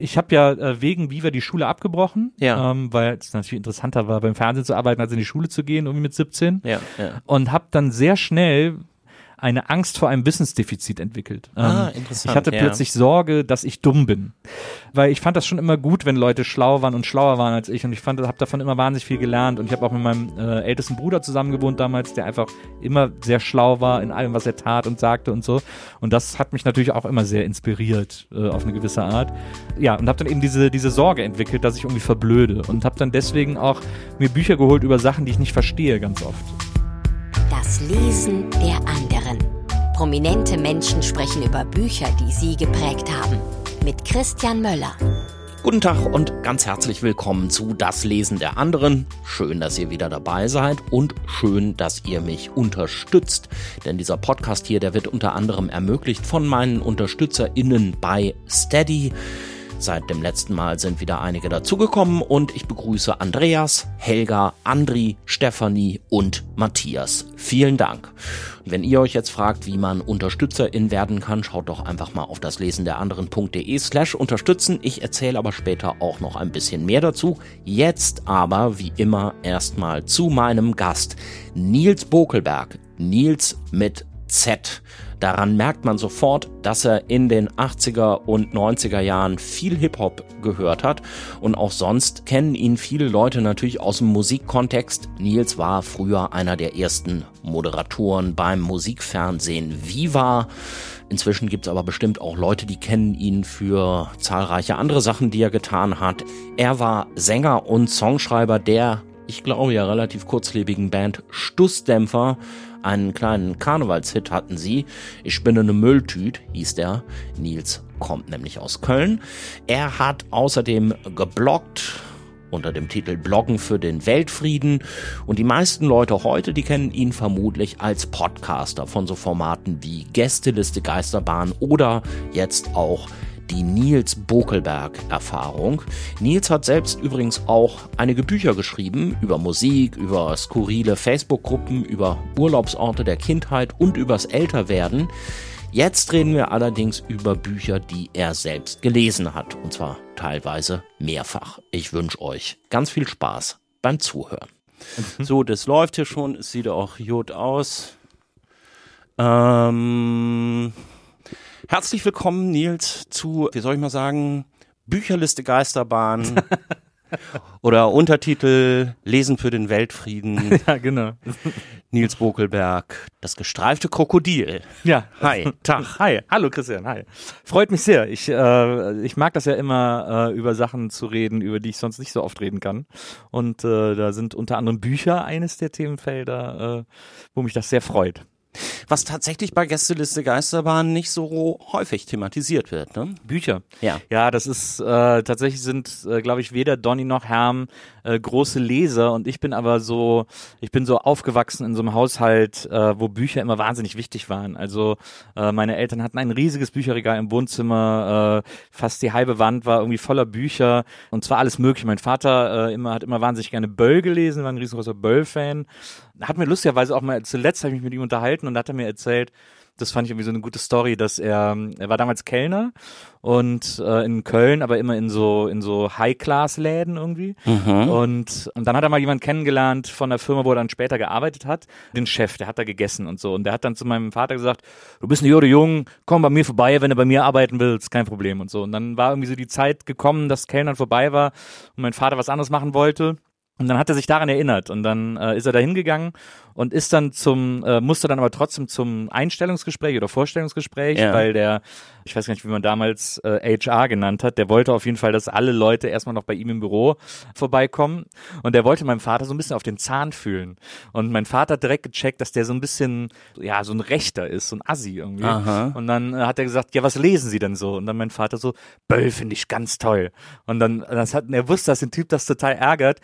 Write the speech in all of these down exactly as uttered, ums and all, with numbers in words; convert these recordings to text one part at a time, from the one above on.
Ich habe ja äh, wegen Viva die Schule abgebrochen, ja. ähm, weil es natürlich interessanter war, beim Fernsehen zu arbeiten, als in die Schule zu gehen, irgendwie mit siebzehn. Ja, ja. Und habe dann sehr schnell eine Angst vor einem Wissensdefizit entwickelt. Ah, ähm, interessant. Ich hatte ja. plötzlich Sorge, dass ich dumm bin. Weil ich fand das schon immer gut, wenn Leute schlau waren und schlauer waren als ich. Und ich fand, habe davon immer wahnsinnig viel gelernt. Und ich habe auch mit meinem äh, ältesten Bruder zusammen gewohnt damals, der einfach immer sehr schlau war in allem, was er tat und sagte und so. Und das hat mich natürlich auch immer sehr inspiriert, äh, auf eine gewisse Art. Ja, und habe dann eben diese, diese Sorge entwickelt, dass ich irgendwie verblöde. Und habe dann deswegen auch mir Bücher geholt über Sachen, die ich nicht verstehe, ganz oft. Das Lesen der anderen. Prominente Menschen sprechen über Bücher, die sie geprägt haben. Mit Christian Möller. Guten Tag und ganz herzlich willkommen zu Das Lesen der anderen. Schön, dass ihr wieder dabei seid und schön, dass ihr mich unterstützt. Denn dieser Podcast hier, der wird unter anderem ermöglicht von meinen UnterstützerInnen bei Steady. Seit dem letzten Mal sind wieder einige dazugekommen und ich begrüße Andreas, Helga, Andri, Stefanie und Matthias. Vielen Dank. Und wenn ihr euch jetzt fragt, wie man Unterstützerin werden kann, schaut doch einfach mal auf daslesenderanderen.de slash unterstützen. Ich erzähle aber später auch noch ein bisschen mehr dazu. Jetzt aber, wie immer, erstmal zu meinem Gast, Nils Bokelberg. Nils mit Z. Daran merkt man sofort, dass er in den achtziger und neunziger Jahren viel Hip-Hop gehört hat und auch sonst kennen ihn viele Leute natürlich aus dem Musikkontext. Nils war früher einer der ersten Moderatoren beim Musikfernsehen Viva. Inzwischen gibt es aber bestimmt auch Leute, die kennen ihn für zahlreiche andere Sachen, die er getan hat. Er war Sänger und Songschreiber der, ich glaube ja relativ kurzlebigen Band Stussdämpfer. Einen kleinen Karnevalshit hatten sie. Ich bin eine Mülltüt, hieß der. Nils kommt nämlich aus Köln. Er hat außerdem gebloggt unter dem Titel Bloggen für den Weltfrieden. Und die meisten Leute heute, die kennen ihn vermutlich als Podcaster von so Formaten wie Gästeliste Geisterbahn oder jetzt auch die Nils Bokelberg-Erfahrung. Nils hat selbst übrigens auch einige Bücher geschrieben über Musik, über skurrile Facebook-Gruppen, über Urlaubsorte der Kindheit und übers Älterwerden. Jetzt reden wir allerdings über Bücher, die er selbst gelesen hat, und zwar teilweise mehrfach. Ich wünsche euch ganz viel Spaß beim Zuhören. Mhm. So, das läuft hier schon, es sieht auch gut aus. Ähm... Herzlich willkommen, Nils, zu, wie soll ich mal sagen, Bücherliste Geisterbahn oder Untertitel Lesen für den Weltfrieden. Ja, genau. Nils Bokelberg, das gestreifte Krokodil. Ja. Hi. Tag. Hi. Hallo Christian. Hi. Freut mich sehr. Ich, äh, ich mag das ja immer, äh, über Sachen zu reden, über die ich sonst nicht so oft reden kann. Und äh, da sind unter anderem Bücher eines der Themenfelder, äh, wo mich das sehr freut. Was tatsächlich bei Gästeliste Geisterbahn nicht so häufig thematisiert wird, ne? Bücher. Ja. Ja, das ist, äh, tatsächlich sind, äh, glaube ich, weder Donny noch Herm äh, große Leser und ich bin aber so, ich bin so aufgewachsen in so einem Haushalt, äh, wo Bücher immer wahnsinnig wichtig waren. Also äh, meine Eltern hatten ein riesiges Bücherregal im Wohnzimmer, äh, fast die halbe Wand war irgendwie voller Bücher und zwar alles mögliche. Mein Vater äh, immer hat immer wahnsinnig gerne Böll gelesen, war ein riesengroßer Böll-Fan. Hat mir lustigerweise auch mal, zuletzt habe ich mich mit ihm unterhalten und da hat er mir erzählt, das fand ich irgendwie so eine gute Story, dass er, er war damals Kellner und äh, in Köln, aber immer in so in so High-Class-Läden irgendwie. Mhm. Und, und dann hat er mal jemanden kennengelernt von der Firma, wo er dann später gearbeitet hat, den Chef, der hat da gegessen und so. Und der hat dann zu meinem Vater gesagt, du bist ein Jode Jung, komm bei mir vorbei, wenn du bei mir arbeiten willst, kein Problem und so. Und dann war irgendwie so die Zeit gekommen, dass Kellnern vorbei war und mein Vater was anderes machen wollte. Und dann hat er sich daran erinnert und dann äh, ist er da hingegangen und ist dann zum, äh, musste dann aber trotzdem zum Einstellungsgespräch oder Vorstellungsgespräch, ja. Weil der, ich weiß gar nicht, wie man damals äh, H R genannt hat, der wollte auf jeden Fall, dass alle Leute erstmal noch bei ihm im Büro vorbeikommen und der wollte meinem Vater so ein bisschen auf den Zahn fühlen und mein Vater hat direkt gecheckt, dass der so ein bisschen, ja, so ein Rechter ist, so ein Assi irgendwie. Aha. Und dann äh, hat er gesagt, ja, was lesen Sie denn so? Und dann mein Vater so, Böll finde ich ganz toll. Und dann, das hat, er wusste, dass den Typ das total ärgert, der konnte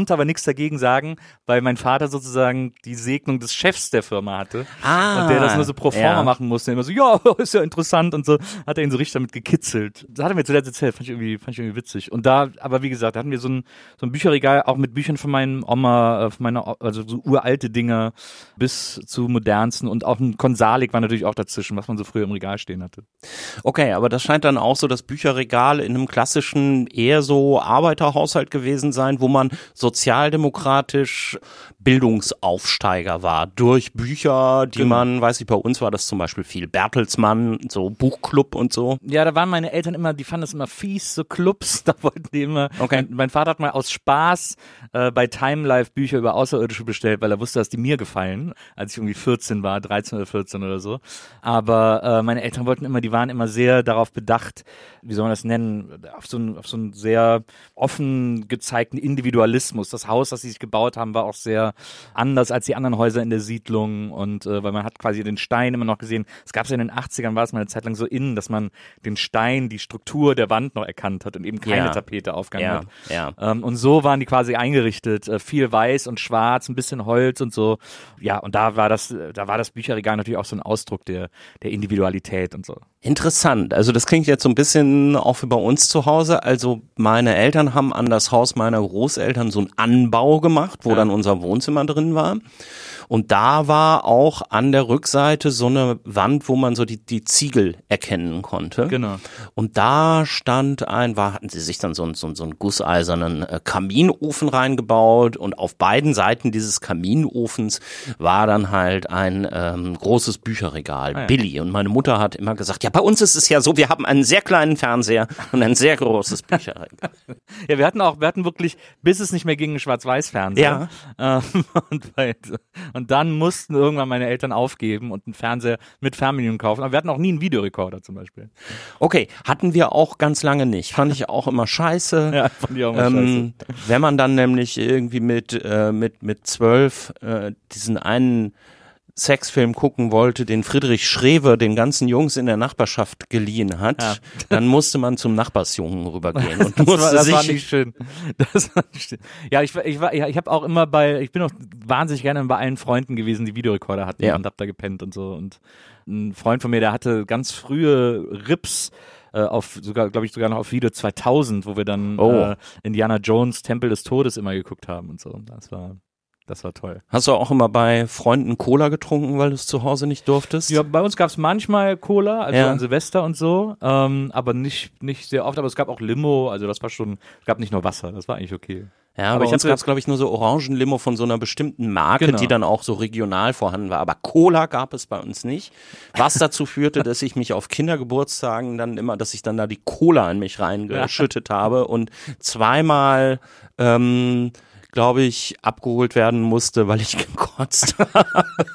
konnte aber nichts dagegen sagen, weil mein Vater sozusagen die Segnung des Chefs der Firma hatte. Ah, und der das nur so pro forma ja. machen musste. Immer so, ja, ist ja interessant und so. Hat er ihn so richtig damit gekitzelt. Das hat er mir zuletzt erzählt, fand ich irgendwie, fand ich irgendwie witzig. Und da, aber wie gesagt, da hatten wir so ein, so ein Bücherregal, auch mit Büchern von meinen Oma, von meiner, also so uralte Dinger bis zu modernsten und auch ein Konsalik war natürlich auch dazwischen, was man so früher im Regal stehen hatte. Okay, aber das scheint dann auch so das Bücherregal in einem klassischen, eher so Arbeiterhaushalt gewesen sein, wo man sozialdemokratisch Bildungsaufsteiger war. Durch Bücher, die Genau. man, weiß ich, bei uns war das zum Beispiel viel Bertelsmann, so Buchclub und so. Ja, da waren meine Eltern immer, die fanden das immer fies, so Clubs, da wollten die immer, Okay. mein, mein Vater hat mal aus Spaß äh, bei Time Life Bücher über Außerirdische bestellt, weil er wusste, dass die mir gefallen, als ich irgendwie vierzehn war, dreizehn oder vierzehn oder so. Aber äh, meine Eltern wollten immer, die waren immer sehr darauf bedacht, wie soll man das nennen, auf so einen, auf so einen sehr offen gezeigten Individualismus. Das Haus, das sie sich gebaut haben, war auch sehr anders als die anderen Häuser in der Siedlung und äh, weil man hat quasi den Stein immer noch gesehen. Es gab es ja in den achtzigern, war es mal eine Zeit lang so innen, dass man den Stein, die Struktur der Wand noch erkannt hat und eben keine Ja. Tapete aufgehangen Ja, hat. ja. Ähm, und so waren die quasi eingerichtet, äh, viel weiß und schwarz, ein bisschen Holz und so. Ja, und da war das, da war das Bücherregal natürlich auch so ein Ausdruck der, der Individualität und so. Interessant. Also das klingt jetzt so ein bisschen auch wie bei uns zu Hause. Also meine Eltern haben an das Haus meiner Großeltern so einen Anbau gemacht, wo Ja. dann unser Wohnzimmer drin war. Und da war auch an der Rückseite so eine Wand, wo man so die, die Ziegel erkennen konnte. Genau. Und da stand ein, war, hatten sie sich dann so, einen- so, einen- so einen gusseisernen äh, Kaminofen reingebaut und auf beiden Seiten dieses Kaminofens war dann halt ein ähm, großes Bücherregal, Ah, ja. Billy. Und meine Mutter hat immer gesagt, ja, bei uns ist es ja so, wir haben einen sehr kleinen Fernseher und ein sehr großes Bücherregal. Ja, wir hatten auch, wir hatten wirklich, bis es nicht mehr ging, einen Schwarz-Weiß-Fernseher. Ja. Ähm, und, bei, und dann mussten irgendwann meine Eltern aufgeben und einen Fernseher mit Fernbedienung kaufen. Aber wir hatten auch nie einen Videorekorder zum Beispiel. Okay, hatten wir auch ganz lange nicht. Fand ich auch immer scheiße. Ja, fand ich auch mal Ähm, wenn man dann nämlich irgendwie mit äh, mit mit zwölf äh, diesen einen Sexfilm gucken wollte, den Friedrich Schrewe den ganzen Jungs in der Nachbarschaft geliehen hat, Ja. dann musste man zum Nachbarsjungen rübergehen und Das, musste war, das sich war nicht schön. Das war nicht schön. Ja, ich, war- ich war, ja, ich habe auch immer bei, ich bin auch wahnsinnig gerne bei allen Freunden gewesen, die Videorekorder hatten Ja. und hab da gepennt und so. Und ein Freund von mir, der hatte ganz frühe Rips äh, auf, sogar, glaube ich, sogar noch auf Video zweitausend, wo wir dann Oh. äh, Indiana Jones Tempel des Todes immer geguckt haben und so. Das war, das war toll. Hast du auch immer bei Freunden Cola getrunken, weil du es zu Hause nicht durftest? Ja, bei uns gab es manchmal Cola, also Ja. an Silvester und so, ähm, aber nicht, nicht sehr oft, aber es gab auch Limo, also das war schon, es gab nicht nur Wasser, das war eigentlich okay. Ja, Aber aber ich bei uns hatte- gab es, glaube ich, nur so Orangenlimo von so einer bestimmten Marke, Genau. die dann auch so regional vorhanden war. Aber Cola gab es bei uns nicht. Was dazu führte, dass ich mich auf Kindergeburtstagen dann immer, dass ich dann da die Cola in mich reingeschüttet habe und zweimal, ähm, glaube ich, abgeholt werden musste, weil ich gekotzt habe.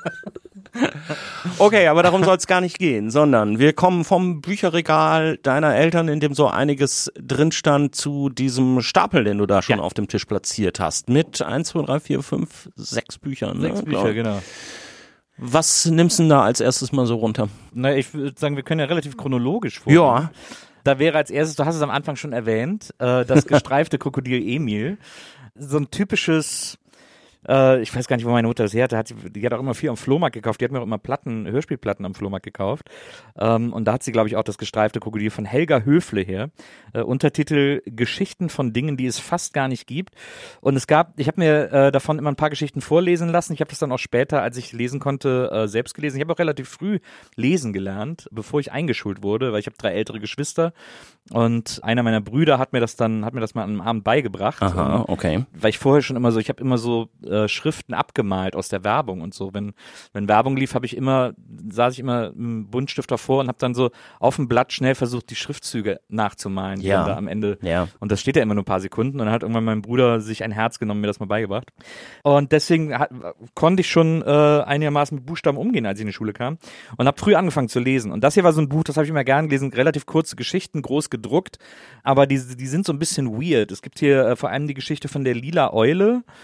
Okay, aber darum soll es gar nicht gehen, sondern wir kommen vom Bücherregal deiner Eltern, in dem so einiges drin stand, zu diesem Stapel, den du da schon Ja. auf dem Tisch platziert hast. Mit eins, zwei, drei, vier, fünf, sechs Büchern. Ne? Sechs Bücher, Glaub. genau. Was nimmst du denn da als erstes mal so runter? Na, ich würde sagen, wir können ja relativ chronologisch vorgehen. Ja. Da wäre als erstes, du hast es am Anfang schon erwähnt, äh, das gestreifte Krokodil Emil. So ein typisches, äh, ich weiß gar nicht, wo meine Mutter das her hatte, hat, die hat auch immer viel am Flohmarkt gekauft, die hat mir auch immer Platten, Hörspielplatten am Flohmarkt gekauft. Ähm, und da hat sie, glaube ich, auch das gestreifte Krokodil von Helga Höfle her. Äh, Untertitel Geschichten von Dingen, die es fast gar nicht gibt. Und es gab, ich habe mir äh, davon immer ein paar Geschichten vorlesen lassen. Ich habe das dann auch später, als ich lesen konnte, äh, selbst gelesen. Ich habe auch relativ früh lesen gelernt, bevor ich eingeschult wurde, weil ich habe drei ältere Geschwister und einer meiner Brüder hat mir das dann, hat mir das mal am Abend beigebracht. Aha, Und, okay. weil ich vorher schon immer so, ich habe immer so äh, Schriften abgemalt aus der Werbung und so. Wenn wenn Werbung lief, habe ich immer, saß ich immer mit einem Buntstift davor und habe dann so auf dem Blatt schnell versucht, die Schriftzüge nachzumalen, die Ja. dann da am Ende. Ja. Und das steht ja immer nur ein paar Sekunden. Und dann hat irgendwann mein Bruder sich ein Herz genommen, mir das mal beigebracht. Und deswegen hat, konnte ich schon äh, einigermaßen mit Buchstaben umgehen, als ich in die Schule kam. Und habe früh angefangen zu lesen. Und das hier war so ein Buch, das habe ich immer gern gelesen. Relativ kurze Geschichten, groß gedruckt. Aber die, die sind so ein bisschen weird. Es gibt hier äh, vor allem die Geschichte von der lila Eule.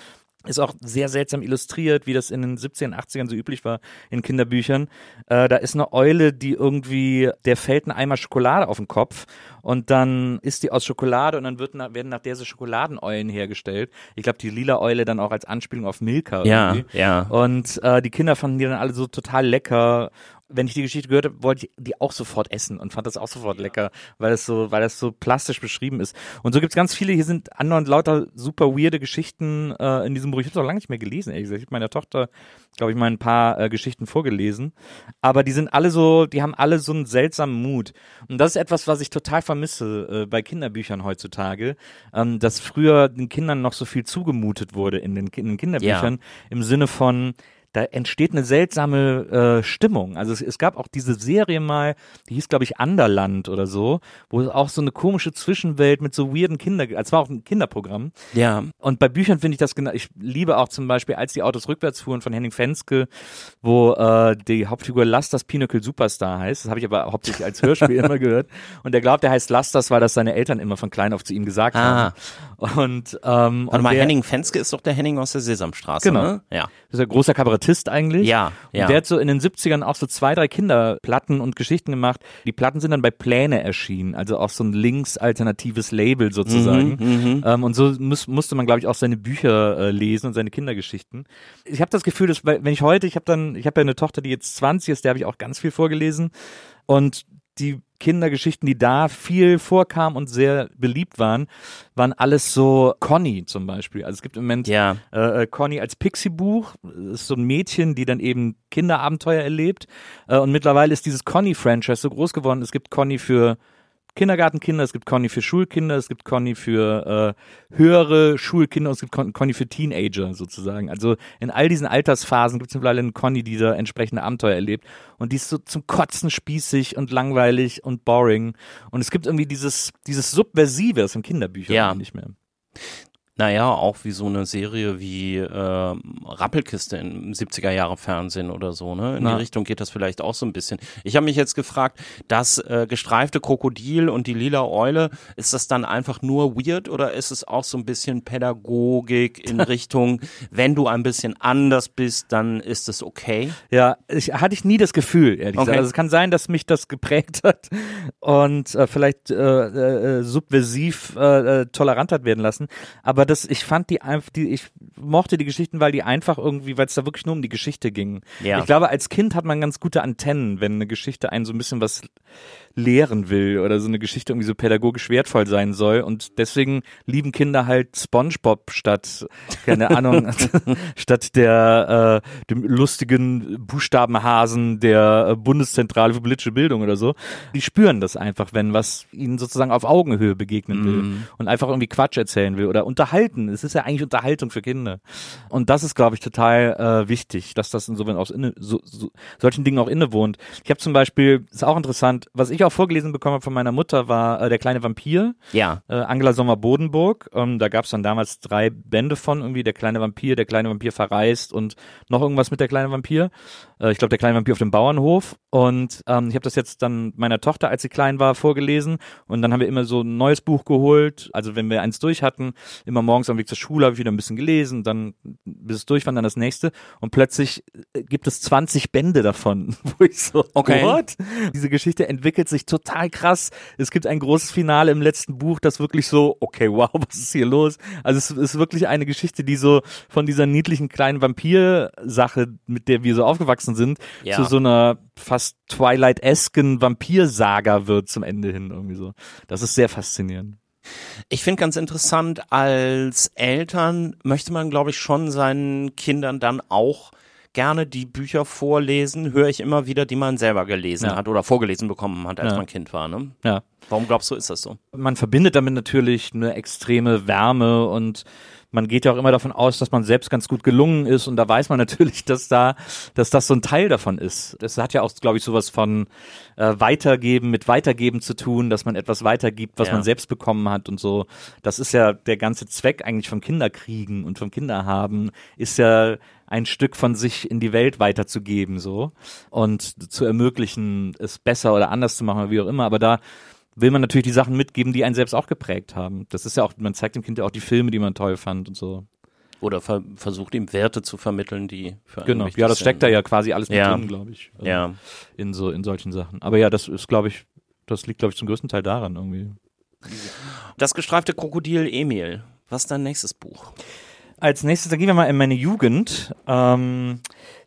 Ist auch sehr seltsam illustriert, wie das in den siebzigern, achtzigern so üblich war in Kinderbüchern. Äh, da ist eine Eule, die irgendwie, der fällt ein Eimer Schokolade auf den Kopf und dann ist die aus Schokolade und dann wird nach, werden nach der so Schokoladeneulen hergestellt. Ich glaube, die lila Eule dann auch als Anspielung auf Milka irgendwie. Ja, ja. Und äh, die Kinder fanden die dann alle so total lecker. Wenn ich die Geschichte gehört habe, wollte ich die auch sofort essen und fand das auch sofort lecker, weil das so, weil das so plastisch beschrieben ist. Und so gibt's ganz viele, hier sind andauernd lauter super weirde Geschichten äh, in diesem Buch. Ich habe es auch lange nicht mehr gelesen, ehrlich gesagt. Ich habe meiner Tochter, glaube ich, mal ein paar äh, Geschichten vorgelesen. Aber die sind alle so, die haben alle so einen seltsamen Mut. Und das ist etwas, was ich total vermisse äh, bei Kinderbüchern heutzutage, ähm, dass früher den Kindern noch so viel zugemutet wurde in den, in den Kinderbüchern, ja. Im Sinne von, da entsteht eine seltsame äh, Stimmung. Also es, es gab auch diese Serie mal, die hieß, glaube ich, Anderland oder so, wo es auch so eine komische Zwischenwelt mit so weirden Kinder, es war auch ein Kinderprogramm. Ja. Und bei Büchern finde ich das genau, ich liebe auch zum Beispiel, als die Autos rückwärts fuhren von Henning Fenske, wo äh, die Hauptfigur Lastas Pinochle Superstar heißt. Das habe ich aber hauptsächlich als Hörspiel immer gehört. Und der glaubt, der heißt Lastas, weil das seine Eltern immer von klein auf zu ihm gesagt ah. haben. Und, ähm, Warte und mal, der, Henning Fenske ist doch der Henning aus der Sesamstraße, genau. ne? Ja. Das ist ein großer Kabarettist eigentlich. Ja, ja. Und der hat so in den siebzigern auch so zwei, drei Kinderplatten und Geschichten gemacht. Die Platten sind dann bei Pläne erschienen, also auch so ein links-alternatives Label sozusagen. Mhm, ähm, und so muss, musste man, glaube ich, auch seine Bücher äh, lesen und seine Kindergeschichten. Ich habe das Gefühl, dass wenn ich heute, ich habe dann, ich habe ja eine Tochter, die jetzt zwanzig ist, der habe ich auch ganz viel vorgelesen. Und die Kindergeschichten, die da viel vorkamen und sehr beliebt waren, waren alles so Conny zum Beispiel. Also es gibt im Moment ja. äh, Conny als Pixie-Buch. Das ist so ein Mädchen, die dann eben Kinderabenteuer erlebt. Äh, und mittlerweile ist dieses Conny-Franchise so groß geworden. Es gibt Conny für Kindergartenkinder, es gibt Conny für Schulkinder, es gibt Conny für äh, höhere Schulkinder und es gibt Con- Conny für Teenager sozusagen. Also in all diesen Altersphasen gibt es mittlerweile eine Conny, die da entsprechende Abenteuer erlebt und die ist so zum Kotzen spießig und langweilig und boring und es gibt irgendwie dieses dieses Subversive, das in Kinderbüchern ja. nicht mehr. Naja, auch wie so eine Serie wie äh, Rappelkiste im siebziger Jahre Fernsehen oder so, ne? In Na. die Richtung geht das vielleicht auch so ein bisschen. Ich habe mich jetzt gefragt, das äh, gestreifte Krokodil und die lila Eule, ist das dann einfach nur weird oder ist es auch so ein bisschen Pädagogik in Richtung, wenn du ein bisschen anders bist, dann ist es okay? Ja, ich, hatte ich nie das Gefühl, ehrlich Okay. gesagt. Also es kann sein, dass mich das geprägt hat und äh, vielleicht äh, äh, subversiv äh, äh, tolerant hat werden lassen, aber das, ich fand die einfach, die, ich mochte die Geschichten, weil die einfach irgendwie, weil es da wirklich nur um die Geschichte ging. Ja. Ich glaube, als Kind hat man ganz gute Antennen, wenn eine Geschichte einen so ein bisschen was lehren will oder so eine Geschichte irgendwie so pädagogisch wertvoll sein soll und deswegen lieben Kinder halt SpongeBob statt, keine Ahnung, statt der äh, dem lustigen Buchstabenhasen der äh, Bundeszentrale für politische Bildung oder so. Die spüren das einfach, wenn was ihnen sozusagen auf Augenhöhe begegnen will Mm. und einfach irgendwie Quatsch erzählen will oder unterhalten. Es ist ja eigentlich Unterhaltung für Kinder. Und das ist, glaube ich, total äh, wichtig, dass das insofern aus inne, so, so, solchen Dingen auch innewohnt. Ich habe zum Beispiel, ist auch interessant, was ich auch vorgelesen bekommen habe von meiner Mutter, war äh, Der kleine Vampir. Ja. Äh, Angela Sommer-Bodenburg. Ähm, da gab es dann damals drei Bände von irgendwie, Der kleine Vampir, Der kleine Vampir verreist und noch irgendwas mit Der kleine Vampir. Äh, ich glaube, Der kleine Vampir auf dem Bauernhof. Und ähm, ich habe das jetzt dann meiner Tochter, als sie klein war, vorgelesen. Und dann haben wir immer so ein neues Buch geholt. Also wenn wir eins durch hatten, immer morgens am Weg zur Schule habe ich wieder ein bisschen gelesen, dann bis es durch war, dann das nächste. Und plötzlich äh, gibt es zwanzig Bände davon, wo ich so, Okay. what? Diese Geschichte entwickelt sich total krass. Es gibt ein großes Finale im letzten Buch, das wirklich so, okay, wow, was ist hier los? Also es ist wirklich eine Geschichte, die so von dieser niedlichen kleinen Vampir-Sache, mit der wir so aufgewachsen sind, Ja. zu so einer fast Twilight-esken Vampir-Saga wird zum Ende hin irgendwie so. Das ist sehr faszinierend. Ich finde ganz interessant, als Eltern möchte man, glaube ich, schon seinen Kindern dann auch gerne die Bücher vorlesen, höre ich immer wieder, die man selber gelesen Ja. hat oder vorgelesen bekommen hat, als Ja. man Kind war. Ne? Ja. Warum glaubst du, ist das so? Man verbindet damit natürlich eine extreme Wärme und man geht ja auch immer davon aus, dass man selbst ganz gut gelungen ist und da weiß man natürlich, dass da, dass das so ein Teil davon ist. Das hat ja auch, glaube ich, sowas von äh, Weitergeben mit Weitergeben zu tun, dass man etwas weitergibt, was Ja. man selbst bekommen hat und so. Das ist ja der ganze Zweck eigentlich vom Kinderkriegen und vom Kinderhaben, ist ja ein Stück von sich in die Welt weiterzugeben so und zu ermöglichen, es besser oder anders zu machen oder wie auch immer. Aber da will man natürlich die Sachen mitgeben, die einen selbst auch geprägt haben. Das ist ja auch, man zeigt dem Kind ja auch die Filme, die man toll fand und so. Oder ver- versucht ihm Werte zu vermitteln, die für einen Genau, wichtig ja, das sind. steckt da ja quasi alles mit Ja. drin, glaube ich. Also Ja. In so, in solchen Sachen. Aber ja, das ist, glaube ich, das liegt, glaube ich, zum größten Teil daran irgendwie. Das gestreifte Krokodil Emil. Was ist dein nächstes Buch? Als nächstes, dann gehen wir mal in meine Jugend. Ähm,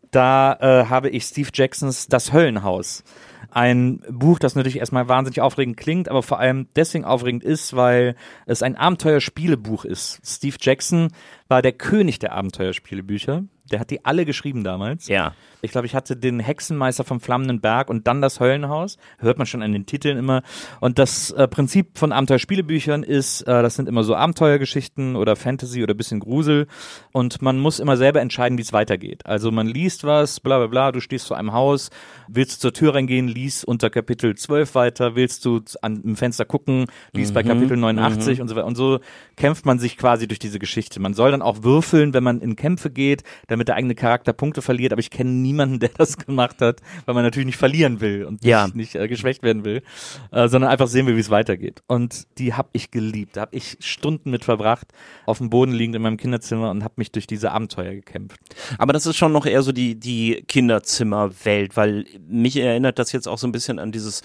da äh, habe ich Steve Jacksons Das Höllenhaus. Ein Buch, das natürlich erstmal wahnsinnig aufregend klingt, aber vor allem deswegen aufregend ist, weil es ein Abenteuerspielebuch ist. Steve Jackson war der König der Abenteuerspielebücher. Der hat die alle geschrieben damals. Ja. Ich glaube, ich hatte den Hexenmeister vom Flammenden Berg und dann das Höllenhaus. Hört man schon an den Titeln immer. Und das äh, Prinzip von Abenteuerspielebüchern ist, äh, das sind immer so Abenteuergeschichten oder Fantasy oder bisschen Grusel. Und man muss immer selber entscheiden, wie es weitergeht. Also man liest was, bla bla bla, du stehst vor einem Haus, willst du zur Tür reingehen, lies unter Kapitel zwölf weiter, willst du an dem Fenster gucken, lies mhm. bei Kapitel neunundachtzig mhm. und so weiter. Und so kämpft man sich quasi durch diese Geschichte. Man soll dann auch würfeln, wenn man in Kämpfe geht, damit der eigene Charakter Punkte verliert. Aber ich kenne niemanden, der das gemacht hat, weil man natürlich nicht verlieren will und ja. nicht, nicht äh, geschwächt werden will, äh, sondern einfach sehen will, wie es weitergeht. Und die habe ich geliebt. Da habe ich Stunden mit verbracht, auf dem Boden liegend in meinem Kinderzimmer und habe mich durch diese Abenteuer gekämpft. Aber das ist schon noch eher so die, die Kinderzimmerwelt, weil mich erinnert das jetzt auch so ein bisschen an dieses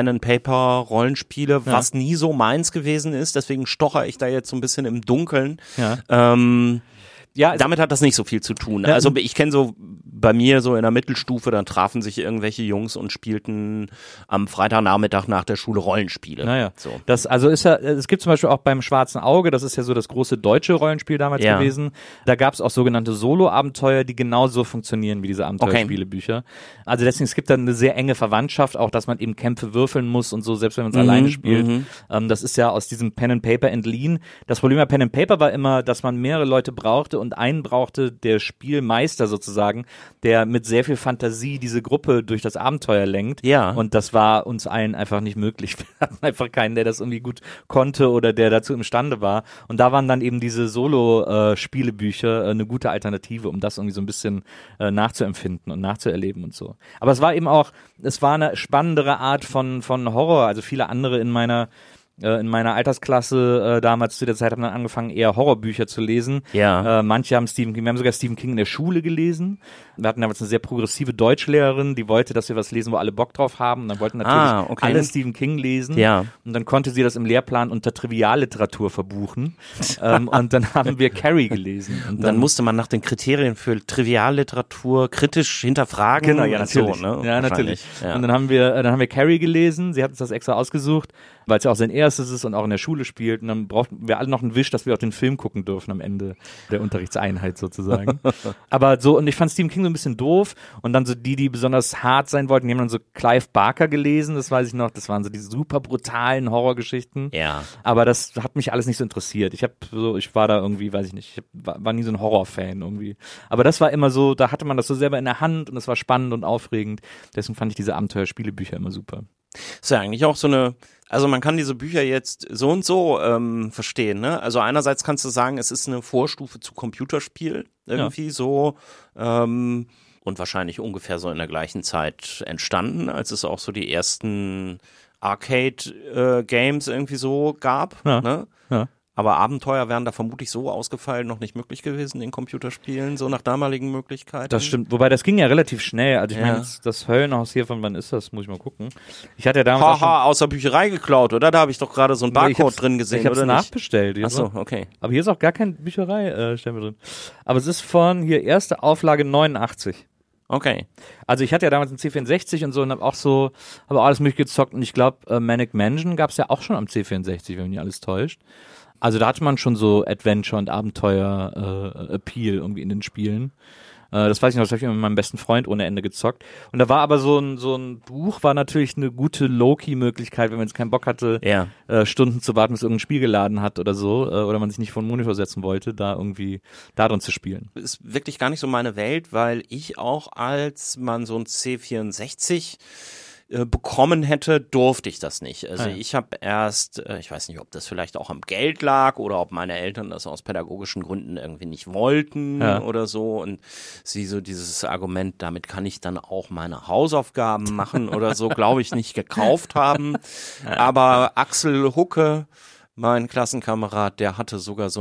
Pen-and-Paper-Rollenspiele, Ja. was nie so meins gewesen ist. Deswegen stocher ich da jetzt so ein bisschen im Dunkeln. Ja. Ähm, Ja, Damit hat das nicht so viel zu tun. Ja. Also ich kenne so bei mir so in der Mittelstufe, dann trafen sich irgendwelche Jungs und spielten am Freitagnachmittag nach der Schule Rollenspiele. Naja, so. das also ist ja, es gibt zum Beispiel auch beim Schwarzen Auge, das ist ja so das große deutsche Rollenspiel damals Ja. gewesen. Da gab es auch sogenannte Solo-Abenteuer, die genauso funktionieren wie diese Abenteuerspielebücher. Also deswegen, es gibt dann eine sehr enge Verwandtschaft, auch dass man eben Kämpfe würfeln muss und so, selbst wenn man es Mhm, alleine spielt. mhm. Ähm, das ist ja aus diesem Pen and Paper entliehen. Das Problem bei Pen and Paper war immer, dass man mehrere Leute brauchte und einen brauchte der Spielmeister sozusagen, der mit sehr viel Fantasie diese Gruppe durch das Abenteuer lenkt. Ja. Und das war uns allen einfach nicht möglich. Wir hatten einfach keinen, der das irgendwie gut konnte oder der dazu imstande war. Und da waren dann eben diese Solo-Spielebücher äh, eine gute Alternative, um das irgendwie so ein bisschen äh, nachzuempfinden und nachzuerleben und so. Aber es war eben auch, es war eine spannendere Art von, von Horror. Also viele andere in meiner in meiner Altersklasse äh, damals zu der Zeit haben dann angefangen, eher Horrorbücher zu lesen. Ja. Äh, manche haben Stephen King, wir haben sogar Stephen King in der Schule gelesen. Wir hatten damals eine sehr progressive Deutschlehrerin, die wollte, dass wir was lesen, wo alle Bock drauf haben. Und dann wollten natürlich Ah, okay. alle Stephen King lesen. Ja. Und dann konnte sie das im Lehrplan unter Trivialliteratur verbuchen. ähm, und dann haben wir Carrie gelesen. Und Und dann musste man nach den Kriterien für Trivialliteratur kritisch hinterfragen. Genau, ja, und natürlich. So, ne? Ja, natürlich. Ja. Und dann haben wir, äh, dann haben wir Carrie gelesen. Sie hat uns das extra ausgesucht, weil es ja auch sein erstes ist und auch in der Schule spielt. Und dann brauchten wir alle noch einen Wisch, dass wir auch den Film gucken dürfen am Ende der Unterrichtseinheit sozusagen. Aber so, und ich fand Stephen King so ein bisschen doof. Und dann so die, die besonders hart sein wollten, die haben dann so Clive Barker gelesen, das weiß ich noch. Das waren so die super brutalen Horrorgeschichten. Ja. Aber das hat mich alles nicht so interessiert. Ich habe so, ich war da irgendwie, weiß ich nicht, ich hab, war, war nie so ein Horrorfan irgendwie. Aber das war immer so, da hatte man das so selber in der Hand und es war spannend und aufregend. Deswegen fand ich diese Abenteuerspielebücher immer super. Ist ja eigentlich auch so eine, also man kann diese Bücher jetzt so und so ähm, verstehen, ne? Also einerseits kannst du sagen, es ist eine Vorstufe zu Computerspiel, irgendwie ja. so, ähm, und wahrscheinlich ungefähr so in der gleichen Zeit entstanden, als es auch so die ersten Arcade-Games äh, irgendwie so gab, ja. ne? Ja. Aber Abenteuer wären da vermutlich so ausgefallen, noch nicht möglich gewesen in Computerspielen, so nach damaligen Möglichkeiten. Das stimmt, wobei das ging ja relativ schnell. Also ich Ja. meine, das, das Höllenhaus hier, von wann ist das? Muss ich mal gucken. Ich hatte ja damals auch schon, Haha, aus der Bücherei geklaut, oder? Da habe ich doch gerade so einen ich Barcode hab's- drin gesehen, ich hab's oder nicht? nachbestellt. Hier Ach ist so, auch- okay. Aber hier ist auch gar keine Bücherei, äh, stellen wir drin. Aber es ist von hier erste Auflage neunundachtzig. Okay. Also ich hatte ja damals einen C vierundsechzig und so und habe auch so, habe auch alles mögliche gezockt und ich glaube, äh, Manic Mansion gab es ja auch schon am C vierundsechzig, wenn mich nicht alles täuscht. Also da hatte man schon so Adventure und Abenteuer äh, Appeal irgendwie in den Spielen. Äh, das weiß ich noch, das habe ich immer mit meinem besten Freund ohne Ende gezockt. Und da war aber so ein so ein Buch war natürlich eine gute Low-Key-Möglichkeit, wenn man jetzt keinen Bock hatte, Ja. äh, Stunden zu warten, bis irgendein Spiel geladen hat oder so, äh, oder man sich nicht vor den Monitor setzen wollte, da irgendwie da drin zu spielen. Ist wirklich gar nicht so meine Welt, weil ich auch, als man so ein C vierundsechzig äh, bekommen hätte, durfte ich das nicht. Also Ah, ja. ich habe erst, äh, ich weiß nicht, ob das vielleicht auch am Geld lag oder ob meine Eltern das aus pädagogischen Gründen irgendwie nicht wollten Ja. oder so, und sie so dieses Argument, damit kann ich dann auch meine Hausaufgaben machen oder so, glaube ich, nicht gekauft haben. Aber Axel Hucke, mein Klassenkamerad, der hatte sogar so ein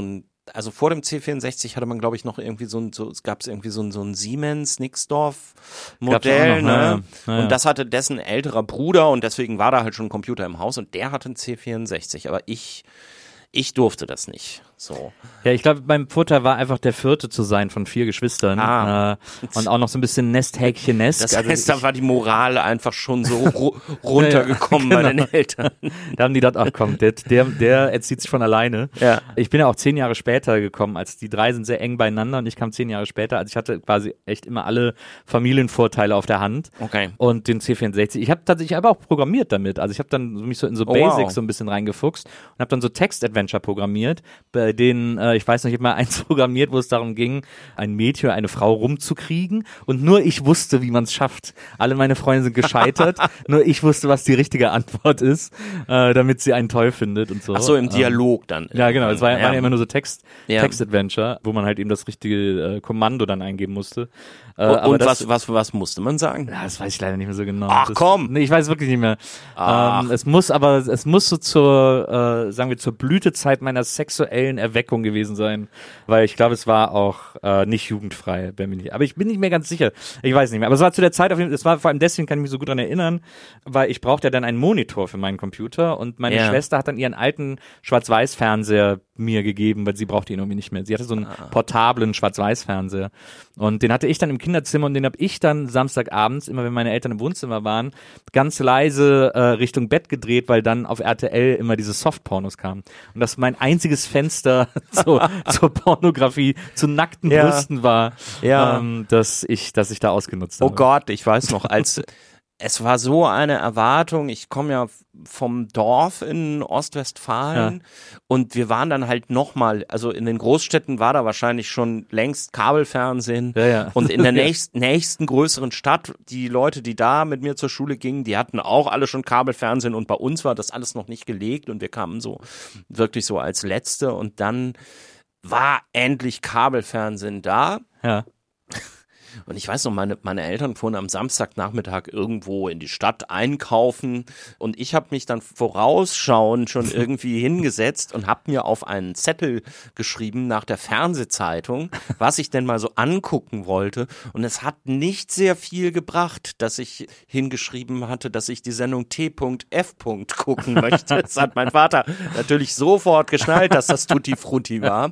also vor dem C vierundsechzig hatte man, glaube ich, noch irgendwie so ein, so, es gab es irgendwie so ein, so ein Siemens Nixdorf Modell, noch, ne? ja, ja, ja. Und das hatte dessen älterer Bruder und deswegen war da halt schon ein Computer im Haus und der hatte einen C vierundsechzig, aber ich, ich durfte das nicht. So. Ja, ich glaube, beim Vorteil war einfach der vierte zu sein von vier Geschwistern Ah. äh, und auch noch so ein bisschen Nesthäkchenesk. Das also heißt, ich, da war die Moral einfach schon so ru- runtergekommen Ja, ja, bei den Eltern. da haben die gedacht, ach komm, der, der, der erzieht sich von alleine. Ja. Ich bin ja auch zehn Jahre später gekommen, als die drei sind sehr eng beieinander und ich kam zehn Jahre später. Also ich hatte quasi echt immer alle Familienvorteile auf der Hand. Okay. Und den C vierundsechzig. Ich habe tatsächlich aber auch programmiert damit. Also ich habe dann mich so in so Oh, Basics wow. so ein bisschen reingefuchst und habe dann so Text-Adventure programmiert, bei denen, äh, ich weiß noch, ich habe mal eins programmiert, wo es darum ging, ein Mädchen, eine Frau rumzukriegen und nur ich wusste, wie man es schafft. Alle meine Freunde sind gescheitert, nur ich wusste, was die richtige Antwort ist, äh, damit sie einen toll findet und so. Ach so, im Ähm, Dialog dann. Ja, genau. Es war, Ja. waren ja immer nur so Text, Ja. Text-Adventure, wo man halt eben das richtige äh, Kommando dann eingeben musste. Äh, Und, aber und das, was, was, was musste man sagen? ja, das weiß ich leider nicht mehr so genau. Ach, das, komm! Nee, ich weiß wirklich nicht mehr. Ach. Ähm, es muss aber, es muss so zur, äh, sagen wir, zur Blütezeit meiner sexuellen Erweckung gewesen sein, weil ich glaube, es war auch äh, nicht jugendfrei, wenn mich nicht. Aber ich bin nicht mehr ganz sicher. Ich weiß nicht mehr. Aber es war zu der Zeit auf jeden Fall, es war vor allem deswegen, kann ich mich so gut daran erinnern, weil ich brauchte ja dann einen Monitor für meinen Computer und meine Ja. Schwester hat dann ihren alten Schwarz-Weiß-Fernseher mir gegeben, weil sie brauchte ihn irgendwie nicht mehr. Sie hatte so einen portablen Schwarz-Weiß-Fernseher und den hatte ich dann im Kinderzimmer und den habe ich dann Samstagabends, immer wenn meine Eltern im Wohnzimmer waren, ganz leise äh, Richtung Bett gedreht, weil dann auf R T L immer diese Softpornos kamen. Und das mein einziges Fenster zur, zur Pornografie, zu nackten Ja. Brüsten war, Ja. ähm, dass ich, dass ich da ausgenutzt Oh habe. Gott, ich weiß noch, als es war so eine Erwartung, ich komme ja vom Dorf in Ostwestfalen und wir waren dann halt nochmal, also in den Großstädten war da wahrscheinlich schon längst Kabelfernsehen Ja, ja. und in der Ja. nächsten, nächsten größeren Stadt, die Leute, die da mit mir zur Schule gingen, die hatten auch alle schon Kabelfernsehen und bei uns war das alles noch nicht gelegt und wir kamen so wirklich so als Letzte und dann war endlich Kabelfernsehen da. Ja. Und ich weiß noch, meine, meine Eltern fuhren am Samstagnachmittag irgendwo in die Stadt einkaufen und ich habe mich dann vorausschauend schon irgendwie hingesetzt und habe mir auf einen Zettel geschrieben nach der Fernsehzeitung, was ich denn mal so angucken wollte. Und es hat nicht sehr viel gebracht, dass ich hingeschrieben hatte, dass ich die Sendung T F gucken möchte. Das hat mein Vater natürlich sofort geschnallt, dass das Tutti Frutti war.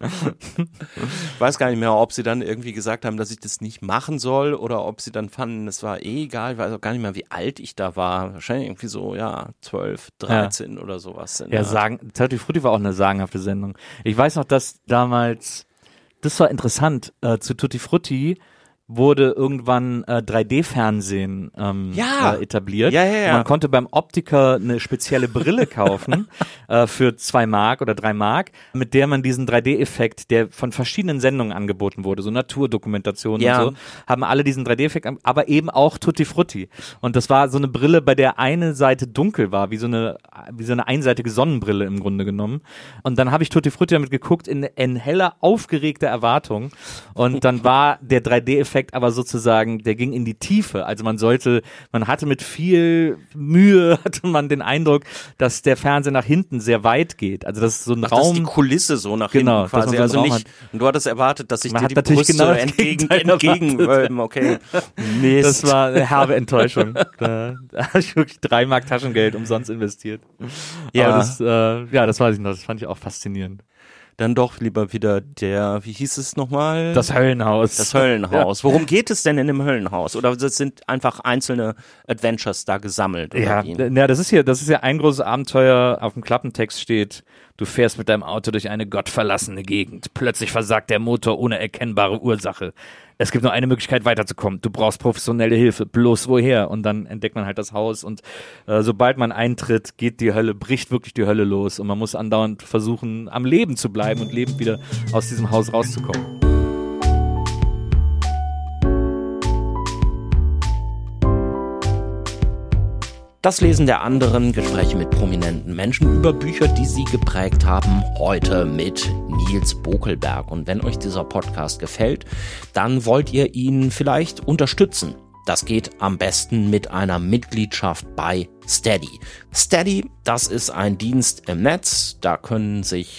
Ich weiß gar nicht mehr, ob sie dann irgendwie gesagt haben, dass ich das nicht machen soll oder ob sie dann fanden, es war eh egal. Ich weiß auch gar nicht mehr, wie alt ich da war. Wahrscheinlich irgendwie so, ja, zwölf, dreizehn ja. oder sowas. Ja, sagen, Tutti Frutti war auch eine sagenhafte Sendung. Ich weiß noch, dass damals, das war interessant, äh, zu Tutti Frutti wurde irgendwann äh, drei D-Fernsehen ähm, Ja. äh, etabliert. Ja, ja, ja. Man konnte beim Optiker eine spezielle Brille kaufen äh, für zwei Mark oder drei Mark, mit der man diesen drei D-Effekt, der von verschiedenen Sendungen angeboten wurde, so Naturdokumentationen Ja. und so, haben alle diesen drei D-Effekt, aber eben auch Tutti Frutti. Und das war so eine Brille, bei der eine Seite dunkel war, wie so eine wie so eine einseitige Sonnenbrille im Grunde genommen. Und dann habe ich Tutti Frutti damit geguckt in, in heller, aufgeregter Erwartung. Und dann war der drei D-Effekt aber sozusagen, der ging in die Tiefe. Also man sollte, man hatte mit viel Mühe, hatte man den Eindruck, dass der Fernseher nach hinten sehr weit geht. Also das ist so ein Ach, Raum. dass die Kulisse so nach Genau, hinten dass quasi. man so einen Also Raum nicht, und du hattest erwartet, dass sich Man dir hat die natürlich Brüste genau das entgegen, Gegenteil entgegenwölben. Okay. Mist. Das war eine herbe Enttäuschung. Da, da habe ich wirklich drei Mark Taschengeld umsonst investiert. Ja. Aber das, äh, ja, das weiß ich noch. Das fand ich auch faszinierend. Dann doch lieber wieder der, wie hieß es nochmal? Das Höllenhaus. Das Höllenhaus. Worum geht es denn in dem Höllenhaus? Oder das sind einfach einzelne Adventures da gesammelt? Oder Ja, wie? ja, das ist hier, das ist ja ein großes Abenteuer. Auf dem Klappentext steht: Du fährst mit deinem Auto durch eine gottverlassene Gegend. Plötzlich versagt der Motor ohne erkennbare Ursache. Es gibt nur eine Möglichkeit weiterzukommen. Du brauchst professionelle Hilfe. Bloß woher? Und dann entdeckt man halt das Haus und äh, sobald man eintritt, geht die Hölle, bricht wirklich die Hölle los und man muss andauernd versuchen, am Leben zu bleiben und lebend wieder aus diesem Haus rauszukommen. Das Lesen der anderen, Gespräche mit prominenten Menschen über Bücher, die sie geprägt haben, heute mit Nils Bokelberg. Und wenn euch dieser Podcast gefällt, dann wollt ihr ihn vielleicht unterstützen. Das geht am besten mit einer Mitgliedschaft bei Steady. Steady, das ist ein Dienst im Netz, da können sich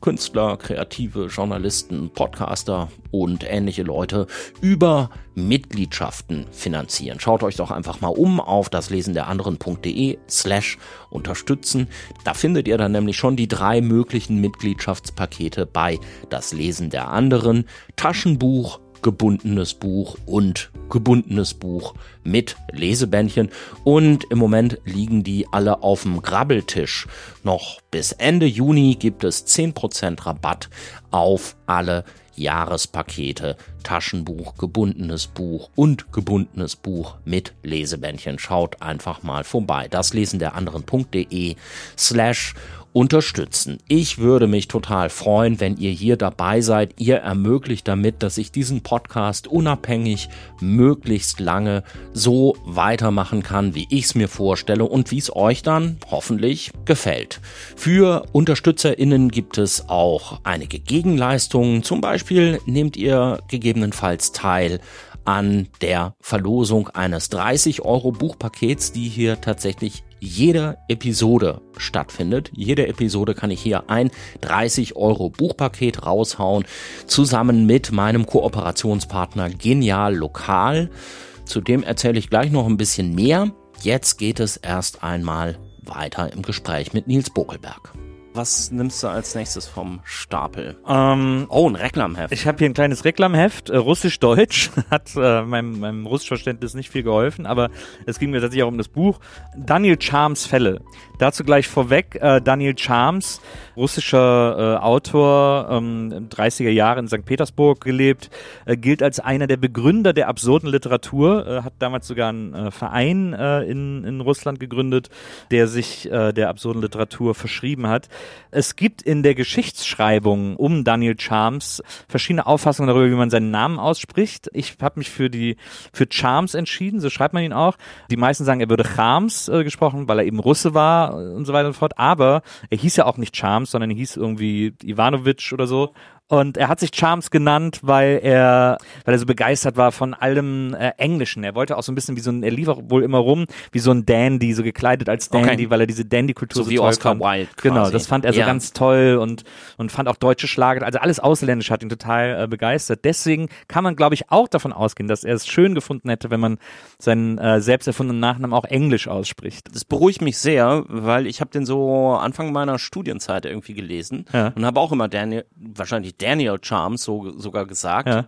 Künstler, Kreative, Journalisten, Podcaster und ähnliche Leute über Mitgliedschaften finanzieren. Schaut euch doch einfach mal um auf daslesenderanderen.de slash unterstützen. Da findet ihr dann nämlich schon die drei möglichen Mitgliedschaftspakete bei Das Lesen der Anderen: Taschenbuch, gebundenes Buch und gebundenes Buch mit Lesebändchen. Und im Moment liegen die alle auf dem Grabbeltisch. Noch bis Ende Juni gibt es zehn Prozent Rabatt auf alle Jahrespakete, Taschenbuch, gebundenes Buch und gebundenes Buch mit Lesebändchen. Schaut einfach mal vorbei. daslesenderanderen.de slash unterstützen. Ich würde mich total freuen, wenn ihr hier dabei seid. Ihr ermöglicht damit, dass ich diesen Podcast unabhängig möglichst lange so weitermachen kann, wie ich es mir vorstelle und wie es euch dann hoffentlich gefällt. Für UnterstützerInnen gibt es auch einige Gegenleistungen. Zum Beispiel nehmt ihr gegebenenfalls teil an der Verlosung eines dreißig Euro Buchpakets, die hier tatsächlich jede Episode stattfindet. Jede Episode kann ich hier ein dreißig Euro Buchpaket raushauen, zusammen mit meinem Kooperationspartner Genial Lokal. Zudem erzähle ich gleich noch ein bisschen mehr. Jetzt geht es erst einmal weiter im Gespräch mit Nils Bokelberg. Was nimmst du als nächstes vom Stapel? Ähm, Oh, ein Reklamheft. Ich habe hier ein kleines Reklamheft, äh, Russisch-Deutsch, hat äh, meinem, meinem Russischverständnis nicht viel geholfen, aber es ging mir tatsächlich auch um das Buch. Daniel Charms Fälle. Dazu gleich vorweg, äh, Daniel Charms, russischer äh, Autor, ähm, dreißiger Jahre in Sankt Petersburg gelebt, äh, gilt als einer der Begründer der absurden Literatur, äh, hat damals sogar einen äh, Verein äh, in, in Russland gegründet, der sich äh, der absurden Literatur verschrieben hat. Es gibt in der Geschichtsschreibung um Daniel Charms verschiedene Auffassungen darüber, wie man seinen Namen ausspricht. Ich habe mich für die für Charms entschieden, so schreibt man ihn auch. Die meisten sagen, er würde Charms äh, gesprochen, weil er eben Russe war und so weiter und so fort. Aber er hieß ja auch nicht Charms, sondern er hieß irgendwie Ivanovic oder so. Und er hat sich Charms genannt, weil er, weil er so begeistert war von allem äh, Englischen. Er wollte auch so ein bisschen wie so ein, er lief auch wohl immer rum, wie so ein Dandy, so gekleidet als Dandy, Okay. weil er diese Dandy-Kultur So so, wie toll Oscar fand. Wilde quasi. Genau, das fand er so Ja. ganz toll und, und fand auch deutsche Schlager, also alles Ausländisch hat ihn total äh, begeistert. Deswegen kann man, glaube ich, auch davon ausgehen, dass er es schön gefunden hätte, wenn man seinen äh, selbst erfundenen Nachnamen auch Englisch ausspricht. Das beruhigt mich sehr, weil ich habe den so Anfang meiner Studienzeit irgendwie gelesen Ja. und habe auch immer Daniel, wahrscheinlich Daniel Charms so sogar gesagt. Ja.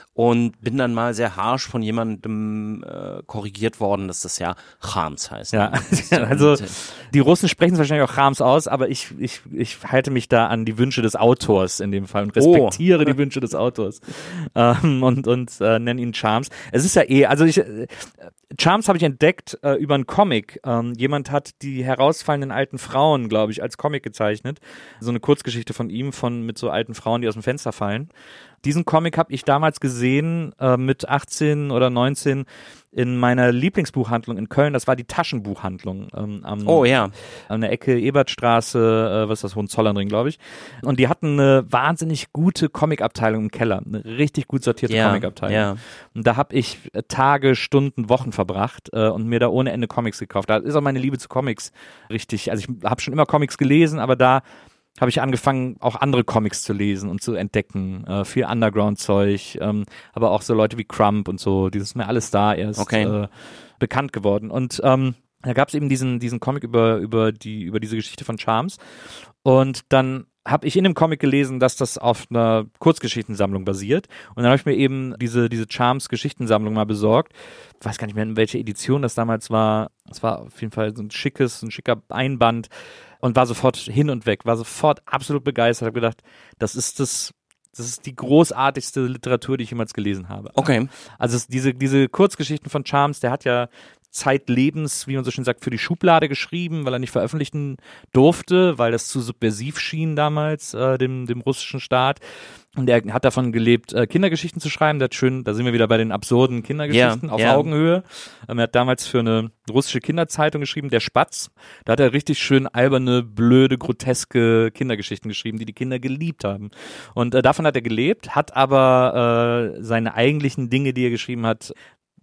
Und bin dann mal sehr harsh von jemandem äh, korrigiert worden, dass das ja Charms heißt. Ja, Und, also äh, die Russen sprechen es wahrscheinlich auch Charms aus, aber ich, ich, ich halte mich da an die Wünsche des Autors in dem Fall und respektiere Oh. die Wünsche des Autors ähm, und, und äh, nenne ihn Charms. Es ist ja eh, also ich, äh, Charms habe ich entdeckt äh, über einen Comic. Ähm, jemand hat die herausfallenden alten Frauen, glaube ich, als Comic gezeichnet. So eine Kurzgeschichte von ihm, von mit so alten Frauen, die aus dem Fenster fallen. Diesen Comic habe ich damals gesehen, äh, mit achtzehn oder neunzehn in meiner Lieblingsbuchhandlung in Köln. Das war die Taschenbuchhandlung ähm, am, Oh ja. an der Ecke Ebertstraße, äh, was ist das, Hohenzollern, glaube ich. Und die hatten eine wahnsinnig gute Comicabteilung im Keller, eine richtig gut sortierte Ja, Comicabteilung. ja. Und da habe ich äh, Tage, Stunden, Wochen verbracht äh, und mir da ohne Ende Comics gekauft. Da ist auch meine Liebe zu Comics richtig. Also ich habe schon immer Comics gelesen, aber da habe ich angefangen, auch andere Comics zu lesen und zu entdecken. Äh, viel Underground-Zeug, ähm, aber auch so Leute wie Crump und so. Dieses ist mir alles da erst Okay. äh, bekannt geworden. Und ähm, da gab es eben diesen diesen Comic über über die über diese Geschichte von Charms. Und dann habe ich in dem Comic gelesen, dass das auf einer Kurzgeschichtensammlung basiert. Und dann habe ich mir eben diese diese Charms-Geschichtensammlung mal besorgt. Ich weiß gar nicht mehr, in welcher Edition das damals war. Es war auf jeden Fall so ein schickes, ein schicker Einband. Und war sofort hin und weg, war sofort absolut begeistert. Habe gedacht, das ist das, das ist die großartigste Literatur, die ich jemals gelesen habe. Okay. Also es, diese diese Kurzgeschichten von Charms, der hat ja zeitlebens, wie man so schön sagt, für die Schublade geschrieben, weil er nicht veröffentlichen durfte, weil das zu subversiv schien damals äh, dem dem russischen Staat. Und er hat davon gelebt, äh, Kindergeschichten zu schreiben. Der hat schön, da sind wir wieder bei den absurden Kindergeschichten Ja, auf ja. Augenhöhe. Ähm, er hat damals für eine russische Kinderzeitung geschrieben, der Spatz. Da hat er richtig schön alberne, blöde, groteske Kindergeschichten geschrieben, die die Kinder geliebt haben. Und äh, davon hat er gelebt, hat aber äh, seine eigentlichen Dinge, die er geschrieben hat,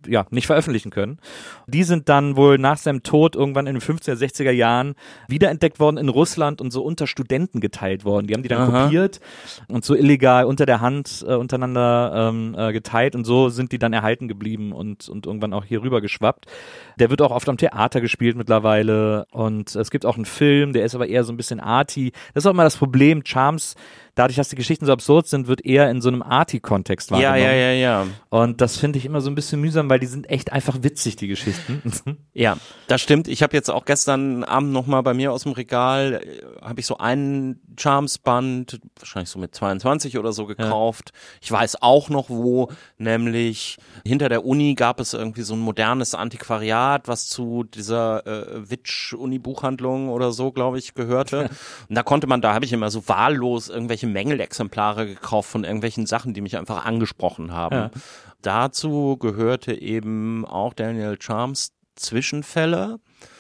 ja nicht veröffentlichen können. Die sind dann wohl nach seinem Tod irgendwann in den fünfziger, sechziger Jahren wiederentdeckt worden in Russland und so unter Studenten geteilt worden. Die haben die dann Aha. kopiert und so illegal unter der Hand äh, untereinander ähm, äh, geteilt und so sind die dann erhalten geblieben und, und irgendwann auch hier rüber geschwappt. Der wird auch oft am Theater gespielt mittlerweile und es gibt auch einen Film, der ist aber eher so ein bisschen arty. Das ist auch immer das Problem, Charms, dadurch, dass die Geschichten so absurd sind, wird eher in so einem arty-Kontext wahrgenommen. Ja, ja, ja, ja. Und das finde ich immer so ein bisschen mühsam, weil die sind echt einfach witzig, die Geschichten. Ja, das stimmt. Ich habe jetzt auch gestern Abend nochmal bei mir aus dem Regal, äh, habe ich so einen Charms-Band, wahrscheinlich so mit zweiundzwanzig oder so gekauft. Ja. Ich weiß auch noch wo, nämlich hinter der Uni gab es irgendwie so ein modernes Antiquariat, was zu dieser äh, Witsch-Uni-Buchhandlung oder so, glaube ich, gehörte. Und da konnte man, da habe ich immer so wahllos irgendwelche Mängelexemplare gekauft von irgendwelchen Sachen, die mich einfach angesprochen haben. Ja. Dazu gehörte eben auch Daniel Charms Zwischenfälle.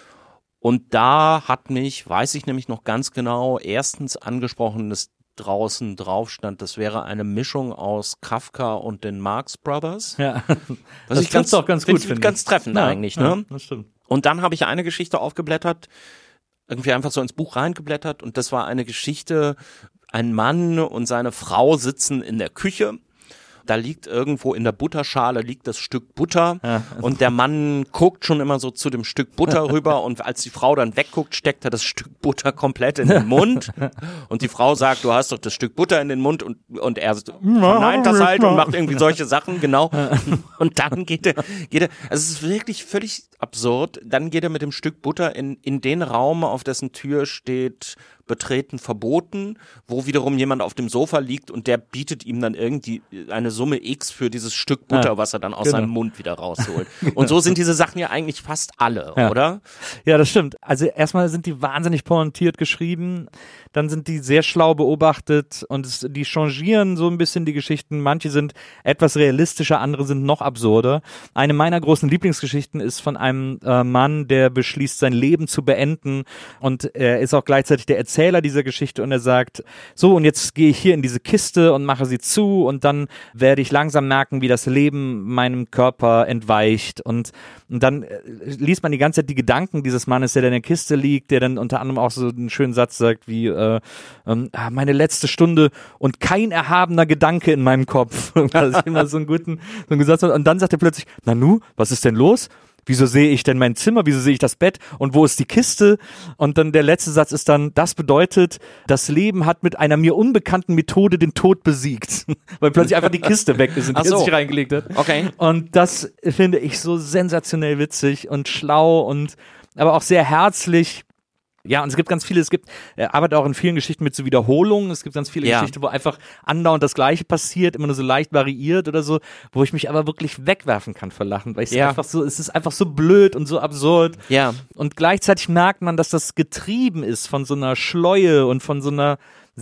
Und da hat mich, weiß ich nämlich noch ganz genau, erstens angesprochen, dass draußen drauf stand, das wäre eine Mischung aus Kafka und den Marx Brothers. Ja. Was das ich ganz, auch ganz gut finde. Ganz treffend ja, eigentlich, ja, ne? Das stimmt. Und dann habe ich eine Geschichte aufgeblättert, irgendwie einfach so ins Buch reingeblättert und das war eine Geschichte, ein Mann und seine Frau sitzen in der Küche. Da liegt irgendwo in der Butterschale liegt das Stück Butter ja. Und der Mann guckt schon immer so zu dem Stück Butter rüber und als die Frau dann wegguckt, steckt er das Stück Butter komplett in den Mund und die Frau sagt, du hast doch das Stück Butter in den Mund und, und er verneint das halt und macht irgendwie solche Sachen, genau. Und dann geht er, geht er, also es ist wirklich völlig absurd, dann geht er mit dem Stück Butter in, in den Raum, auf dessen Tür steht Betreten verboten, wo wiederum jemand auf dem Sofa liegt und der bietet ihm dann irgendwie eine Summe X für dieses Stück Butter, ja, was er dann aus genau. seinem Mund wieder rausholt. Und so sind diese Sachen ja eigentlich fast alle, ja. oder? Ja, das stimmt. Also erstmal sind die wahnsinnig pointiert geschrieben, dann sind die sehr schlau beobachtet und es, die changieren so ein bisschen die Geschichten. Manche sind etwas realistischer, andere sind noch absurder. Eine meiner großen Lieblingsgeschichten ist von einem äh, Mann, der beschließt, sein Leben zu beenden und er ist auch gleichzeitig der Erzähler dieser Geschichte und er sagt, so und jetzt gehe ich hier in diese Kiste und mache sie zu und dann werde ich langsam merken, wie das Leben meinem Körper entweicht und, und dann äh, liest man die ganze Zeit die Gedanken dieses Mannes, der da in der Kiste liegt, der dann unter anderem auch so einen schönen Satz sagt wie äh, ähm, meine letzte Stunde und kein erhabener Gedanke in meinem Kopf. Das ist immer so einen guten, so einen Satz. Und dann sagt er plötzlich, Nanu, was ist denn los? Wieso sehe ich denn mein Zimmer? Wieso sehe ich das Bett? Und wo ist die Kiste? Und dann der letzte Satz ist dann, das bedeutet, das Leben hat mit einer mir unbekannten Methode den Tod besiegt. Weil plötzlich einfach die Kiste weg ist, in die er sich reingelegt hat. Okay. Und das finde ich so sensationell witzig und schlau und aber auch sehr herzlich. Ja, und es gibt ganz viele, es gibt, er arbeitet auch in vielen Geschichten mit so Wiederholungen, es gibt ganz viele ja. Geschichten, wo einfach andauernd das Gleiche passiert, immer nur so leicht variiert oder so, wo ich mich aber wirklich wegwerfen kann vor Lachen, weil ich ja. einfach so, es ist einfach so blöd und so absurd. Ja. Und gleichzeitig merkt man, dass das getrieben ist von so einer Schleue und von so einer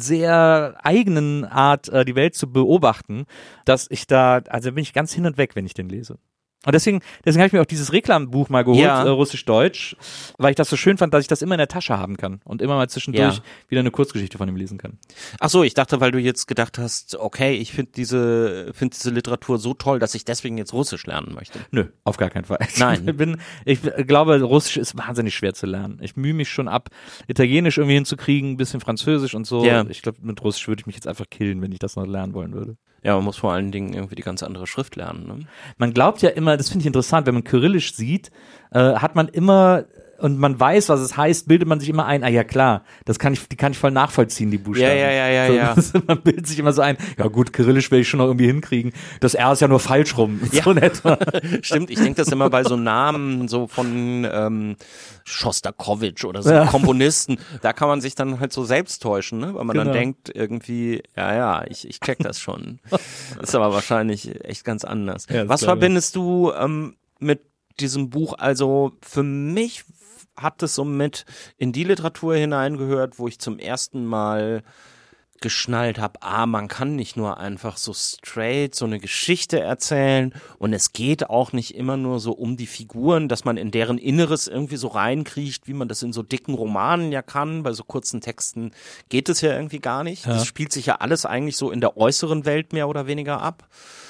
sehr eigenen Art, äh, die Welt zu beobachten, dass ich da, also bin ich ganz hin und weg, wenn ich den lese. Und deswegen, deswegen habe ich mir auch dieses Reklambuch mal geholt, ja. äh, Russisch-Deutsch, weil ich das so schön fand, dass ich das immer in der Tasche haben kann und immer mal zwischendurch ja. wieder eine Kurzgeschichte von ihm lesen kann. Ach so, ich dachte, weil du jetzt gedacht hast, okay, ich finde diese, finde diese Literatur so toll, dass ich deswegen jetzt Russisch lernen möchte. Nö, auf gar keinen Fall. Nein. Ich bin, ich glaube, Russisch ist wahnsinnig schwer zu lernen. Ich mühe mich schon ab, Italienisch irgendwie hinzukriegen, ein bisschen Französisch und so. Ja. Ich glaube, mit Russisch würde ich mich jetzt einfach killen, wenn ich das noch lernen wollen würde. Ja, man muss vor allen Dingen irgendwie die ganz andere Schrift lernen. Ne? Man glaubt ja immer, das finde ich interessant, wenn man Kyrillisch sieht, äh, hat man immer, und man weiß, was es heißt, bildet man sich immer ein, ah ja klar, das kann ich, die kann ich voll nachvollziehen, die Buchstaben. Ja, ja, ja, ja, so, ja. Das, man bildet sich immer so ein, ja gut, Kyrillisch werde ich schon noch irgendwie hinkriegen. Das R ist ja nur falsch rum. Ja. So in etwa. Stimmt, ich denke das immer bei so Namen, so von ähm, Schostakowitsch oder so Ja. Komponisten, da kann man sich dann halt so selbst täuschen, ne? Weil man Genau. dann denkt irgendwie, ja, ja, ich, ich check das schon. Ist aber wahrscheinlich echt ganz anders. Ja, das Was glaube ich. verbindest du ähm, mit diesem Buch? Also für mich hat es so mit in die Literatur hineingehört, wo ich zum ersten Mal geschnallt habe, ah, man kann nicht nur einfach so straight so eine Geschichte erzählen und es geht auch nicht immer nur so um die Figuren, dass man in deren Inneres irgendwie so reinkriecht, wie man das in so dicken Romanen ja kann, bei so kurzen Texten geht es ja irgendwie gar nicht. Ja. Das spielt sich ja alles eigentlich so in der äußeren Welt mehr oder weniger ab.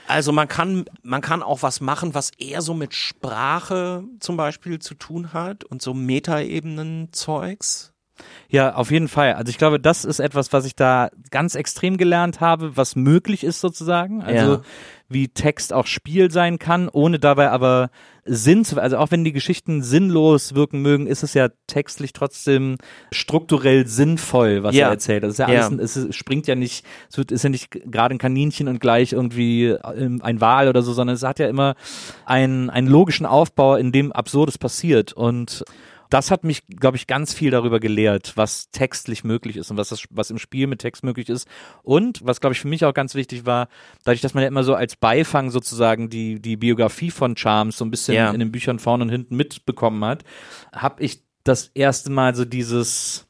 Also man kann, man kann auch was machen, was eher so mit Sprache zum Beispiel zu tun hat und so Metaebenen-Zeugs. Ja, auf jeden Fall. Also ich glaube, das ist etwas, was ich da ganz extrem gelernt habe, was möglich ist sozusagen. Also Ja. wie Text auch Spiel sein kann, ohne dabei aber Sinn zu, also auch wenn die Geschichten sinnlos wirken mögen, ist es ja textlich trotzdem strukturell sinnvoll, was Ja. er erzählt. Das ist ja Ja. alles, es ist- springt ja nicht, es wird, ist ja nicht gerade ein Kaninchen und gleich irgendwie ein Wal oder so, sondern es hat ja immer einen, einen logischen Aufbau, in dem Absurdes passiert. Und das hat mich, glaube ich, ganz viel darüber gelehrt, was textlich möglich ist und was das, was im Spiel mit Text möglich ist. Und was, glaube ich, für mich auch ganz wichtig war, dadurch, dass man ja immer so als Beifang sozusagen die, die Biografie von Charms so ein bisschen Ja. in den Büchern vorne und hinten mitbekommen hat, habe ich das erste Mal so dieses,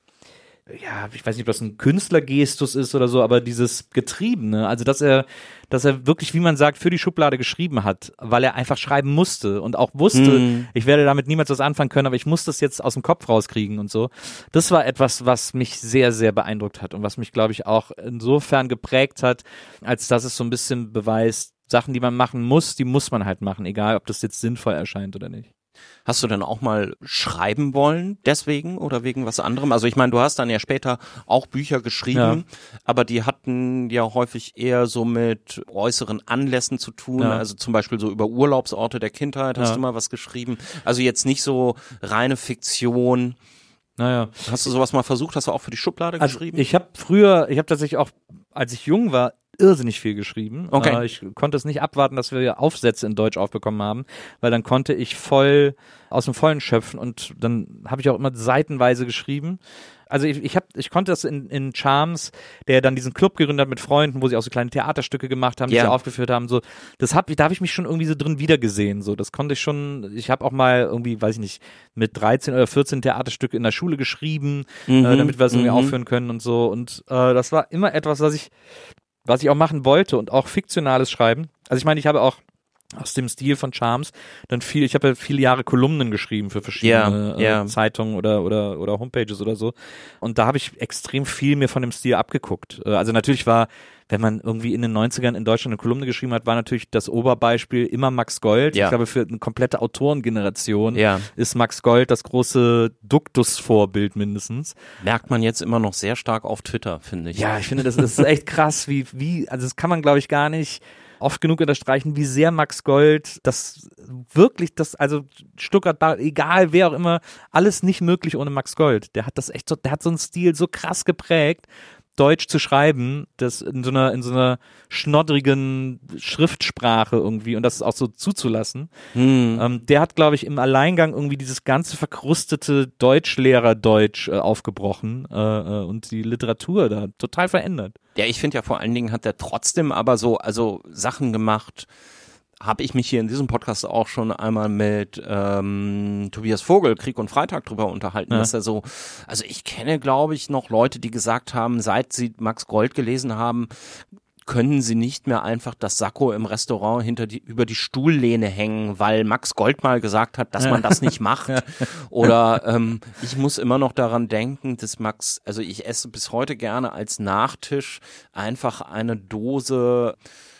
ja, ich weiß nicht, ob das ein Künstlergestus ist oder so, aber dieses Getriebene, also dass er, dass er wirklich, wie man sagt, für die Schublade geschrieben hat, weil er einfach schreiben musste und auch wusste, Mhm. ich werde damit niemals was anfangen können, aber ich muss das jetzt aus dem Kopf rauskriegen und so. Das war etwas, was mich sehr, sehr beeindruckt hat und was mich, glaube ich, auch insofern geprägt hat, als dass es so ein bisschen beweist, Sachen, die man machen muss, die muss man halt machen, egal ob das jetzt sinnvoll erscheint oder nicht. Hast du denn auch mal schreiben wollen deswegen oder wegen was anderem? Also ich meine, du hast dann ja später auch Bücher geschrieben, Ja. aber die hatten ja häufig eher so mit äußeren Anlässen zu tun, Ja. also zum Beispiel so über Urlaubsorte der Kindheit hast Ja. du mal was geschrieben. Also jetzt nicht so reine Fiktion. Naja. Hast du sowas mal versucht? Hast du auch für die Schublade Also geschrieben? ich habe früher, ich habe tatsächlich auch, als ich jung war, irrsinnig viel geschrieben. Okay. Äh, ich konnte es nicht abwarten, dass wir Aufsätze in Deutsch aufbekommen haben, weil dann konnte ich voll aus dem Vollen schöpfen und dann habe ich auch immer seitenweise geschrieben. Also ich, ich, hab, ich konnte das in, in Charms, der dann diesen Club gegründet hat mit Freunden, wo sie auch so kleine Theaterstücke gemacht haben, die Ja. sie aufgeführt haben. So, das hab, da habe ich mich schon irgendwie so drin wiedergesehen. So, das konnte ich schon. Ich habe auch mal irgendwie, weiß ich nicht, mit dreizehn oder vierzehn Theaterstücke in der Schule geschrieben, Mhm, äh, damit wir es irgendwie mhm. aufführen können und so. Und äh, das war immer etwas, was ich, was ich auch machen wollte und auch fiktionales Schreiben. Also ich meine, ich habe auch aus dem Stil von Charms dann viel, ich habe ja viele Jahre Kolumnen geschrieben für verschiedene Ja, ja. Äh, Zeitungen oder oder oder Homepages oder so und da habe ich extrem viel mir von dem Stil abgeguckt. Äh, also natürlich war, wenn man irgendwie in den neunzigern in Deutschland eine Kolumne geschrieben hat, war natürlich das Oberbeispiel immer Max Gold. Ja. Ich glaube, für eine komplette Autorengeneration Ja. ist Max Gold das große Duktus-Vorbild mindestens. Merkt man jetzt immer noch sehr stark auf Twitter, finde ich. Ja, ich finde, das, das ist echt krass, wie, wie, also das kann man, glaube ich, gar nicht oft genug unterstreichen, wie sehr Max Gold das wirklich, das, also Stuttgart, Bar, egal wer auch immer, alles nicht möglich ohne Max Gold. Der hat das echt so, der hat so einen Stil so krass geprägt, Deutsch zu schreiben, das in so einer, in so einer schnoddrigen Schriftsprache irgendwie und das auch so zuzulassen. Hm. Ähm, der hat, glaube ich, im Alleingang irgendwie dieses ganze verkrustete Deutschlehrer-Deutsch äh, aufgebrochen äh, äh, und die Literatur da total verändert. Ja, ich finde ja vor allen Dingen hat er trotzdem aber so, also Sachen gemacht, habe ich mich hier in diesem Podcast auch schon einmal mit ähm, Tobias Vogel, Krieg und Freitag drüber unterhalten, Ja. dass er so, also ich kenne, glaube ich, noch Leute, die gesagt haben, seit sie Max Gold gelesen haben, können sie nicht mehr einfach das Sakko im Restaurant hinter die, über die Stuhllehne hängen, weil Max Gold mal gesagt hat, dass man das nicht macht. Oder ähm, ich muss immer noch daran denken, dass Max, also ich esse bis heute gerne als Nachtisch einfach eine Dose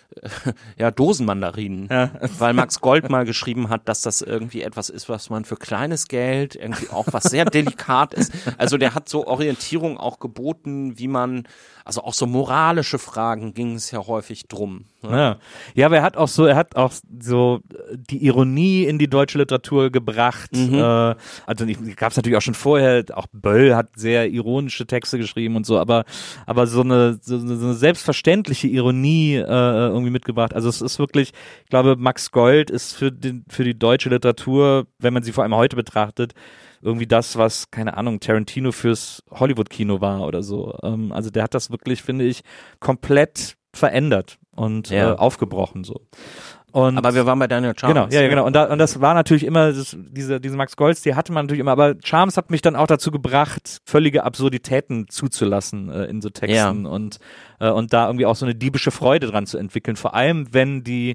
ja, Dosenmandarinen, Ja. weil Max Gold mal geschrieben hat, dass das irgendwie etwas ist, was man für kleines Geld, irgendwie auch was sehr delikat ist. Also der hat so Orientierung auch geboten, wie man, also auch so moralische Fragen ging es ja häufig drum. Ne? Ja. ja, aber er hat auch so, er hat auch so die Ironie in die deutsche Literatur gebracht. Mhm. Äh, also gab es natürlich auch schon vorher, auch Böll hat sehr ironische Texte geschrieben und so, aber aber so eine so, so eine selbstverständliche Ironie äh, irgendwie mitgebracht. Also es ist wirklich, ich glaube, Max Gold ist für den für die deutsche Literatur, wenn man sie vor allem heute betrachtet, irgendwie das, was, keine Ahnung, Tarantino fürs Hollywood-Kino war oder so. Ähm, also der hat das wirklich, finde ich, komplett verändert und Ja. äh, aufgebrochen so. Und Aber wir waren bei Daniel Charms. Genau, ja, ja, genau. Und, da, und das war natürlich immer, das, diese, diese Max Golds, die hatte man natürlich immer, aber Charms hat mich dann auch dazu gebracht, völlige Absurditäten zuzulassen äh, in so Texten Ja. und, äh, und da irgendwie auch so eine diebische Freude dran zu entwickeln. Vor allem, wenn die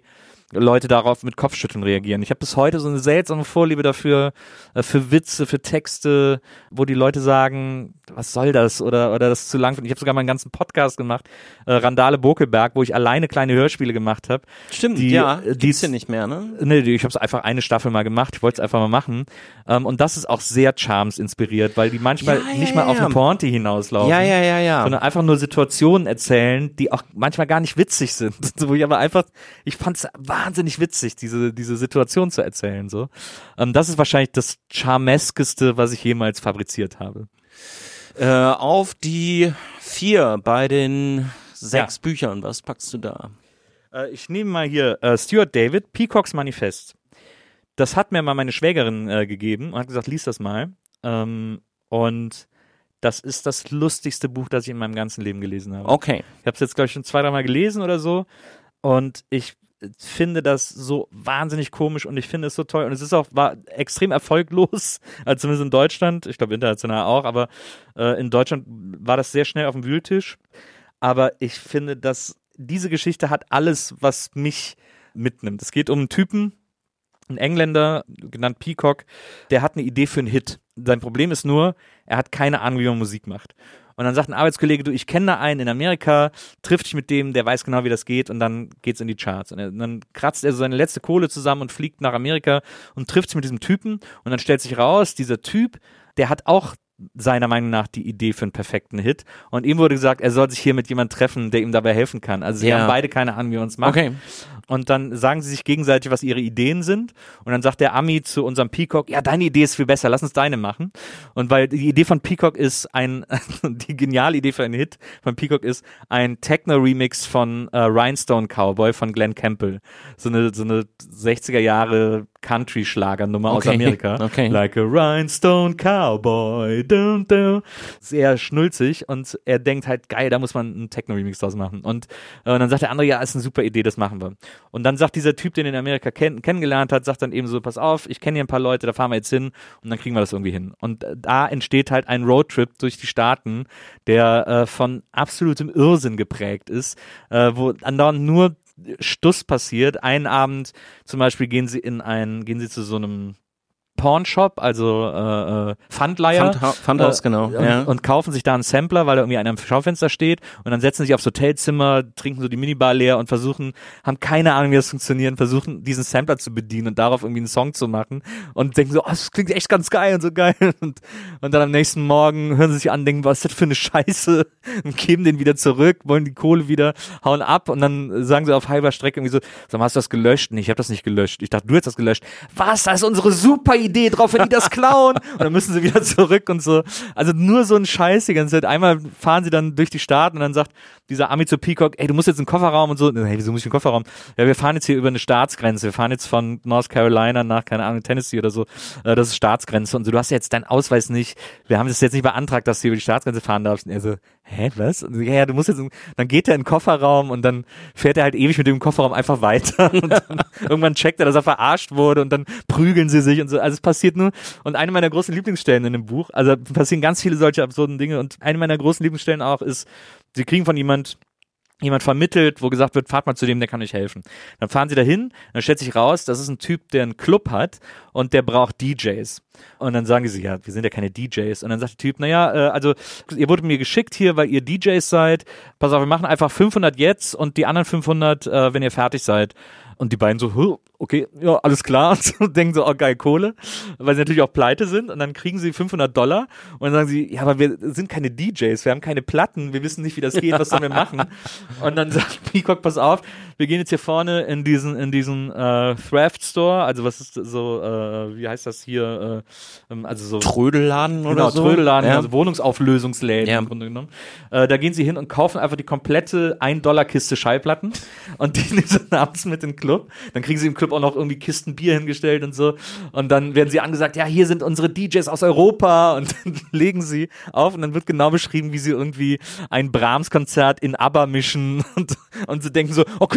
Leute darauf mit Kopfschütteln reagieren. Ich habe bis heute so eine seltsame Vorliebe dafür, äh, für Witze, für Texte, wo die Leute sagen, was soll das oder oder das ist zu lang. Ich habe sogar mal einen ganzen Podcast gemacht, äh, Randale Bokelberg, wo ich alleine kleine Hörspiele gemacht habe. Stimmt, die, ja, die gibt's ja nicht mehr, ne? Nee, ich habe es einfach eine Staffel mal gemacht. Ich wollte es einfach mal machen. Ähm, und das ist auch sehr Charms inspiriert, weil die manchmal Ja, ja, nicht mal ja, auf eine ja. Pointe hinauslaufen. Ja, ja, ja, ja. Sondern einfach nur Situationen erzählen, die auch manchmal gar nicht witzig sind. Wo ich aber einfach, ich fand es wahnsinnig witzig, diese diese Situation zu erzählen. So, ähm, das ist wahrscheinlich das Charmeskeste, was ich jemals fabriziert habe. Äh, auf die vier bei den sechs Ja. Büchern, was packst du da? Äh, ich nehme mal hier äh, Stuart David, Peacocks Manifest. Das hat mir mal meine Schwägerin äh, gegeben und hat gesagt, lies das mal. Ähm, und das ist das lustigste Buch, das ich in meinem ganzen Leben gelesen habe. Okay. Ich habe es jetzt, glaube ich, schon zwei, dreimal gelesen oder so. Und ich finde das so wahnsinnig komisch und ich finde es so toll. Und es ist auch war extrem erfolglos, also zumindest in Deutschland. Ich glaube international auch, aber äh, in Deutschland war das sehr schnell auf dem Wühltisch. Aber ich finde, dass diese Geschichte hat alles, was mich mitnimmt. Es geht um einen Typen, ein Engländer, genannt Peacock, der hat eine Idee für einen Hit. Sein Problem ist nur, er hat keine Ahnung, wie man Musik macht. Und dann sagt ein Arbeitskollege, du, ich kenne da einen in Amerika, trifft dich mit dem, der weiß genau, wie das geht und dann geht's in die Charts. Und, er, und dann kratzt er so seine letzte Kohle zusammen und fliegt nach Amerika und trifft sich mit diesem Typen und dann stellt sich raus, dieser Typ, der hat auch seiner Meinung nach die Idee für einen perfekten Hit und ihm wurde gesagt, er soll sich hier mit jemandem treffen, der ihm dabei helfen kann. Also sie Ja. haben beide keine Ahnung, wie man es macht. Okay. Und dann sagen sie sich gegenseitig, was ihre Ideen sind. Und dann sagt der Ami zu unserem Peacock, ja, deine Idee ist viel besser, lass uns deine machen. Und weil die Idee von Peacock ist ein, die geniale Idee für einen Hit von Peacock ist ein Techno-Remix von äh, Rhinestone Cowboy von Glenn Campbell. So eine, so eine sechziger Jahre Country-Schlagernummer Okay. aus Amerika. Okay. Like a Rhinestone Cowboy. Dun, dun. Sehr schnulzig und er denkt halt, geil, da muss man einen Techno-Remix draus machen. Und, äh, und dann sagt der andere, ja, ist eine super Idee, das machen wir. Und dann sagt dieser Typ, den er in Amerika kenn kennengelernt hat, sagt dann eben so, pass auf, ich kenne hier ein paar Leute, da fahren wir jetzt hin und dann kriegen wir das irgendwie hin. Und äh, da entsteht halt ein Roadtrip durch die Staaten, der äh, von absolutem Irrsinn geprägt ist, äh, wo andauernd nur Stuss passiert. Einen Abend zum Beispiel gehen sie in ein, gehen sie zu so einem Pornshop, also äh, äh, Pfandleiher. Pfandha- Pfandhaus, äh, genau. Und, Ja. und kaufen sich da einen Sampler, weil er irgendwie an einem Schaufenster steht und dann setzen sie sich aufs Hotelzimmer, trinken so die Minibar leer und versuchen, haben keine Ahnung, wie das funktioniert, versuchen diesen Sampler zu bedienen und darauf irgendwie einen Song zu machen und denken so, oh, das klingt echt ganz geil und so geil und, und dann am nächsten Morgen hören sie sich an, denken, was ist das für eine Scheiße und geben den wieder zurück, wollen die Kohle wieder, hauen ab und dann sagen sie auf halber Strecke irgendwie so, sag mal, hast du das gelöscht? Nee, ich habe das nicht gelöscht. Ich dachte, du hättest das gelöscht. Was? Das ist unsere super Idee drauf, wenn die das klauen. Und dann müssen sie wieder zurück und so. Also nur so ein Scheiß die ganze Zeit. Einmal fahren sie dann durch die Staaten und dann sagt dieser Ami zu Peacock, ey, du musst jetzt in den Kofferraum und so. Hey, wieso muss ich in den Kofferraum? Ja, wir fahren jetzt hier über eine Staatsgrenze. Wir fahren jetzt von North Carolina nach, keine Ahnung, Tennessee oder so. Äh, das ist Staatsgrenze. Und so, du hast jetzt deinen Ausweis nicht. Wir haben das jetzt nicht beantragt, dass du über die Staatsgrenze fahren darfst. Und er so, hä, was? Und so, ja, ja, du musst jetzt, in, dann geht er in den Kofferraum und dann fährt er halt ewig mit dem Kofferraum einfach weiter. Und dann, irgendwann checkt er, dass er verarscht wurde und dann prügeln sie sich und so. Also es passiert nur. Und eine meiner großen Lieblingsstellen in dem Buch, also passieren ganz viele solche absurden Dinge und eine meiner großen Lieblingsstellen auch ist, sie kriegen von jemand jemand vermittelt, wo gesagt wird, fahrt mal zu dem, der kann euch helfen. Dann fahren sie dahin, dann stellt sich raus, das ist ein Typ, der einen Club hat und der braucht D Js. Und dann sagen sie, ja, wir sind ja keine D Js. Und dann sagt der Typ, naja, äh, also ihr wurdet mir geschickt hier, weil ihr D Js seid. Pass auf, wir machen einfach fünfhundert jetzt und die anderen fünfhundert, äh, wenn ihr fertig seid. Und die beiden so, okay, ja, alles klar. Und denken so, oh geil, Kohle. Weil sie natürlich auch pleite sind. Und dann kriegen sie fünfhundert Dollar. Und dann sagen sie, ja, aber wir sind keine D Js. Wir haben keine Platten. Wir wissen nicht, wie das geht. Was sollen wir machen? Und dann sagt Peacock, pass auf, wir gehen jetzt hier vorne in diesen, in diesen äh, Thrift Store. Also was ist so, äh, wie heißt das hier? Äh, also so Trödelladen oder genau, so? Trödelladen, Ja. also Wohnungsauflösungsläden Ja. im Grunde genommen. Äh, da gehen sie hin und kaufen einfach die komplette ein Dollar Kiste Schallplatten und die nehmen sie dann abends mit in den Club. Dann kriegen sie im Club auch noch irgendwie Kisten Bier hingestellt und so. Und dann werden sie angesagt, ja, hier sind unsere D Js aus Europa und dann legen sie auf und dann wird genau beschrieben, wie sie irgendwie ein Brahms-Konzert in ABBA mischen und, und sie denken so, oh, klingt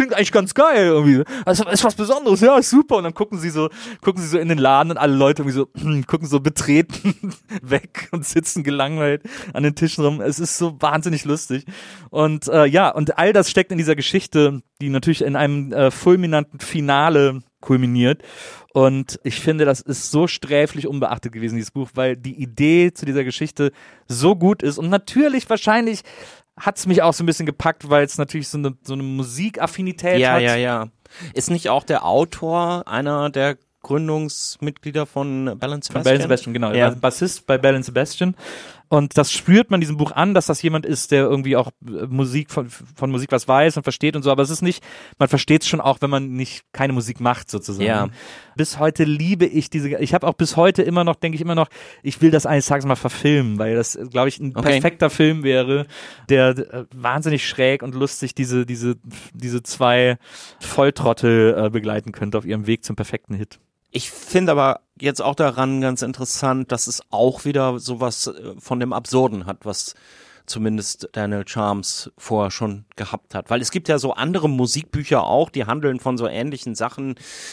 klingt eigentlich ganz geil irgendwie. Also ist was Besonderes, ja, ist super. Und dann gucken sie so, gucken sie so in den Laden und alle Leute irgendwie so, gucken so betreten weg und sitzen gelangweilt an den Tischen rum. Es ist so wahnsinnig lustig. Und äh, ja, und all das steckt in dieser Geschichte, die natürlich in einem äh, fulminanten Finale kulminiert. Und ich finde, das ist so sträflich unbeachtet gewesen, dieses Buch, weil die Idee zu dieser Geschichte so gut ist. Und natürlich, wahrscheinlich hat es mich auch so ein bisschen gepackt, weil es natürlich so eine, so eine Musikaffinität ja, hat. Ja, ja, ja. Ist nicht auch der Autor einer der Gründungsmitglieder von Belle and Sebastian? Von Belle and Sebastian, genau. Ja. Er war Bassist bei Belle and Sebastian. Und das spürt man diesem Buch an, dass das jemand ist, der irgendwie auch Musik von, von Musik was weiß und versteht und so. Aber es ist nicht, man versteht es schon auch, wenn man nicht keine Musik macht sozusagen. Ja. Bis heute liebe ich diese, ich habe auch bis heute immer noch, denke ich immer noch, ich will das eines Tages mal verfilmen, weil das, glaube ich, ein Okay. perfekter Film wäre, der äh, wahnsinnig schräg und lustig diese, diese, diese zwei Volltrottel äh, begleiten könnte auf ihrem Weg zum perfekten Hit. Ich finde aber jetzt auch daran ganz interessant, dass es auch wieder sowas äh, von dem Absurden hat, was zumindest Daniel Charms vorher schon gehabt hat. Weil es gibt ja so andere Musikbücher auch, die handeln von so ähnlichen Sachen.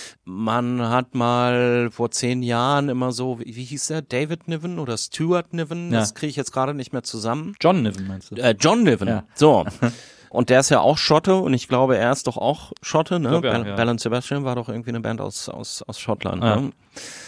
Man hat mal vor zehn Jahren immer so, wie, wie hieß der, David Niven oder Stuart Niven? Ja. Das kriege ich jetzt gerade nicht mehr zusammen. John Niven meinst du? Äh, John Niven, Ja. so. Und der ist ja auch Schotte und ich glaube, er ist doch auch Schotte, ne? Ich glaub, ja, Belle ja. Belle and Sebastian war doch irgendwie eine Band aus, aus, aus Schottland, Ja. ne?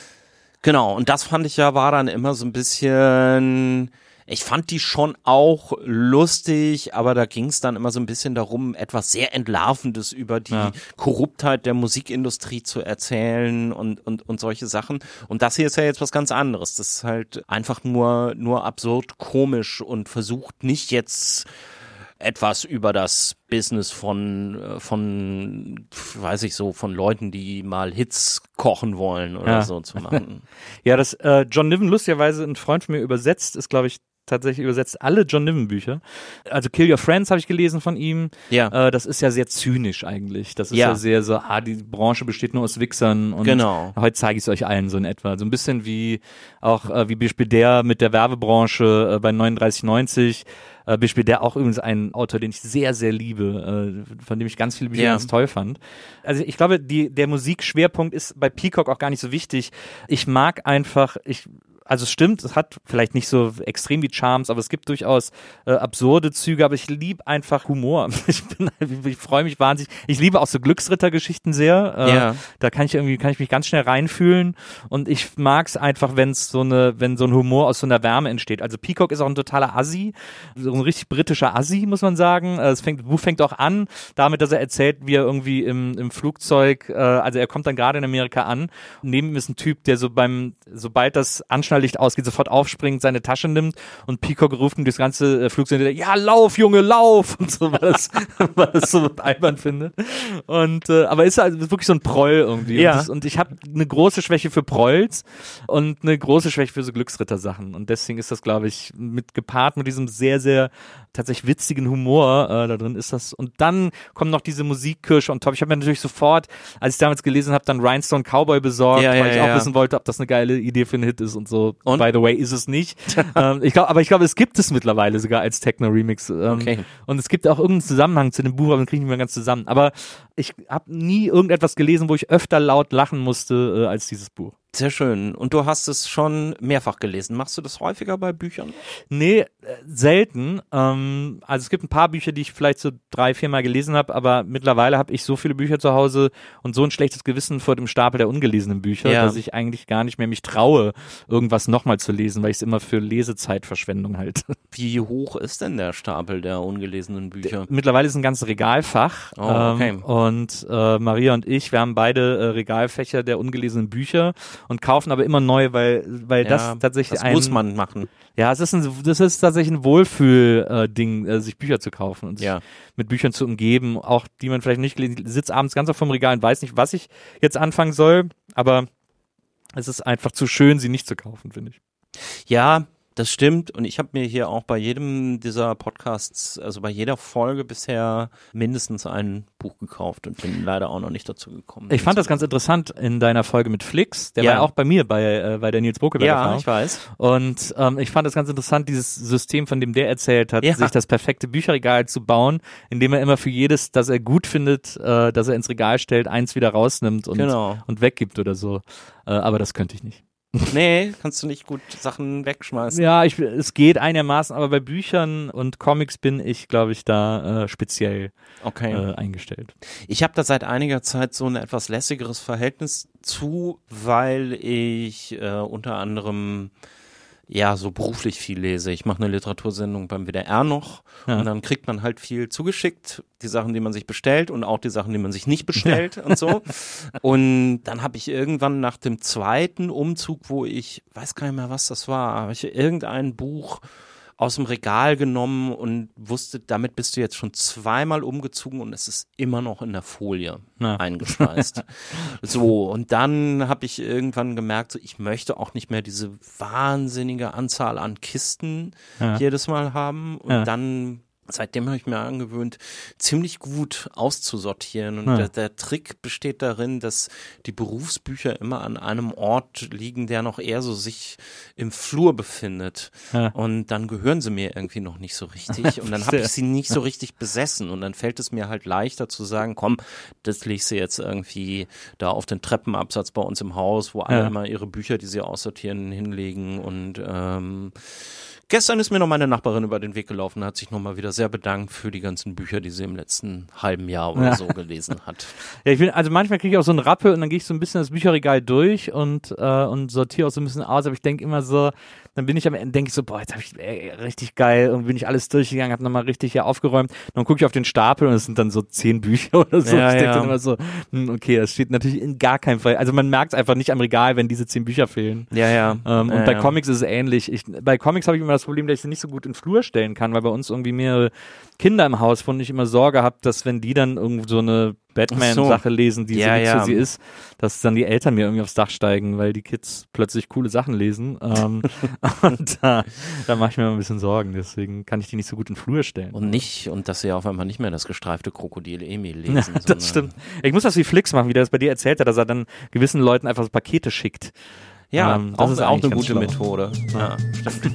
Genau, und das fand ich ja, war dann immer so ein bisschen, ich fand die schon auch lustig, aber da ging es dann immer so ein bisschen darum, etwas sehr Entlarvendes über die Ja. Korruptheit der Musikindustrie zu erzählen und, und, und solche Sachen. Und das hier ist ja jetzt was ganz anderes. Das ist halt einfach nur, nur absurd komisch und versucht nicht jetzt etwas über das Business von, äh, von, weiß ich so, von Leuten, die mal Hits kochen wollen oder Ja. so zu machen. Ja, das äh, John Niven, lustigerweise ein Freund von mir übersetzt, ist, glaube ich, tatsächlich übersetzt alle John Niven Bücher. Also Kill Your Friends habe ich gelesen von ihm. Ja. Äh, das ist ja sehr zynisch eigentlich. Das ist Ja. ja, sehr so, ah, die Branche besteht nur aus Wichsern und Genau. heute zeige ich es euch allen so in etwa. So ein bisschen wie auch, äh, wie Beispiel der mit der Werbebranche äh, bei neununddreißig neunzig. Äh, Beispiel der auch übrigens ein Autor, den ich sehr, sehr liebe, äh, von dem ich ganz viele Bücher Ja. ganz toll fand. Also ich glaube, die, der Musikschwerpunkt ist bei Peacock auch gar nicht so wichtig. Ich mag einfach, ich Also es stimmt, es hat vielleicht nicht so extrem wie Charms, aber es gibt durchaus äh, absurde Züge, aber ich liebe einfach Humor. Ich bin, ich freue mich wahnsinnig. Ich liebe auch so Glücksrittergeschichten sehr. Äh, Ja. Da kann ich irgendwie, kann ich mich ganz schnell reinfühlen und ich mag es einfach, wenn es so eine, wenn so ein Humor aus so einer Wärme entsteht. Also Peacock ist auch ein totaler Assi, so ein richtig britischer Assi, muss man sagen. Äh, Es fängt, das Buch fängt auch an damit, dass er erzählt, wie er irgendwie im, im Flugzeug, äh, also er kommt dann gerade in Amerika an. Neben ihm ist ein Typ, der so beim, sobald das Anschnalllicht ausgeht, sofort aufspringt, seine Tasche nimmt und Peacock ruft ihm das ganze äh, Flugzeug, ja, lauf, Junge, lauf! Und so, weil das, weil das so albern findet. Und, äh, aber ist halt wirklich so ein Proll irgendwie. Ja. Und, das, und ich habe eine große Schwäche für Prolls und eine große Schwäche für so Glücksritter-Sachen. Und deswegen ist das, glaube ich, mit gepaart mit diesem sehr, sehr tatsächlich witzigen Humor äh, da drin ist das. Und dann kommt noch diese Musikkirsche und top. Ich habe mir natürlich sofort, als ich damals gelesen habe, dann Rhinestone Cowboy besorgt, Ja, ja, weil ich ja, auch ja. wissen wollte, ob das eine geile Idee für einen Hit ist und so. Und? By the way, ist es nicht. ähm, ich glaube, aber ich glaube, es gibt es mittlerweile sogar als Techno-Remix. Ähm, Okay. Und es gibt auch irgendeinen Zusammenhang zu dem Buch, aber den kriege ich nicht mehr ganz zusammen. Aber ich habe nie irgendetwas gelesen, wo ich öfter laut lachen musste äh, als dieses Buch. Sehr schön. Und du hast es schon mehrfach gelesen. Machst du das häufiger bei Büchern? Nee, äh, selten. Ähm, also es gibt ein paar Bücher, die ich vielleicht so drei, vier Mal gelesen habe, aber mittlerweile habe ich so viele Bücher zu Hause und so ein schlechtes Gewissen vor dem Stapel der ungelesenen Bücher, Ja. dass ich eigentlich gar nicht mehr mich traue, irgendwas nochmal zu lesen, weil ich es immer für Lesezeitverschwendung halte. Wie hoch ist denn der Stapel der ungelesenen Bücher? Mittlerweile ist ein ganzes Regalfach. Oh, okay. ähm, und äh, Maria und ich, wir haben beide äh, Regalfächer der ungelesenen Bücher und kaufen aber immer neu, weil weil Ja, das tatsächlich das ein muss man machen. ja, es ist ein das ist tatsächlich ein Wohlfühl-Ding, äh, sich Bücher zu kaufen und sich Ja. mit Büchern zu umgeben, auch die man vielleicht nicht gelesen. Ich sitze abends ganz auf vom Regal und weiß nicht, was ich jetzt anfangen soll, aber es ist einfach zu schön, sie nicht zu kaufen, finde ich. Ja, Das stimmt und ich habe mir hier auch bei jedem dieser Podcasts, also bei jeder Folge bisher mindestens ein Buch gekauft und bin leider auch noch nicht dazu gekommen. Ich fand das ganz interessant in deiner Folge mit Flix, der Ja. war ja auch bei mir bei, äh, bei der Nils Bokelberger Ja, Erfahrung. ich weiß. Und ähm, ich fand das ganz interessant, dieses System, von dem der erzählt hat, Ja. sich das perfekte Bücherregal zu bauen, indem er immer für jedes, das er gut findet, äh, das er ins Regal stellt, eins wieder rausnimmt und, Genau. und weggibt oder so. Äh, aber das könnte ich nicht. Nee, kannst du nicht gut Sachen wegschmeißen. Ja, ich, es geht einigermaßen, aber bei Büchern und Comics bin ich, glaube ich, da äh, speziell Okay. äh, eingestellt. Ich habe da seit einiger Zeit so ein etwas lässigeres Verhältnis zu, weil ich äh, unter anderem ja so beruflich viel lese. Ich mache eine Literatursendung beim W D R noch Ja. und dann kriegt man halt viel zugeschickt, die Sachen, die man sich bestellt und auch die Sachen, die man sich nicht bestellt und so. Und dann habe ich irgendwann nach dem zweiten Umzug, wo ich, weiß gar nicht mehr, was das war, habe ich irgendein Buch aus dem Regal genommen und wusste, damit bist du jetzt schon zweimal umgezogen und es ist immer noch in der Folie Ja. eingeschweißt. So, und dann habe ich irgendwann gemerkt, so, ich möchte auch nicht mehr diese wahnsinnige Anzahl an Kisten Ja. jedes Mal haben. Und Ja. dann, seitdem habe ich mir angewöhnt, ziemlich gut auszusortieren. Und Ja. der, der Trick besteht darin, dass die Berufsbücher immer an einem Ort liegen, der noch eher so sich im Flur befindet. Ja. Und dann gehören sie mir irgendwie noch nicht so richtig. Und dann habe ich sie nicht so richtig besessen. Und dann fällt es mir halt leichter zu sagen, komm, das legst du jetzt irgendwie da auf den Treppenabsatz bei uns im Haus, wo alle Ja. immer ihre Bücher, die sie aussortieren, hinlegen. Und ähm, gestern ist mir noch meine Nachbarin über den Weg gelaufen, hat sich nochmal wieder sehr bedankt für die ganzen Bücher, die sie im letzten halben Jahr oder Ja. so gelesen hat. Ja, ich bin, also manchmal kriege ich auch so einen Rappel und dann gehe ich so ein bisschen das Bücherregal durch und, äh, und sortiere auch so ein bisschen aus, aber ich denke immer so, dann bin ich am Ende, denke ich so, boah, jetzt habe ich ey, richtig geil und bin ich alles durchgegangen, habe nochmal richtig hier aufgeräumt. Dann gucke ich auf den Stapel und es sind dann so zehn Bücher oder so. Ja, ich denke ja. dann immer so, hm, okay, das steht natürlich in gar keinem Fall. Also man merkt es einfach nicht am Regal, wenn diese zehn Bücher fehlen. Ja, ja. Ähm, ja, und bei ja. Comics ist es ähnlich. Ich, bei Comics habe ich immer das Problem, dass ich sie nicht so gut in den Flur stellen kann, weil bei uns irgendwie mehrere Kinder im Haus, von denen ich immer Sorge habe, dass wenn die dann irgendwo so eine Batman-Sache lesen, die Ja, so nichts ja. für sie ist, dass dann die Eltern mir irgendwie aufs Dach steigen, weil die Kids plötzlich coole Sachen lesen. Ähm, und da, da mache ich mir immer ein bisschen Sorgen. Deswegen kann ich die nicht so gut in den Flur stellen. Und nicht, und dass sie auf einmal nicht mehr das gestreifte Krokodil Emil lesen. Ja, sondern- das stimmt. Ich muss das wie Flix machen, wie der das bei dir erzählt hat, dass er dann gewissen Leuten einfach so Pakete schickt. Ja, Ähm, das auch, ist auch eigentlich eine ganz gute schlau. Methode. Ja, stimmt.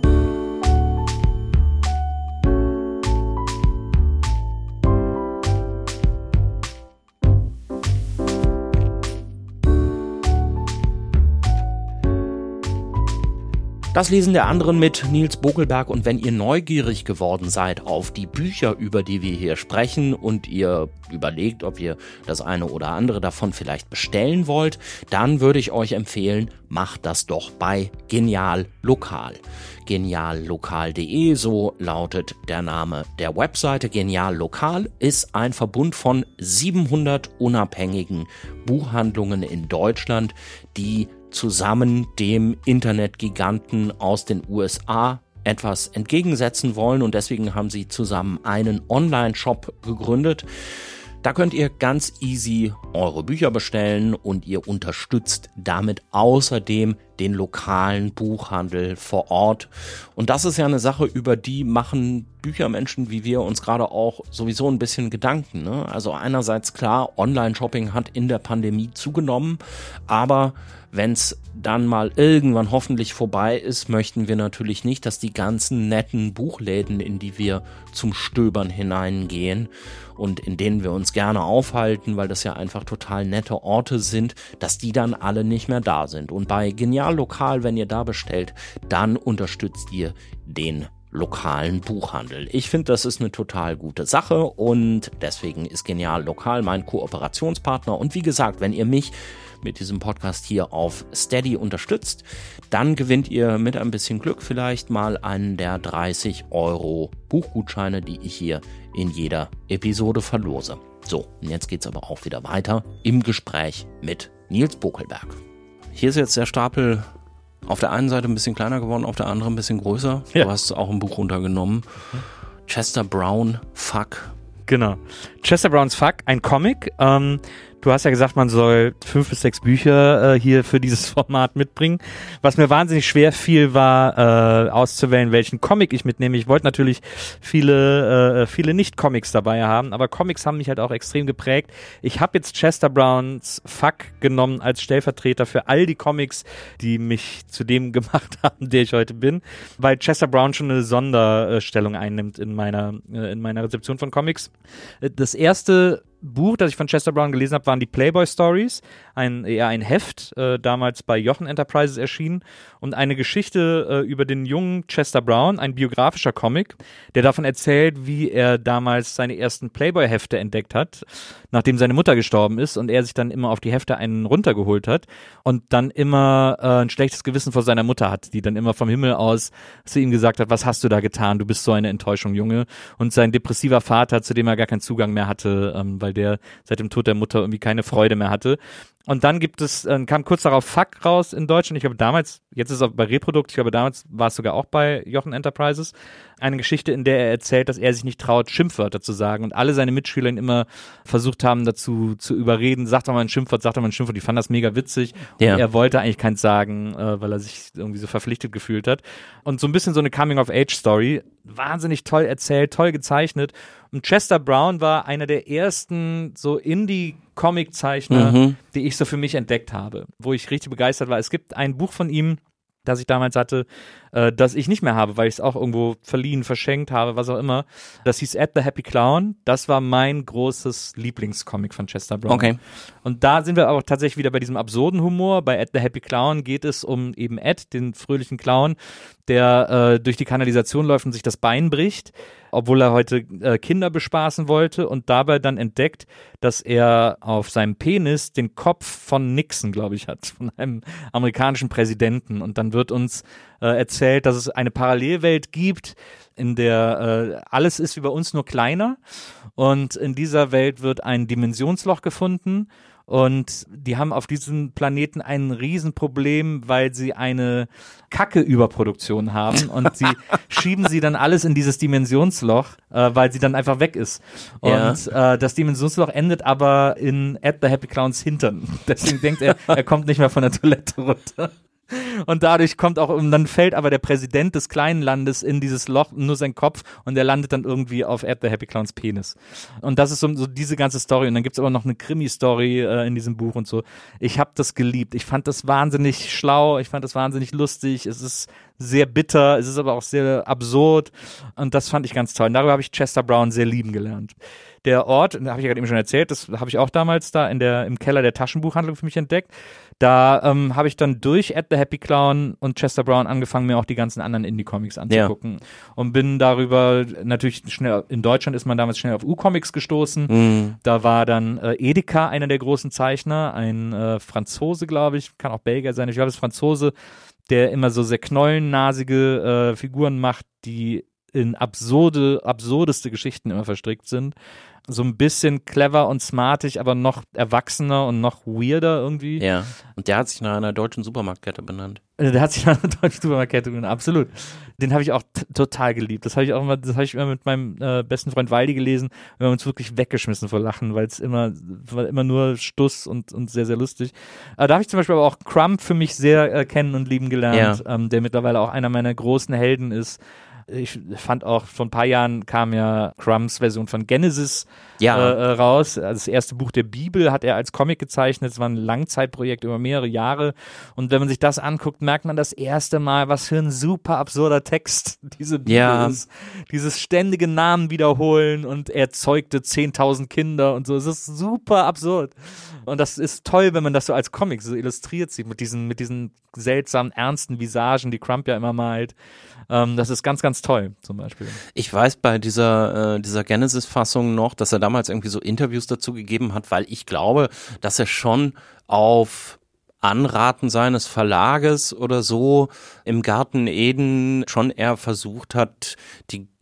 Das Lesen der anderen mit Nils Bokelberg. Und wenn ihr neugierig geworden seid auf die Bücher, über die wir hier sprechen und ihr überlegt, ob ihr das eine oder andere davon vielleicht bestellen wollt, dann würde ich euch empfehlen, macht das doch bei Genial Lokal. geniallokal punkt de, so lautet der Name der Webseite. Genial Lokal ist ein Verbund von siebenhundert unabhängigen Buchhandlungen in Deutschland, die zusammen dem Internetgiganten aus den U S A etwas entgegensetzen wollen, und deswegen haben sie zusammen einen Online-Shop gegründet. Da könnt ihr ganz easy eure Bücher bestellen und ihr unterstützt damit außerdem den lokalen Buchhandel vor Ort. Und das ist ja eine Sache, über die machen Büchermenschen wie wir uns gerade auch sowieso ein bisschen Gedanken, ne? Also einerseits klar, Online-Shopping hat in der Pandemie zugenommen, aber wenn es dann mal irgendwann hoffentlich vorbei ist, möchten wir natürlich nicht, dass die ganzen netten Buchläden, in die wir zum Stöbern hineingehen und in denen wir uns gerne aufhalten, weil das ja einfach total nette Orte sind, dass die dann alle nicht mehr da sind. Und bei Genial Lokal, wenn ihr da bestellt, dann unterstützt ihr den lokalen Buchhandel. Ich finde, das ist eine total gute Sache und deswegen ist Genial Lokal mein Kooperationspartner. Und wie gesagt, wenn ihr mich mit diesem Podcast hier auf Steady unterstützt, dann gewinnt ihr mit ein bisschen Glück vielleicht mal einen der dreißig Euro Buchgutscheine, die ich hier in jeder Episode verlose. So, und jetzt geht's aber auch wieder weiter im Gespräch mit Nils Bokelberg. Hier ist jetzt der Stapel auf der einen Seite ein bisschen kleiner geworden, auf der anderen ein bisschen größer. Ja. Du hast auch ein Buch runtergenommen. Chester Brown, Fuck. Genau. Chester Browns Fuck, ein Comic, ähm, Du hast ja gesagt, man soll fünf bis sechs Bücher äh, hier für dieses Format mitbringen. Was mir wahnsinnig schwer fiel, war äh, auszuwählen, welchen Comic ich mitnehme. Ich wollte natürlich viele, äh, viele Nicht-Comics dabei haben, aber Comics haben mich halt auch extrem geprägt. Ich habe jetzt Chester Browns Fuck genommen als Stellvertreter für all die Comics, die mich zu dem gemacht haben, der ich heute bin, weil Chester Brown schon eine Sonderstellung einnimmt in meiner, äh, in meiner Rezeption von Comics. Das erste Buch, das ich von Chester Brown gelesen habe, waren die Playboy Stories, ein eher ein Heft, äh, damals bei Jochen Enterprises erschienen und eine Geschichte äh, über den jungen Chester Brown, ein biografischer Comic, der davon erzählt, wie er damals seine ersten Playboy-Hefte entdeckt hat, nachdem seine Mutter gestorben ist und er sich dann immer auf die Hefte einen runtergeholt hat und dann immer äh, ein schlechtes Gewissen vor seiner Mutter hat, die dann immer vom Himmel aus zu ihm gesagt hat, was hast du da getan, du bist so eine Enttäuschung, Junge, und sein depressiver Vater, zu dem er gar keinen Zugang mehr hatte, ähm, weil der seit dem Tod der Mutter irgendwie keine Freude mehr hatte. Und dann gibt es, äh, kam kurz darauf Fuck raus in Deutschland. Ich glaube damals, jetzt ist es auch bei Reprodukt, ich glaube damals war es sogar auch bei Jochen Enterprises, eine Geschichte, in der er erzählt, dass er sich nicht traut, Schimpfwörter zu sagen und alle seine Mitschüler ihn immer versucht haben, dazu zu überreden, sag doch mal ein Schimpfwort, sag doch mal ein Schimpfwort. Die fanden das mega witzig. Ja. Und er wollte eigentlich keins sagen, äh, weil er sich irgendwie so verpflichtet gefühlt hat. Und so ein bisschen so eine Coming-of-Age-Story. Wahnsinnig toll erzählt, toll gezeichnet. Und Chester Brown war einer der ersten so Indie-Comic-Zeichner, Mhm. die ich so für mich entdeckt habe, wo ich richtig begeistert war. Es gibt ein Buch von ihm, das ich damals hatte, äh, das ich nicht mehr habe, weil ich es auch irgendwo verliehen, verschenkt habe, was auch immer. Das hieß Ed the Happy Clown. Das war mein großes Lieblingscomic von Chester Brown. Okay. Und da sind wir auch tatsächlich wieder bei diesem absurden Humor. Bei Ed the Happy Clown geht es um eben Ed, den fröhlichen Clown, der äh, durch die Kanalisation läuft und sich das Bein bricht, obwohl er heute äh, Kinder bespaßen wollte und dabei dann entdeckt, dass er auf seinem Penis den Kopf von Nixon, glaube ich, hat, von einem amerikanischen Präsidenten. Und dann wird uns äh, erzählt, dass es eine Parallelwelt gibt, in der äh, alles ist über uns nur kleiner. Und in dieser Welt wird ein Dimensionsloch gefunden. Und die haben auf diesem Planeten ein Riesenproblem, weil sie eine Kacke-Überproduktion haben und sie schieben sie dann alles in dieses Dimensionsloch, äh, weil sie dann einfach weg ist. Und ja. äh, das Dimensionsloch endet aber in Ed the Happy Clowns Hintern. Deswegen denkt er, er kommt nicht mehr von der Toilette runter. Und dadurch kommt auch, und dann fällt aber der Präsident des kleinen Landes in dieses Loch, nur sein Kopf, und der landet dann irgendwie auf Ed the Happy Clowns Penis. Und das ist so, so diese ganze Story. Und dann gibt's aber noch eine Krimi-Story äh, in diesem Buch und so. Ich habe das geliebt. Ich fand das wahnsinnig schlau. Ich fand das wahnsinnig lustig. Es ist sehr bitter. Es ist aber auch sehr absurd. Und das fand ich ganz toll. Und darüber habe ich Chester Brown sehr lieben gelernt. Der Ort, da habe ich ja gerade eben schon erzählt, das habe ich auch damals da in der, im Keller der Taschenbuchhandlung für mich entdeckt. Da ähm, habe ich dann durch Ed the Happy Clown und Chester Brown angefangen, mir auch die ganzen anderen Indie-Comics anzugucken. Ja. Und bin darüber natürlich schnell, in Deutschland ist man damals schnell auf U-Comics gestoßen. Mhm. Da war dann äh, Edeka einer der großen Zeichner, ein äh, Franzose, glaube ich, kann auch Belgier sein, ich glaube, es ist Franzose, der immer so sehr knollennasige äh, Figuren macht, die in absurde, absurdeste Geschichten immer verstrickt sind. So ein bisschen clever und smartig, aber noch erwachsener und noch weirder irgendwie. Ja, und der hat sich nach einer deutschen Supermarktkette benannt. Der hat sich nach einer deutschen Supermarktkette benannt, absolut. Den habe ich auch t- total geliebt. Das habe ich auch immer, das habe ich immer mit meinem äh, besten Freund Waldi gelesen. Wir haben uns wirklich weggeschmissen vor Lachen, weil es immer, war immer nur Stuss und, und sehr, sehr lustig. Äh, da habe ich zum Beispiel aber auch Crumb für mich sehr äh, kennen und lieben gelernt, ja. ähm, der mittlerweile auch einer meiner großen Helden ist. Ich fand auch, vor ein paar Jahren kam ja Crumbs Version von Genesis ja. äh, raus. Das erste Buch der Bibel hat er als Comic gezeichnet. Es war ein Langzeitprojekt über mehrere Jahre. Und wenn man sich das anguckt, merkt man das erste Mal, was für ein super absurder Text diese Bibel ja. ist. Dieses ständige Namen wiederholen und er zeugte zehntausend Kinder und so. Es ist super absurd. Und das ist toll, wenn man das so als Comic so illustriert sieht, mit diesen, mit diesen seltsamen, ernsten Visagen, die Crumb ja immer malt. Ähm, das ist ganz, ganz toll, zum Beispiel. Ich weiß bei dieser, äh, dieser Genesis-Fassung noch, dass er damals irgendwie so Interviews dazu gegeben hat, weil ich glaube, dass er schon auf Anraten seines Verlages oder so im Garten Eden schon eher versucht hat, die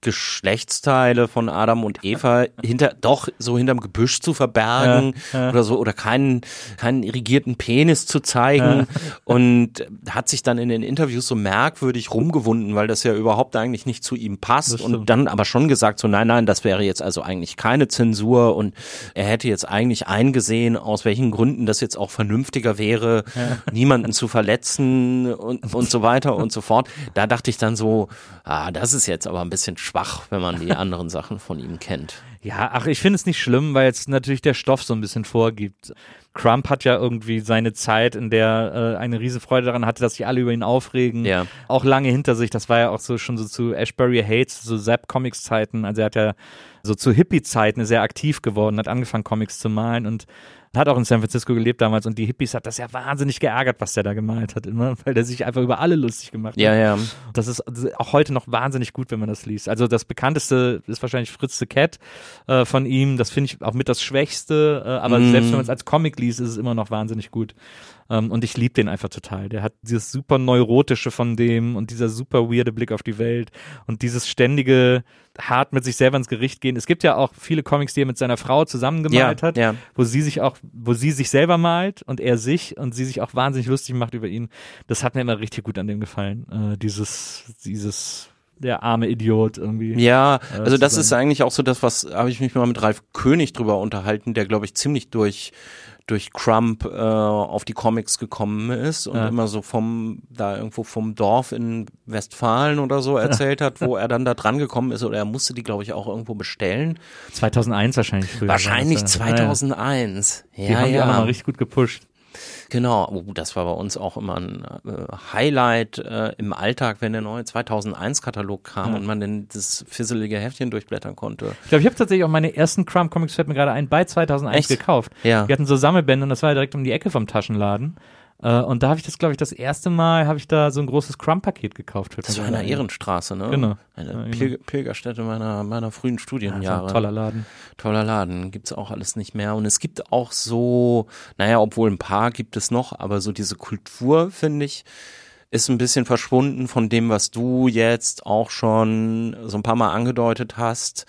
Geschlechtsteile von Adam und Eva hinter, doch so hinterm Gebüsch zu verbergen ja, ja. oder so, oder keinen, keinen irrigierten Penis zu zeigen Ja. und hat sich dann in den Interviews so merkwürdig rumgewunden, weil das ja überhaupt eigentlich nicht zu ihm passt und dann aber schon gesagt so, nein, nein, das wäre jetzt also eigentlich keine Zensur und er hätte jetzt eigentlich eingesehen, aus welchen Gründen das jetzt auch vernünftiger wäre, ja. niemanden zu verletzen und, und so weiter und so fort. Da dachte ich dann so, ah, das ist jetzt aber ein bisschen schwach, wenn man die anderen Sachen von ihm kennt. Ja, ach, ich finde es nicht schlimm, weil jetzt natürlich der Stoff so ein bisschen vorgibt. Crump hat ja irgendwie seine Zeit, in der äh, eine riesen Freude daran hatte, dass sich alle über ihn aufregen. Ja. Auch lange hinter sich. Das war ja auch so schon so zu Ashbury Hates, so Zap-Comics-Zeiten. Also er hat ja so zu Hippie-Zeiten sehr aktiv geworden, hat angefangen, Comics zu malen und hat auch in San Francisco gelebt damals und die Hippies hat das ja wahnsinnig geärgert, was der da gemalt hat immer, weil der sich einfach über alle lustig gemacht hat. Ja, ja. Das ist, das ist auch heute noch wahnsinnig gut, wenn man das liest. Also das bekannteste ist wahrscheinlich Fritz the Cat äh, von ihm. Das finde ich auch mit das Schwächste, äh, aber mm. selbst wenn man es als Comic liest, ist es immer noch wahnsinnig gut. Um, und ich liebe den einfach total. Der hat dieses super Neurotische von dem und dieser super weirde Blick auf die Welt und dieses ständige hart mit sich selber ins Gericht gehen. Es gibt ja auch viele Comics, die er mit seiner Frau zusammen gemalt ja, hat, ja. wo sie sich auch, wo sie sich selber malt und er sich und sie sich auch wahnsinnig lustig macht über ihn. Das hat mir immer richtig gut an dem gefallen. Äh, dieses, dieses der arme Idiot irgendwie. Ja, also das zusammen. ist eigentlich auch so das, was habe ich mich mal mit Ralf König drüber unterhalten, der glaube ich ziemlich durch durch Crump äh, auf die Comics gekommen ist und ja. immer so vom, da irgendwo vom Dorf in Westfalen oder so erzählt hat, wo er dann da dran gekommen ist oder er musste die, glaube ich, auch irgendwo bestellen. zweitausendeins wahrscheinlich früher. Wahrscheinlich das, zweitausendeins. Ja, ja. Die haben ja. die auch nochmal richtig gut gepusht. Genau, oh, das war bei uns auch immer ein äh, Highlight äh, im Alltag, wenn der neue zweitausendeins-Katalog kam ja. und man denn das fisselige Heftchen durchblättern konnte. Ich glaube, ich habe tatsächlich auch meine ersten Crump-Comics, fällt mir gerade ein, bei zweitausendeins Echt? gekauft. Ja. Die hatten so Sammelbände und das war ja direkt um die Ecke vom Taschenladen. Uh, und da habe ich das, glaube ich, das erste Mal habe ich da so ein großes Crump-Paket gekauft. Das war in der Ehrenstraße, ne? Genau. Eine ja, Pilger- Pilgerstätte meiner, meiner frühen Studienjahre. Ja, so ein toller Laden. Toller Laden. Gibt's auch alles nicht mehr. Und es gibt auch so, naja, obwohl ein paar gibt es noch, aber so diese Kultur, finde ich, ist ein bisschen verschwunden von dem, was du jetzt auch schon so ein paar Mal angedeutet hast.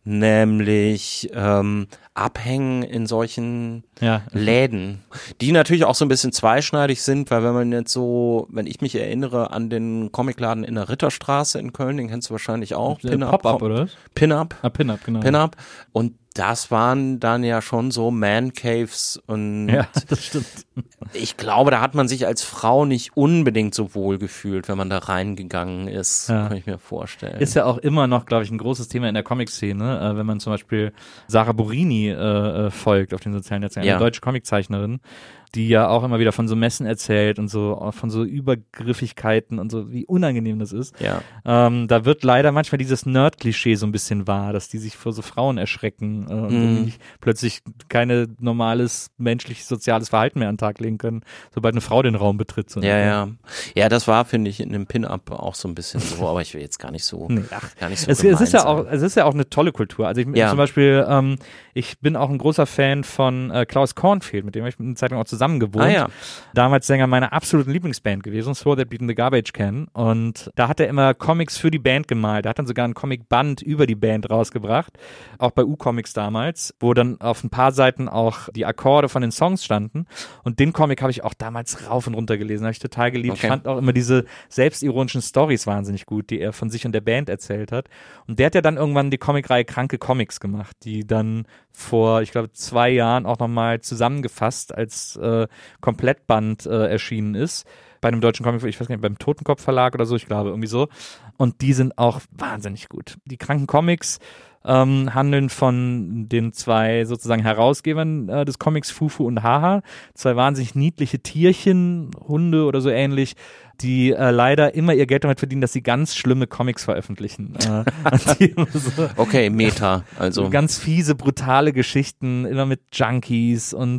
Nämlich ähm, abhängen in solchen ja. Läden, die natürlich auch so ein bisschen zweischneidig sind, weil wenn man jetzt so, wenn ich mich erinnere an den Comicladen in der Ritterstraße in Köln, den kennst du wahrscheinlich auch. Pin-Up, Pop-Up, oder? Pin-Up. Ah, Pin-Up, genau. Pin-Up. Und das waren dann ja schon so Man-Caves und ja, das stimmt. Ich glaube, da hat man sich als Frau nicht unbedingt so wohl gefühlt, wenn man da reingegangen ist, ja. kann ich mir vorstellen. Ist ja auch immer noch, glaube ich, ein großes Thema in der Comic-Szene, äh, wenn man zum Beispiel Sarah Burini äh, äh, folgt auf den sozialen Netzwerken, ja. eine deutsche Comiczeichnerin, die ja auch immer wieder von so Messen erzählt und so von so Übergriffigkeiten und so, wie unangenehm das ist. Ja. Ähm, da wird leider manchmal dieses Nerd-Klischee so ein bisschen wahr, dass die sich vor so Frauen erschrecken äh, und Mhm. irgendwie plötzlich keine normales menschliches, soziales Verhalten mehr an den Tag legen können, sobald eine Frau den Raum betritt. So ja, ja. Ja, das war, finde ich, in dem Pin-Up auch so ein bisschen so, aber ich will jetzt gar nicht so, nee, ach, gar nicht so es, es ist ja auch, es ist ja auch eine tolle Kultur. Also ich ja. zum Beispiel, ähm, ich bin auch ein großer Fan von äh, Klaus Kornfeld, mit dem habe ich eine Zeit lang auch zusammen gewohnt. Ah, ja. Damals Sänger meiner absoluten Lieblingsband gewesen, Throw That Beat in the Garbage Can. Und da hat er immer Comics für die Band gemalt. Er hat dann sogar ein Comicband über die Band rausgebracht, auch bei U-Comics damals, wo dann auf ein paar Seiten auch die Akkorde von den Songs standen. Und den Comic habe ich auch damals rauf und runter gelesen, habe ich total geliebt. Okay. Ich fand auch immer diese selbstironischen Storys wahnsinnig gut, die er von sich und der Band erzählt hat. Und der hat ja dann irgendwann die Comicreihe Kranke Comics gemacht, die dann vor, ich glaube, zwei Jahren auch nochmal zusammengefasst als äh, Komplettband äh, erschienen ist. Bei einem deutschen Comic, ich weiß gar nicht, beim Totenkopf Verlag oder so, ich glaube, irgendwie so. Und die sind auch wahnsinnig gut. Die Kranken Comics ähm, handeln von den zwei sozusagen Herausgebern äh, des Comics, Fufu und Haha. Zwei wahnsinnig niedliche Tierchen, Hunde oder so ähnlich, die äh, leider immer ihr Geld damit verdienen, dass sie ganz schlimme Comics veröffentlichen. Äh, die so okay, Meta, also. Ganz fiese, brutale Geschichten, immer mit Junkies und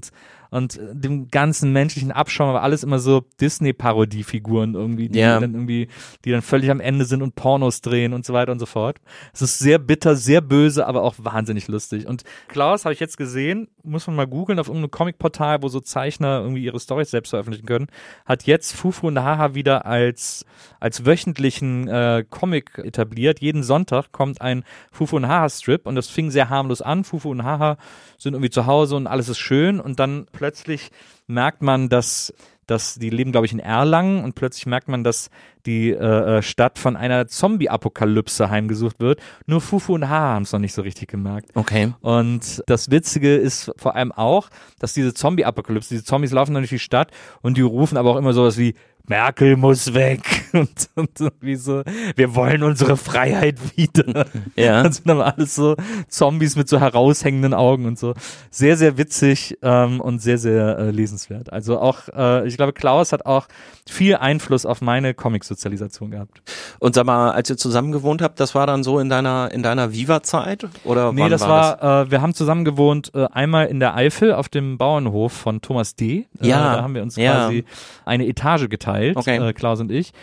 und äh, dem ganzen menschlichen Abschaum, aber alles immer so Disney-Parodiefiguren irgendwie, die Ja. dann irgendwie, die dann völlig am Ende sind und Pornos drehen und so weiter und so fort. Es ist sehr bitter, sehr böse, aber auch wahnsinnig lustig. Und Klaus habe ich jetzt gesehen, muss man mal googeln, auf irgendeinem Comic-Portal, wo so Zeichner irgendwie ihre Storys selbst veröffentlichen können, hat jetzt Fufu und Haha wieder als, als wöchentlichen äh, Comic etabliert. Jeden Sonntag kommt ein Fufu und Haha-Strip und das fing sehr harmlos an. Fufu und Haha sind irgendwie zu Hause und alles ist schön und dann plötzlich merkt man, dass dass die leben, glaube ich, in Erlangen und plötzlich merkt man, dass die äh, Stadt von einer Zombie-Apokalypse heimgesucht wird. Nur Fufu und Haha haben es noch nicht so richtig gemerkt. Okay. Und das Witzige ist vor allem auch, dass diese Zombie-Apokalypse, diese Zombies laufen dann durch die Stadt und die rufen aber auch immer sowas wie Merkel muss weg und, und irgendwie so, wir wollen unsere Freiheit wieder. Ja. Das sind aber alles so Zombies mit so heraushängenden Augen und so. Sehr, sehr witzig ähm, und sehr, sehr äh, lesenswert. Also auch, äh, ich glaube, Klaus hat auch viel Einfluss auf meine Comic-Sozialisation gehabt. Und sag mal, als ihr zusammen gewohnt habt, das war dann so in deiner in deiner Viva-Zeit? Oder Nee, wann das war, war, das? Äh, wir haben zusammen gewohnt, äh, einmal in der Eifel auf dem Bauernhof von Thomas D. Äh, Ja, da haben wir uns ja. quasi eine Etage geteilt, Okay. äh, Klaus und ich.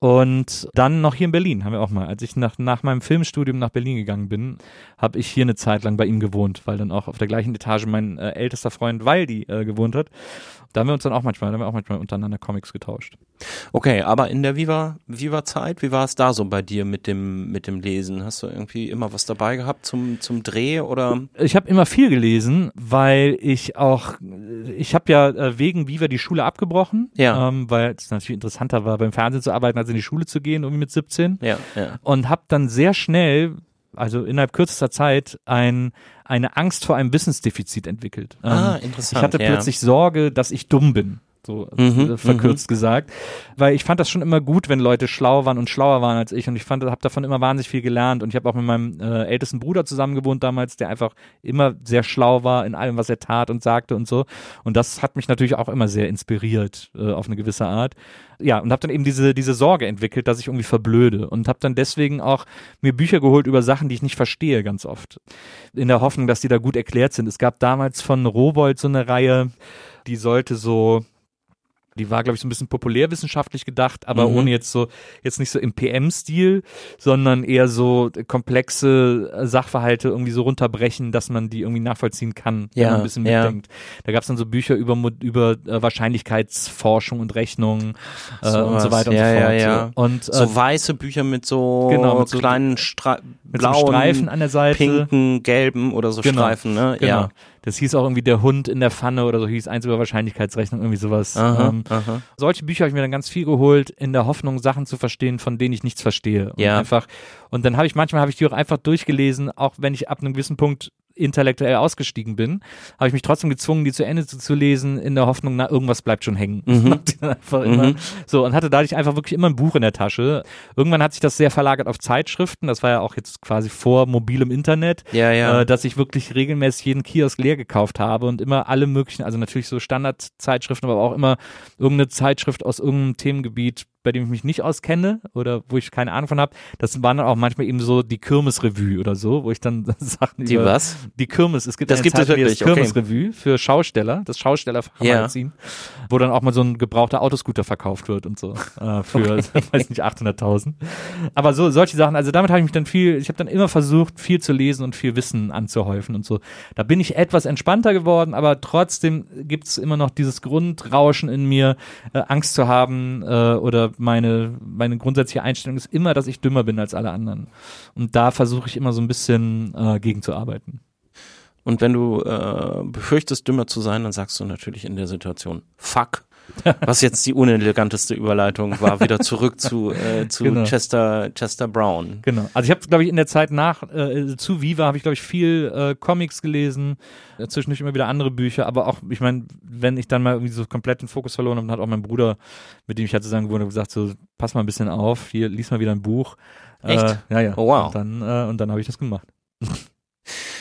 Und dann noch hier in Berlin haben wir auch mal. Als ich nach, nach meinem Filmstudium nach Berlin gegangen bin, habe ich hier eine Zeit lang bei ihm gewohnt, weil dann auch auf der gleichen Etage mein äh, ältester Freund Waldi äh, gewohnt hat. Da haben wir uns dann auch manchmal, da haben wir auch manchmal untereinander Comics getauscht. Okay, aber in der Viva Viva-Zeit, wie war es da so bei dir mit dem mit dem Lesen? Hast du irgendwie immer was dabei gehabt zum zum Dreh oder? Ich habe immer viel gelesen, weil ich auch, ich habe ja äh, wegen Viva die Schule abgebrochen, Ja. ähm, weil es natürlich interessanter war, beim Fernsehen zu arbeiten, als in die Schule zu gehen, irgendwie mit siebzehn. Ja, ja. Und habe dann sehr schnell, also innerhalb kürzester Zeit, ein, eine Angst vor einem Wissensdefizit entwickelt. Ah, Ähm, interessant. Ich hatte ja. plötzlich Sorge, dass ich dumm bin. So Mhm, äh, verkürzt gesagt, weil ich fand das schon immer gut, wenn Leute schlau waren und schlauer waren als ich und ich fand, habe davon immer wahnsinnig viel gelernt und ich habe auch mit meinem äh, ältesten Bruder zusammen gewohnt damals, der einfach immer sehr schlau war in allem, was er tat und sagte und so und das hat mich natürlich auch immer sehr inspiriert äh, auf eine gewisse Art. Ja, und habe dann eben diese diese Sorge entwickelt, dass ich irgendwie verblöde und habe dann deswegen auch mir Bücher geholt über Sachen, die ich nicht verstehe ganz oft, in der Hoffnung, dass die da gut erklärt sind. Es gab damals von Rowohlt so eine Reihe, die sollte so Die war, glaube ich, so ein bisschen populärwissenschaftlich gedacht, aber Mhm. ohne jetzt so, jetzt nicht so im P M-Stil, sondern eher so komplexe Sachverhalte irgendwie so runterbrechen, dass man die irgendwie nachvollziehen kann, wenn Ja, man ein bisschen ja. mitdenkt. Da gab es dann so Bücher über, Mo- über äh, Wahrscheinlichkeitsforschung und Rechnung äh, So und so was. weiter und Ja, so ja, fort. ja. So. Und äh, So weiße Bücher mit so, Genau, mit so- kleinen Stra mit so einem blauen, Streifen an der Seite. pinken, gelben oder so Genau, Streifen, ne? Genau. Ja. Das hieß auch irgendwie der Hund in der Pfanne oder so hieß eins über Wahrscheinlichkeitsrechnung, irgendwie sowas. Aha, ähm, aha. Solche Bücher habe ich mir dann ganz viel geholt, in der Hoffnung, Sachen zu verstehen, von denen ich nichts verstehe. Und Ja. einfach, und dann habe ich, manchmal habe ich die auch einfach durchgelesen, auch wenn ich ab einem gewissen Punkt intellektuell ausgestiegen bin, habe ich mich trotzdem gezwungen, die zu Ende zu, zu lesen, in der Hoffnung, na, irgendwas bleibt schon hängen. Mhm. Hab die dann einfach immer, Mhm. so, und hatte dadurch einfach wirklich immer ein Buch in der Tasche. Irgendwann hat sich das sehr verlagert auf Zeitschriften, das war ja auch jetzt quasi vor mobilem Internet, Ja, ja. äh, dass ich wirklich regelmäßig jeden Kiosk leer gekauft habe und immer alle möglichen, also natürlich so Standardzeitschriften, aber auch immer irgendeine Zeitschrift aus irgendeinem Themengebiet, bei dem ich mich nicht auskenne oder wo ich keine Ahnung von habe. Das waren dann auch manchmal eben so die Kirmesrevue oder so, wo ich dann Sachen Die über was? die Kirmes, es gibt Das eine gibt es Zeitung, die wirklich, heißt okay. Kirmesrevue für Schausteller, das Schaustellermagazin, wo dann auch mal so ein gebrauchter Autoscooter verkauft wird und so äh, für, weiß nicht, achthunderttausend. Aber so solche Sachen, also damit habe ich mich dann viel, ich habe dann immer versucht, viel zu lesen und viel Wissen anzuhäufen und so. Da bin ich etwas entspannter geworden, aber trotzdem gibt es immer noch dieses Grundrauschen in mir, äh, Angst zu haben äh, oder meine, meine grundsätzliche Einstellung ist immer, dass ich dümmer bin als alle anderen. Und da versuche ich immer so ein bisschen äh, gegenzuarbeiten. Und wenn du äh, befürchtest, dümmer zu sein, dann sagst du natürlich in der Situation Fuck. Was jetzt die uneleganteste Überleitung war, wieder zurück zu, äh, zu Genau. Chester, Chester Brown. Genau. Also ich habe, glaube ich, in der Zeit nach äh, zu Viva habe ich, glaube ich, viel äh, Comics gelesen, äh, zwischendurch immer wieder andere Bücher, aber auch, ich meine, wenn ich dann mal irgendwie so komplett den Fokus verloren habe, dann hat auch mein Bruder, mit dem ich halt zusammen gewohnt habe, gesagt, so, pass mal ein bisschen auf, hier, lies mal wieder ein Buch. Echt? Äh, ja, ja. Oh, wow. Und dann, äh, und dann habe ich das gemacht.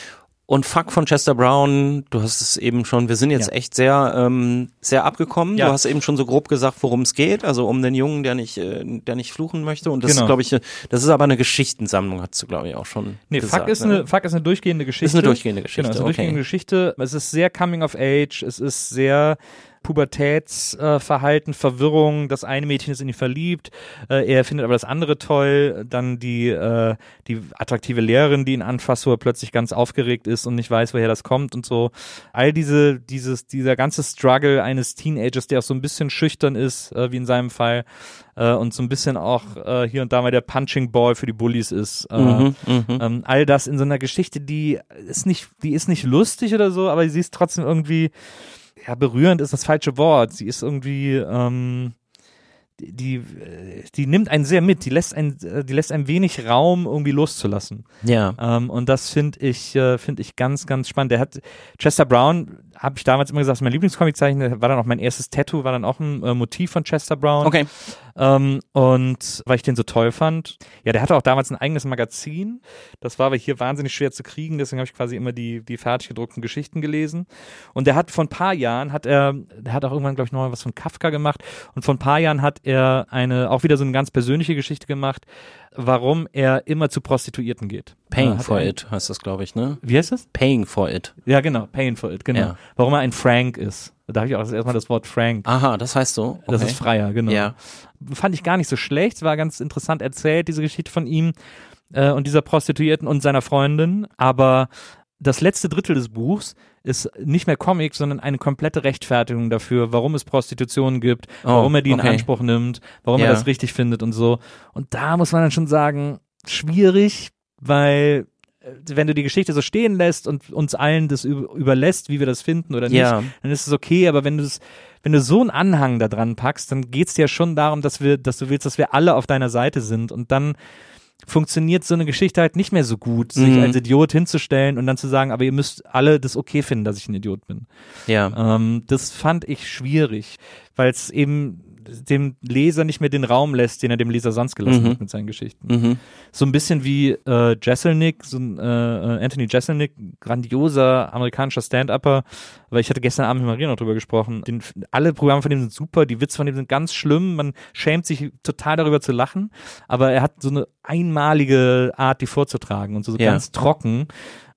Und Fuck von Chester Brown, du hast es eben schon, wir sind jetzt Ja. echt sehr ähm, sehr abgekommen. Ja. Du hast eben schon so grob gesagt, worum es geht, also um den Jungen, der nicht äh, der nicht fluchen möchte. Und das Genau. ist, glaube ich, das ist aber eine Geschichtensammlung, hast du, glaube ich, auch schon Nee, gesagt. Fuck ist, ne? eine, Fuck ist eine durchgehende Geschichte. Ist eine durchgehende Geschichte, Genau, es ist eine okay. durchgehende Geschichte. Es ist sehr Coming of Age, es ist sehr Pubertätsverhalten, äh, Verwirrung. Das eine Mädchen ist in ihn verliebt, äh, er findet aber das andere toll. Dann die, äh, die attraktive Lehrerin, die ihn anfasst, wo er plötzlich ganz aufgeregt ist und nicht weiß, woher das kommt und so. All diese, dieses, dieser ganze Struggle eines Teenagers, der auch so ein bisschen schüchtern ist, äh, wie in seinem Fall, äh, und so ein bisschen auch äh, hier und da mal der Punching Ball für die Bullies ist. Äh, Mhm, mhm. ähm, all das in so einer Geschichte, die ist nicht, die ist nicht lustig oder so, aber sie ist trotzdem irgendwie, ja, berührend ist das falsche Wort. Sie ist irgendwie, ähm, die, die, die nimmt einen sehr mit. Die lässt einen, die lässt einem wenig Raum, irgendwie loszulassen. Ja. Ähm, und das finde ich, äh, finde ich ganz, ganz spannend. Der hat, Chester Brown, habe ich damals immer gesagt, ist mein Lieblingscomiczeichner, war dann auch mein erstes Tattoo, war dann auch ein äh, Motiv von Chester Brown. Okay. Ähm, und weil ich den so toll fand. Ja, der hatte auch damals ein eigenes Magazin. Das war aber hier wahnsinnig schwer zu kriegen, deswegen habe ich quasi immer die, die fertig gedruckten Geschichten gelesen. Und der hat vor ein paar Jahren, hat er, der hat auch irgendwann, glaube ich, noch mal was von Kafka gemacht. Und vor ein paar Jahren hat er eine, auch wieder so eine ganz persönliche Geschichte gemacht, warum er immer zu Prostituierten geht. Paying Äh, hat for er- it heißt das, glaube ich, ne? Wie heißt das? Paying for it. Ja, genau, paying for it, genau. Ja. Warum er ein Frank ist. Da habe ich auch erstmal das Wort Frank. Aha, das heißt so. Okay. Das ist Freier, genau. Ja. Fand ich gar nicht so schlecht, war ganz interessant erzählt, diese Geschichte von ihm äh, und dieser Prostituierten und seiner Freundin, aber das letzte Drittel des Buchs ist nicht mehr Comic, sondern eine komplette Rechtfertigung dafür, warum es Prostitution gibt, Oh, warum er die in okay. Anspruch nimmt, warum Ja. er das richtig findet und so. Und da muss man dann schon sagen, schwierig, weil äh, wenn du die Geschichte so stehen lässt und uns allen das über- überlässt, wie wir das finden oder nicht, Ja. dann ist es okay, aber wenn du es wenn du so einen Anhang da dran packst, dann geht's dir schon darum, dass wir, dass du willst, dass wir alle auf deiner Seite sind und dann funktioniert so eine Geschichte halt nicht mehr so gut, sich Mhm. als Idiot hinzustellen und dann zu sagen, aber ihr müsst alle das okay finden, dass ich ein Idiot bin. Ja. Ähm, das fand ich schwierig, weil es eben dem Leser nicht mehr den Raum lässt, den er dem Leser sonst gelassen Mhm. hat mit seinen Geschichten. Mhm. So ein bisschen wie äh, Jeselnik, so ein, äh, Anthony Jeselnik, grandioser amerikanischer Stand-Upper, weil ich hatte gestern Abend mit Maria noch drüber gesprochen. Den, alle Programme von dem sind super, die Witze von dem sind ganz schlimm, man schämt sich total darüber zu lachen, aber er hat so eine einmalige Art, die vorzutragen und so, so Ja. ganz trocken.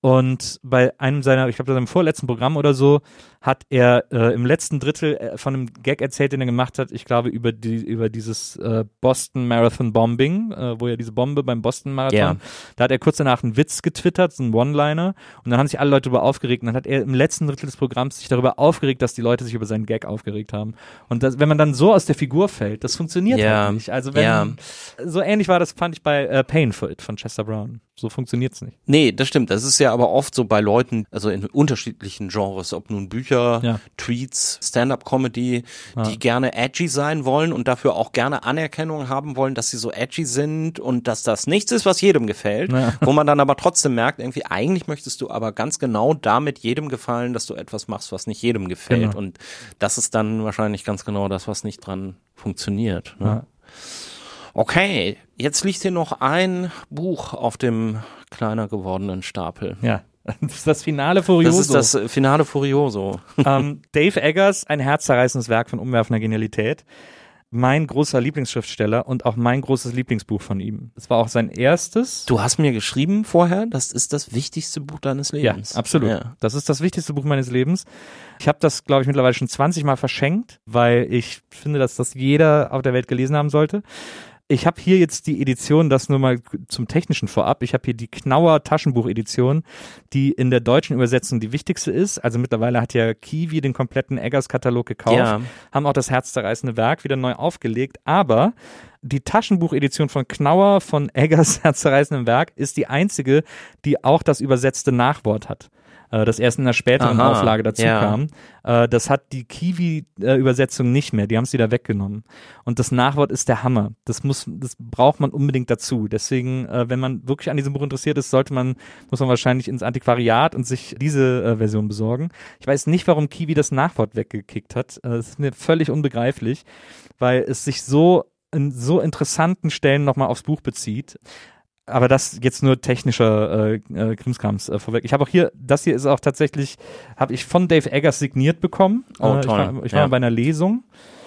Und bei einem seiner, ich glaube, seinem vorletzten Programm oder so, hat er äh, im letzten Drittel äh, von einem Gag erzählt, den er gemacht hat, ich glaube, über die über dieses äh, Boston Marathon Bombing, äh, wo er diese Bombe beim Boston Marathon, Ja. da hat er kurz danach einen Witz getwittert, so einen One-Liner, und dann haben sich alle Leute darüber aufgeregt, und dann hat er im letzten Drittel des Programms sich darüber aufgeregt, dass die Leute sich über seinen Gag aufgeregt haben. Und das, wenn man dann so aus der Figur fällt, das funktioniert Ja. halt nicht. Also wenn, Ja. so ähnlich war das, fand ich bei äh, Pain for It von Chester Brown. So funktioniert's nicht. Nee, das stimmt. Das ist ja aber oft so bei Leuten, also in unterschiedlichen Genres, ob nun Bücher, Ja. Tweets, Stand-up-Comedy, Ja. die gerne edgy sein wollen und dafür auch gerne Anerkennung haben wollen, dass sie so edgy sind und dass das nichts ist, was jedem gefällt, Ja. wo man dann aber trotzdem merkt, irgendwie eigentlich möchtest du aber ganz genau damit jedem gefallen, dass du etwas machst, was nicht jedem gefällt. Genau. Und das ist dann wahrscheinlich ganz genau das, was nicht dran funktioniert. Ne? Ja. Okay, jetzt liegt hier noch ein Buch auf dem kleiner gewordenen Stapel. Ja. Das ist das Finale Furioso. Das ist das Finale Furioso. ähm, Dave Eggers, ein herzzerreißendes Werk von umwerfender Genialität. Mein großer Lieblingsschriftsteller und auch mein großes Lieblingsbuch von ihm. Es war auch sein erstes. Du hast mir geschrieben vorher, das ist das wichtigste Buch deines Ja, Lebens. absolut. Ja. Das ist das wichtigste Buch meines Lebens. Ich habe das, glaube ich, mittlerweile schon zwanzig Mal verschenkt, weil ich finde, dass das jeder auf der Welt gelesen haben sollte. Ich habe hier jetzt die Edition, das nur mal zum Technischen vorab, ich habe hier die Knauer Taschenbuch-Edition, die in der deutschen Übersetzung die wichtigste ist. Also mittlerweile hat ja Kiwi den kompletten Eggers-Katalog gekauft, Ja. haben auch das herzzerreißende Werk wieder neu aufgelegt, aber die Taschenbuch-Edition von Knauer von Eggers herzzerreißendem Werk ist die einzige, die auch das übersetzte Nachwort hat, äh, das erst in einer späteren Aha, Auflage dazu ja. kam. Äh, das hat die Kiwi-Übersetzung nicht mehr, die haben sie da weggenommen. Und das Nachwort ist der Hammer. Das muss, das braucht man unbedingt dazu. Deswegen, äh, wenn man wirklich an diesem Buch interessiert ist, sollte man, muss man wahrscheinlich ins Antiquariat und sich diese äh, Version besorgen. Ich weiß nicht, warum Kiwi das Nachwort weggekickt hat. Äh, das ist mir völlig unbegreiflich, weil es sich so in so interessanten Stellen nochmal aufs Buch bezieht. aber das jetzt nur technischer äh, äh, Krimskrams äh, vorweg. Ich habe auch hier, das hier ist auch tatsächlich, habe ich von Dave Eggers signiert bekommen. Oh, äh, toll. Ich war, ich war Ja. bei einer Lesung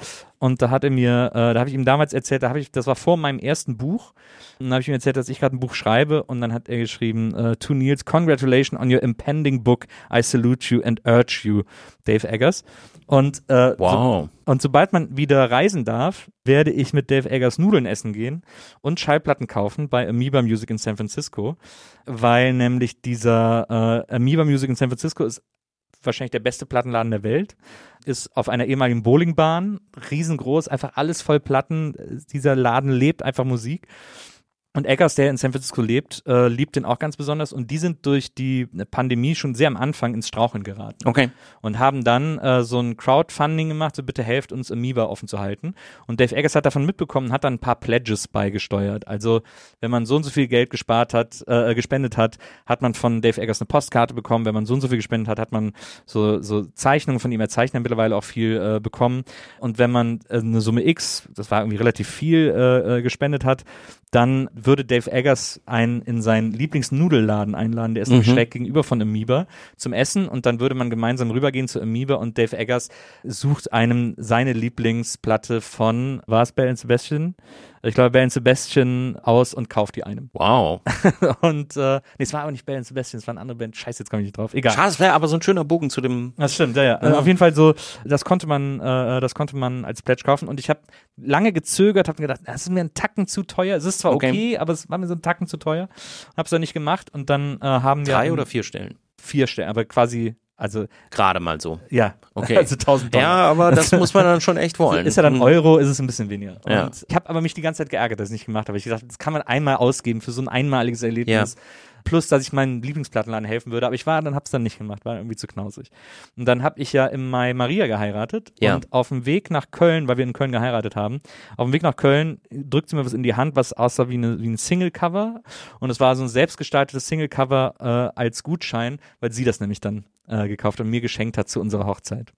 und da hat er mir, äh, da habe ich ihm damals erzählt, da habe ich, das war vor meinem ersten Buch, und dann habe ich ihm erzählt, dass ich gerade ein Buch schreibe und dann hat er geschrieben, äh, to Niels, congratulations on your impending book, I salute you and urge you, Dave Eggers. Und, äh, Wow. so, und sobald man wieder reisen darf, werde ich mit Dave Eggers Nudeln essen gehen und Schallplatten kaufen bei Amoeba Music in San Francisco, weil nämlich dieser äh, Amoeba Music in San Francisco ist wahrscheinlich der beste Plattenladen der Welt, ist auf einer ehemaligen Bowlingbahn, riesengroß, einfach alles voll Platten, dieser Laden lebt einfach Musik. Und Eggers, der in San Francisco lebt, äh, liebt den auch ganz besonders und die sind durch die Pandemie schon sehr am Anfang ins Straucheln geraten. Okay. Und haben dann äh, so ein Crowdfunding gemacht, so bitte helft uns Amoeba offen zu halten. Und Dave Eggers hat davon mitbekommen, hat dann ein paar Pledges beigesteuert. Also wenn man so und so viel Geld gespart hat, äh, gespendet hat, hat man von Dave Eggers eine Postkarte bekommen. Wenn man so und so viel gespendet hat, hat man so, so Zeichnungen von ihm, er zeichnet mittlerweile auch viel äh, bekommen. Und wenn man äh, eine Summe X, das war irgendwie relativ viel, äh, äh, gespendet hat, dann würde Dave Eggers einen in seinen Lieblingsnudelladen einladen, der ist nämlich Mhm. schräg gegenüber von Amoeba, zum Essen und dann würde man gemeinsam rübergehen zu Amoeba und Dave Eggers sucht einem seine Lieblingsplatte von, war es Bell and Sebastian? Ich glaube Bell and Sebastian aus und kauft die einem. Wow. Und, äh, nee, es war aber nicht Bell and Sebastian, es war eine andere Band, scheiße, jetzt komme ich nicht drauf, egal. Schade, es wäre aber so ein schöner Bogen zu dem. Das stimmt, ja, ja. Also auf jeden Fall so, das konnte man, äh, das konnte man als Pledge kaufen und ich habe lange gezögert, habe mir gedacht, das ist mir ein Tacken zu teuer. Es ist zwar okay, Okay. aber es war mir so ein Tacken zu teuer. Hab's dann nicht gemacht und dann äh, haben wir Drei oder vier Stellen? vier Stellen, aber quasi, also Gerade mal so. ja, Okay. also tausend Dollar. Ja, aber das muss man dann schon echt wollen. Ist ja dann Mhm. Euro, ist es ein bisschen weniger. Ja. Und ich habe aber mich die ganze Zeit geärgert, dass ich nicht gemacht habe. Ich gesagt, das kann man einmal ausgeben für so ein einmaliges Erlebnis. Plus, dass ich meinen Lieblingsplattenladen helfen würde. Aber ich war, dann hab's dann nicht gemacht, war irgendwie zu knausig. Und dann habe ich ja im Mai Maria geheiratet. Ja. Und auf dem Weg nach Köln, weil wir in Köln geheiratet haben, auf dem Weg nach Köln drückt sie mir was in die Hand, was aussah wie, eine, wie ein Single-Cover. Und es war so ein selbstgestaltetes Single-Cover äh, als Gutschein, weil sie das nämlich dann äh, gekauft und mir geschenkt hat zu unserer Hochzeit.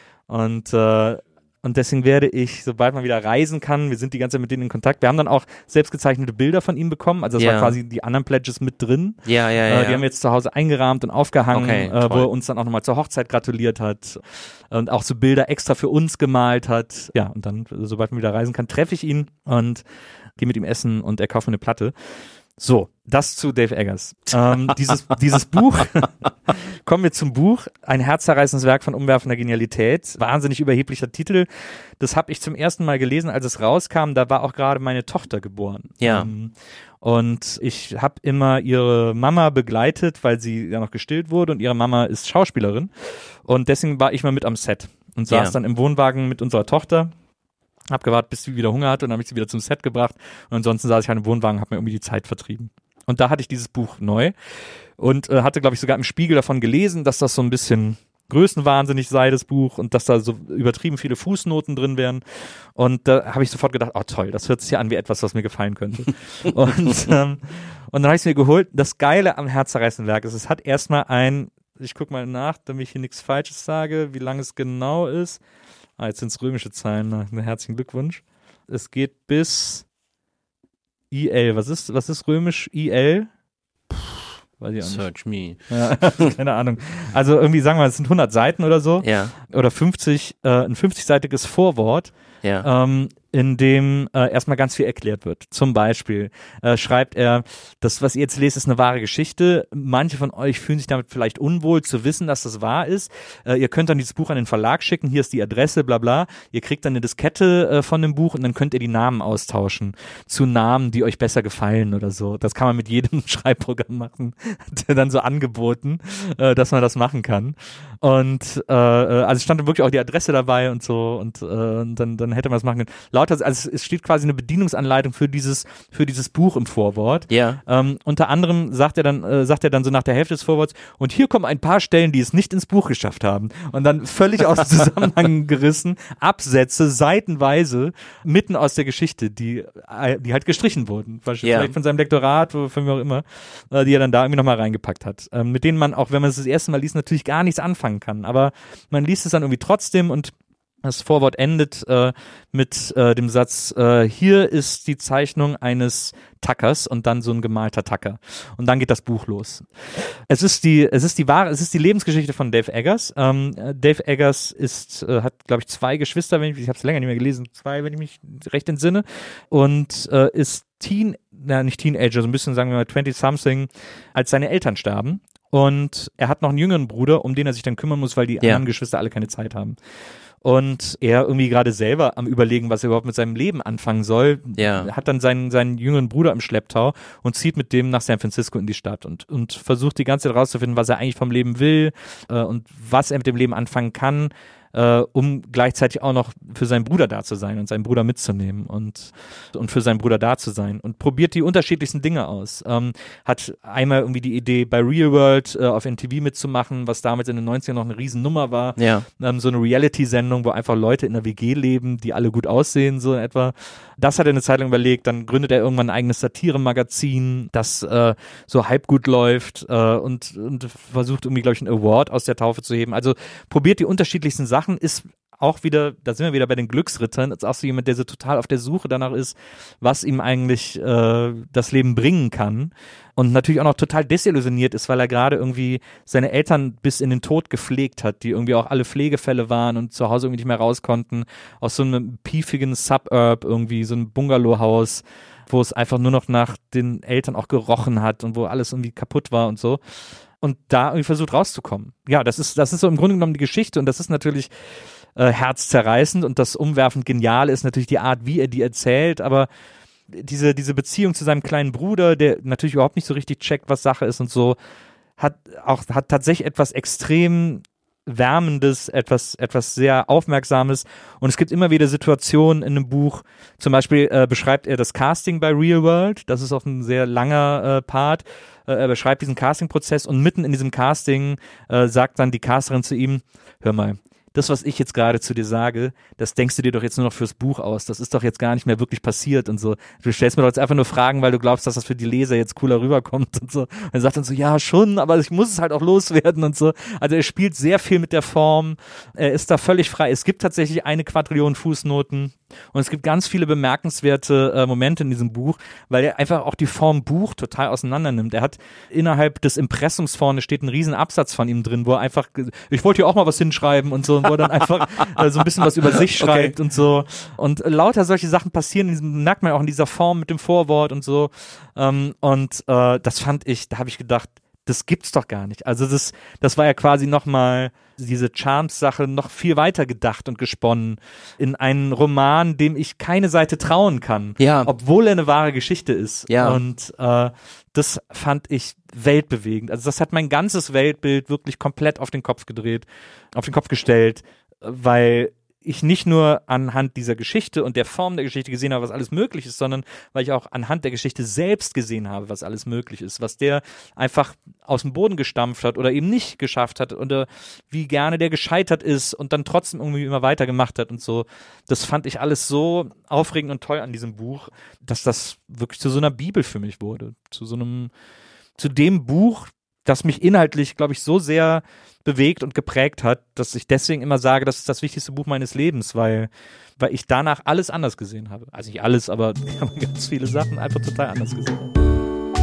Und äh, Und deswegen werde ich, sobald man wieder reisen kann, wir sind die ganze Zeit mit denen in Kontakt, wir haben dann auch selbstgezeichnete Bilder von ihm bekommen, also das Ja. war quasi die anderen Pledges mit drin. Ja, ja, Äh, ja. die haben wir jetzt zu Hause eingerahmt und aufgehangen, Okay, äh, wo toll. er uns dann auch nochmal zur Hochzeit gratuliert hat und auch so Bilder extra für uns gemalt hat. Ja, und dann, sobald man wieder reisen kann, treffe ich ihn und gehe mit ihm essen und er kauft mir eine Platte. So, das zu Dave Eggers. Ähm, dieses, dieses Buch, kommen wir zum Buch, ein herzzerreißendes Werk von umwerfender Genialität, wahnsinnig überheblicher Titel. Das habe ich zum ersten Mal gelesen, als es rauskam, da war auch gerade meine Tochter geboren. Ja. Ähm, und ich habe immer ihre Mama begleitet, weil sie ja noch gestillt wurde und ihre Mama ist Schauspielerin und deswegen war ich mal mit am Set und saß Ja. dann im Wohnwagen mit unserer Tochter. Hab gewartet, bis sie wieder Hunger hatte und dann habe ich sie wieder zum Set gebracht und ansonsten saß ich halt im Wohnwagen, habe mir irgendwie die Zeit vertrieben. Und da hatte ich dieses Buch neu und äh, hatte, glaube ich, sogar im Spiegel davon gelesen, dass das so ein bisschen größenwahnsinnig sei, das Buch, und dass da so übertrieben viele Fußnoten drin wären. Und da habe ich sofort gedacht, oh toll, das hört sich ja an wie etwas, was mir gefallen könnte. und, ähm, und dann habe ich es mir geholt. Das Geile am herzzerreißenden Werk ist, es hat erstmal ein, ich gucke mal nach, damit ich hier nichts Falsches sage, wie lang es genau ist. Ah, jetzt sind es römische Zahlen, na, na, herzlichen Glückwunsch. Es geht bis I L. Was ist, was ist römisch I L? Weiß ich auch nicht. Search me. Ja, keine Ahnung. Also irgendwie sagen wir mal, es sind hundert Seiten oder so. Ja, Oder fünfzig, äh, ein fünfzig-seitiges Vorwort, ja. ähm, in dem äh, erstmal ganz viel erklärt wird. Zum Beispiel äh, schreibt er, das, was ihr jetzt lest, ist eine wahre Geschichte. Manche von euch fühlen sich damit vielleicht unwohl zu wissen, dass das wahr ist. Äh, ihr könnt dann dieses Buch an den Verlag schicken, hier ist die Adresse, bla bla. Ihr kriegt dann eine Diskette äh, von dem Buch und dann könnt ihr die Namen austauschen zu Namen, die euch besser gefallen oder so. Das kann man mit jedem Schreibprogramm machen. Hat er dann so angeboten, äh, dass man das machen kann. Und äh, also stand dann wirklich auch die Adresse dabei und so und, äh, und dann, dann hätte man das machen können. Lauter, also es steht quasi eine Bedienungsanleitung für dieses für dieses Buch im Vorwort. Ja. Ähm, unter anderem sagt er dann äh, sagt er dann so nach der Hälfte des Vorworts, und hier kommen ein paar Stellen, die es nicht ins Buch geschafft haben. Und dann völlig aus dem Zusammenhang gerissen, Absätze seitenweise mitten aus der Geschichte, die äh, die halt gestrichen wurden. Vielleicht Ja. von seinem Lektorat, von mir auch immer, äh, die er dann da irgendwie nochmal reingepackt hat. Ähm, mit denen man, auch wenn man es das erste Mal liest, natürlich gar nichts anfangen kann. Aber man liest es dann irgendwie trotzdem und Das Vorwort endet äh, mit äh, dem Satz, äh, hier ist die Zeichnung eines Tackers und dann so ein gemalter Tacker. Und dann geht das Buch los. Es ist die, es ist die wahre, es ist die Lebensgeschichte von Dave Eggers. Ähm, Dave Eggers ist, äh, hat, glaube ich, zwei Geschwister, wenn ich, ich habe es länger nicht mehr gelesen, zwei, wenn ich mich recht entsinne, und äh, ist Teen, na nicht Teenager, so ein bisschen, sagen wir mal, twenty-something, als seine Eltern starben. Und er hat noch einen jüngeren Bruder, um den er sich dann kümmern muss, weil die Ja. anderen Geschwister alle keine Zeit haben. Und er irgendwie gerade selber am Überlegen, was er überhaupt mit seinem Leben anfangen soll, Ja. hat dann seinen, seinen jüngeren Bruder im Schlepptau und zieht mit dem nach San Francisco in die Stadt und, und versucht die ganze Zeit rauszufinden, was er eigentlich vom Leben will äh, und was er mit dem Leben anfangen kann, äh, um gleichzeitig auch noch für seinen Bruder da zu sein und seinen Bruder mitzunehmen und, und für seinen Bruder da zu sein. Und probiert die unterschiedlichsten Dinge aus. Ähm, hat einmal irgendwie die Idee, bei Real World äh, auf M T V mitzumachen, was damals in den neunzigern noch eine Riesennummer war. Ja. Ähm, so eine Reality-Sendung, wo einfach Leute in einer W G leben, die alle gut aussehen, so in etwa. Das hat er eine Zeit lang überlegt. Dann gründet er irgendwann ein eigenes Satire-Magazin, das äh, so halb gut läuft äh, und, und versucht irgendwie, glaube ich, einen Award aus der Taufe zu heben. Also probiert die unterschiedlichsten Sachen, ist auch wieder, da sind wir wieder bei den Glücksrittern, ist auch so jemand, der so total auf der Suche danach ist, was ihm eigentlich äh, das Leben bringen kann. Und natürlich auch noch total desillusioniert ist, weil er gerade irgendwie seine Eltern bis in den Tod gepflegt hat, die irgendwie auch alle Pflegefälle waren und zu Hause irgendwie nicht mehr raus konnten. Aus so einem piefigen Suburb irgendwie, so ein Bungalowhaus, wo es einfach nur noch nach den Eltern auch gerochen hat und wo alles irgendwie kaputt war und so. Und da irgendwie versucht rauszukommen. Ja, das ist, das ist so im Grunde genommen die Geschichte und das ist natürlich äh, herzzerreißend und das umwerfend Geniale ist natürlich die Art, wie er die erzählt, aber diese, diese Beziehung zu seinem kleinen Bruder, der natürlich überhaupt nicht so richtig checkt, was Sache ist und so, hat auch, hat tatsächlich etwas extrem Wärmendes, etwas, etwas sehr Aufmerksames und es gibt immer wieder Situationen in einem Buch, zum Beispiel äh, beschreibt er das Casting bei Real World, das ist auch ein sehr langer äh, Part, äh, er beschreibt diesen Casting-Prozess und mitten in diesem Casting äh, sagt dann die Casterin zu ihm, hör mal, das, was ich jetzt gerade zu dir sage, das denkst du dir doch jetzt nur noch fürs Buch aus. Das ist doch jetzt gar nicht mehr wirklich passiert und so. Du stellst mir doch jetzt einfach nur Fragen, weil du glaubst, dass das für die Leser jetzt cooler rüberkommt und so. Und er sagt dann so, ja schon, aber ich muss es halt auch loswerden und so. Also er spielt sehr viel mit der Form. Er ist da völlig frei. Es gibt tatsächlich eine Quadrillion Fußnoten und es gibt ganz viele bemerkenswerte äh, Momente in diesem Buch, weil er einfach auch die Form Buch total auseinander nimmt. Er hat innerhalb des Impressums vorne steht ein riesen Absatz von ihm drin, wo er einfach, ich wollte hier auch mal was hinschreiben und so, wo er dann einfach äh, so ein bisschen was über sich schreibt okay. und so. Und äh, lauter solche Sachen passieren, in diesem, merkt man auch in dieser Form mit dem Vorwort und so. Ähm, und äh, das fand ich, da habe ich gedacht, das gibt's doch gar nicht. Also das, das war ja quasi nochmal diese Charms-Sache noch viel weiter gedacht und gesponnen in einen Roman, dem ich keine Seite trauen kann, ja. obwohl er eine wahre Geschichte ist. Ja. Und äh, das fand ich weltbewegend. Also das hat mein ganzes Weltbild wirklich komplett auf den Kopf gedreht, auf den Kopf gestellt, weil ich nicht nur anhand dieser Geschichte und der Form der Geschichte gesehen habe, was alles möglich ist, sondern weil ich auch anhand der Geschichte selbst gesehen habe, was alles möglich ist, was der einfach aus dem Boden gestampft hat oder eben nicht geschafft hat oder wie gerne der gescheitert ist und dann trotzdem irgendwie immer weitergemacht hat und so. Das fand ich alles so aufregend und toll an diesem Buch, dass das wirklich zu so einer Bibel für mich wurde, zu so einem, zu dem Buch, das mich inhaltlich, glaube ich, so sehr bewegt und geprägt hat, dass ich deswegen immer sage, das ist das wichtigste Buch meines Lebens, weil, weil ich danach alles anders gesehen habe. Also nicht alles, aber ganz viele Sachen einfach total anders gesehen habe.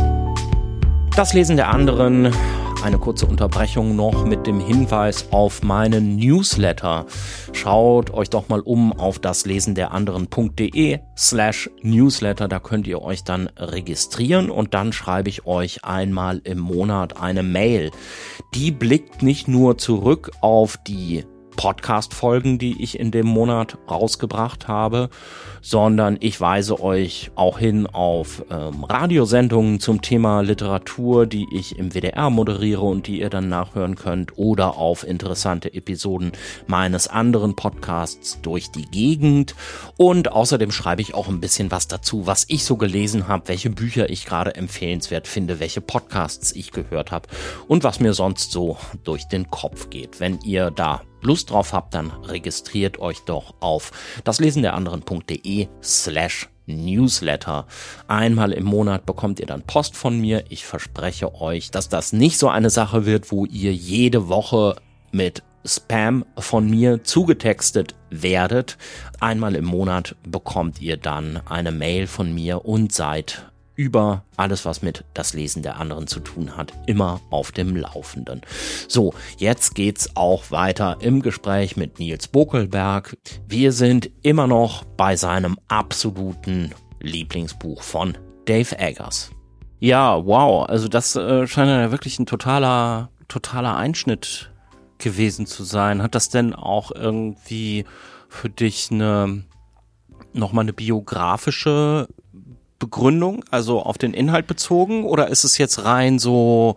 Das Lesen der anderen, eine kurze Unterbrechung noch mit dem Hinweis auf meinen Newsletter. Schaut euch doch mal um auf daslesenderanderen.de slash Newsletter, da könnt ihr euch dann registrieren und dann schreibe ich euch einmal im Monat eine Mail. Die blickt nicht nur zurück auf die Podcast-Folgen, die ich in dem Monat rausgebracht habe, sondern ich weise euch auch hin auf ähm, Radiosendungen zum Thema Literatur, die ich im W D R moderiere und die ihr dann nachhören könnt, oder auf interessante Episoden meines anderen Podcasts Durch die Gegend. Und außerdem schreibe ich auch ein bisschen was dazu, was ich so gelesen habe, welche Bücher ich gerade empfehlenswert finde, welche Podcasts ich gehört habe und was mir sonst so durch den Kopf geht. Wenn ihr da Lust drauf habt, dann registriert euch doch auf daslesenderanderen.de slash Newsletter. Einmal im Monat bekommt ihr dann Post von mir. Ich verspreche euch, dass das nicht so eine Sache wird, wo ihr jede Woche mit Spam von mir zugetextet werdet. Einmal im Monat bekommt ihr dann eine Mail von mir und seid über alles, was mit das Lesen der anderen zu tun hat, immer auf dem Laufenden. So, jetzt geht's auch weiter im Gespräch mit Nils Bokelberg. Wir sind immer noch bei seinem absoluten Lieblingsbuch von Dave Eggers. Ja, wow, also das äh, scheint ja wirklich ein totaler, totaler Einschnitt gewesen zu sein. Hat das denn auch irgendwie für dich eine nochmal eine biografische Begründung, also auf den Inhalt bezogen, oder ist es jetzt rein so,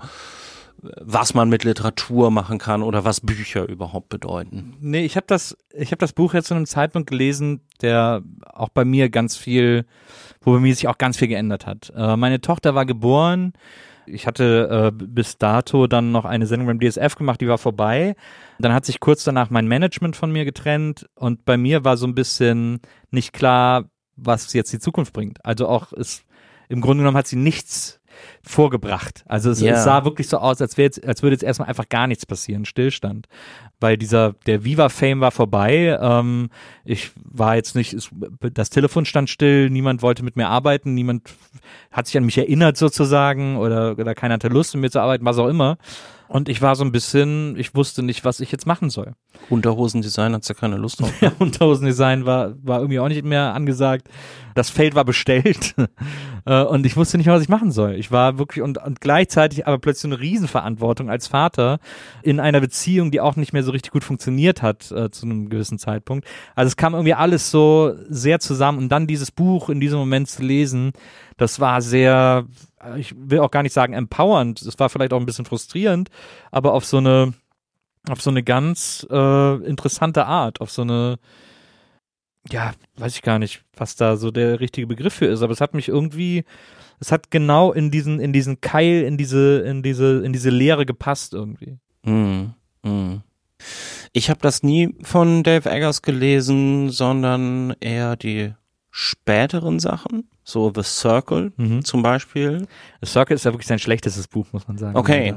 was man mit Literatur machen kann oder was Bücher überhaupt bedeuten? Nee, ich habe das, ich habe das Buch jetzt zu einem Zeitpunkt gelesen, der auch bei mir ganz viel, wo bei mir sich auch ganz viel geändert hat. Äh, meine Tochter war geboren. Ich hatte äh, bis dato dann noch eine Sendung beim D S F gemacht, die war vorbei. Dann hat sich kurz danach mein Management von mir getrennt und bei mir war so ein bisschen nicht klar, was jetzt die Zukunft bringt. Also auch ist, im Grunde genommen hat sie nichts vorgebracht. Also es, Ja. es sah wirklich so aus, als wäre jetzt, als würde jetzt erstmal einfach gar nichts passieren, Stillstand. Weil dieser, der Viva-Fame war vorbei. Ähm, ich war jetzt nicht, es, das Telefon stand still, niemand wollte mit mir arbeiten, niemand hat sich an mich erinnert sozusagen oder, oder keiner hatte Lust, mit mir zu arbeiten, was auch immer. Und ich war so ein bisschen, ich wusste nicht, was ich jetzt machen soll. Unterhosendesign hat's ja keine Lust drauf. Ja, Unterhosendesign war, war irgendwie auch nicht mehr angesagt. Das Feld war bestellt äh, und ich wusste nicht mehr, was ich machen soll. Ich war wirklich und, und gleichzeitig aber plötzlich so eine Riesenverantwortung als Vater in einer Beziehung, die auch nicht mehr so richtig gut funktioniert hat äh, zu einem gewissen Zeitpunkt. Also es kam irgendwie alles so sehr zusammen und dann dieses Buch in diesem Moment zu lesen, das war sehr, ich will auch gar nicht sagen empowernd, es war vielleicht auch ein bisschen frustrierend, aber auf so eine auf so eine ganz äh, interessante Art, auf so eine, ja, weiß ich gar nicht, was da so der richtige Begriff für ist, aber es hat mich irgendwie, es hat genau in diesen, in diesen Keil, in diese, in diese, in diese Leere gepasst irgendwie. Hm, hm. Ich habe das nie von Dave Eggers gelesen, sondern eher die späteren Sachen, so The Circle Mhm. zum Beispiel. The Circle ist ja wirklich sein schlechtestes Buch, muss man sagen. Okay.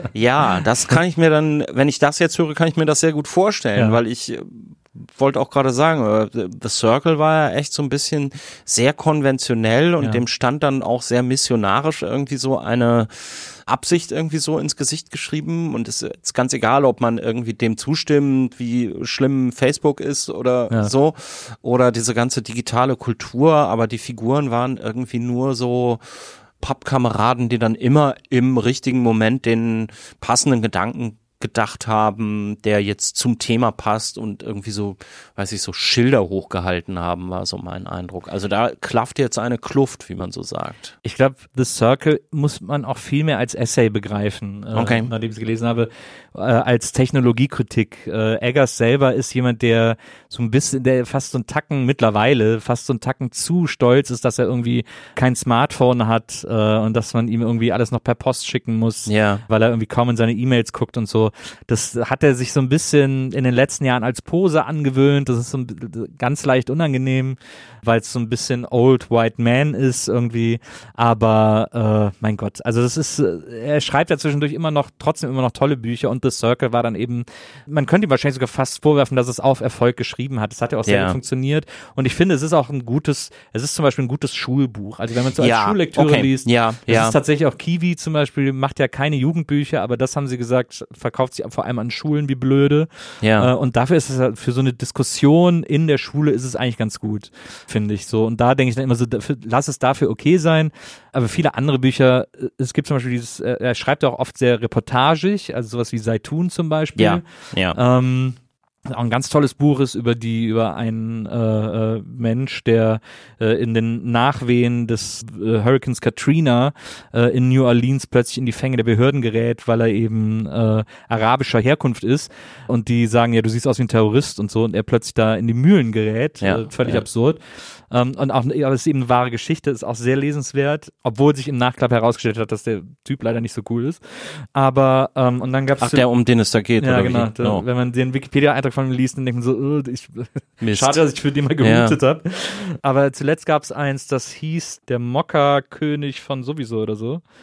Ja, das kann ich mir dann, wenn ich das jetzt höre, kann ich mir das sehr gut vorstellen, Ja. weil ich äh, wollte auch gerade sagen, äh, The Circle war ja echt so ein bisschen sehr konventionell und Ja. dem stand dann auch sehr missionarisch irgendwie so eine Absicht irgendwie so ins Gesicht geschrieben und es ist ganz egal, ob man irgendwie dem zustimmt, wie schlimm Facebook ist oder Ja. so oder diese ganze digitale Kultur, aber die Figuren waren irgendwie nur so Pappkameraden, die dann immer im richtigen Moment den passenden Gedanken gedacht haben, der jetzt zum Thema passt und irgendwie so, weiß ich, so Schilder hochgehalten haben, war so mein Eindruck. Also da klafft jetzt eine Kluft, wie man so sagt. Ich glaube, The Circle muss man auch viel mehr als Essay begreifen, äh, Okay. nachdem ich es gelesen habe, äh, als Technologiekritik. Äh, Eggers selber ist jemand, der so ein bisschen, der fast so einen Tacken mittlerweile, fast so einen Tacken zu stolz ist, dass er irgendwie kein Smartphone hat äh, und dass man ihm irgendwie alles noch per Post schicken muss, Ja. weil er irgendwie kaum in seine E-Mails guckt und so. Das hat er sich so ein bisschen in den letzten Jahren als Pose angewöhnt. Das ist so ein, ganz leicht unangenehm, weil es so ein bisschen Old White Man ist irgendwie. Aber äh, mein Gott, also das ist, äh, er schreibt ja zwischendurch immer noch, trotzdem immer noch tolle Bücher und The Circle war dann eben, man könnte ihm wahrscheinlich sogar fast vorwerfen, dass es auf Erfolg geschrieben hat. Es hat ja auch sehr Ja. gut funktioniert und ich finde, es ist auch ein gutes, es ist zum Beispiel ein gutes Schulbuch. Also wenn man es so als Ja, Schullektüre okay. liest, Ja, das ja. ist tatsächlich auch Kiwi zum Beispiel, macht ja keine Jugendbücher, aber das haben sie gesagt, verkauft sich vor allem an Schulen wie blöde. Ja. Äh, und dafür ist es halt, für so eine Diskussion in der Schule ist es eigentlich ganz gut, finde ich so. Und da denke ich dann immer so, dafür, lass es dafür okay sein. Aber viele andere Bücher, äh, es gibt zum Beispiel dieses, äh, er schreibt ja auch oft sehr reportagig, also sowas wie Seitun zum Beispiel. Ja, ja. Ähm, auch ein ganz tolles Buch ist über die über einen äh, äh, Mensch, der äh, in den Nachwehen des äh, Hurrikans Katrina äh, in New Orleans plötzlich in die Fänge der Behörden gerät, weil er eben äh, arabischer Herkunft ist und die sagen, ja, du siehst aus wie ein Terrorist und so und er plötzlich da in die Mühlen gerät, Ja, äh, völlig ja. absurd. Ähm, und auch, aber es ist eben eine wahre Geschichte, ist auch sehr lesenswert, obwohl sich im Nachklapp herausgestellt hat, dass der Typ leider nicht so cool ist. Aber ähm, und dann gab's Ach, der, um den es da geht, ja, oder genau. wie? Da, Oh. Wenn man den Wikipedia-Eintrag von ihm liest, dann denkt man so, äh, ich, Mist. schade, dass ich für den mal gemutet habe. Aber zuletzt gab es eins, das hieß der Mokka-König von sowieso oder so.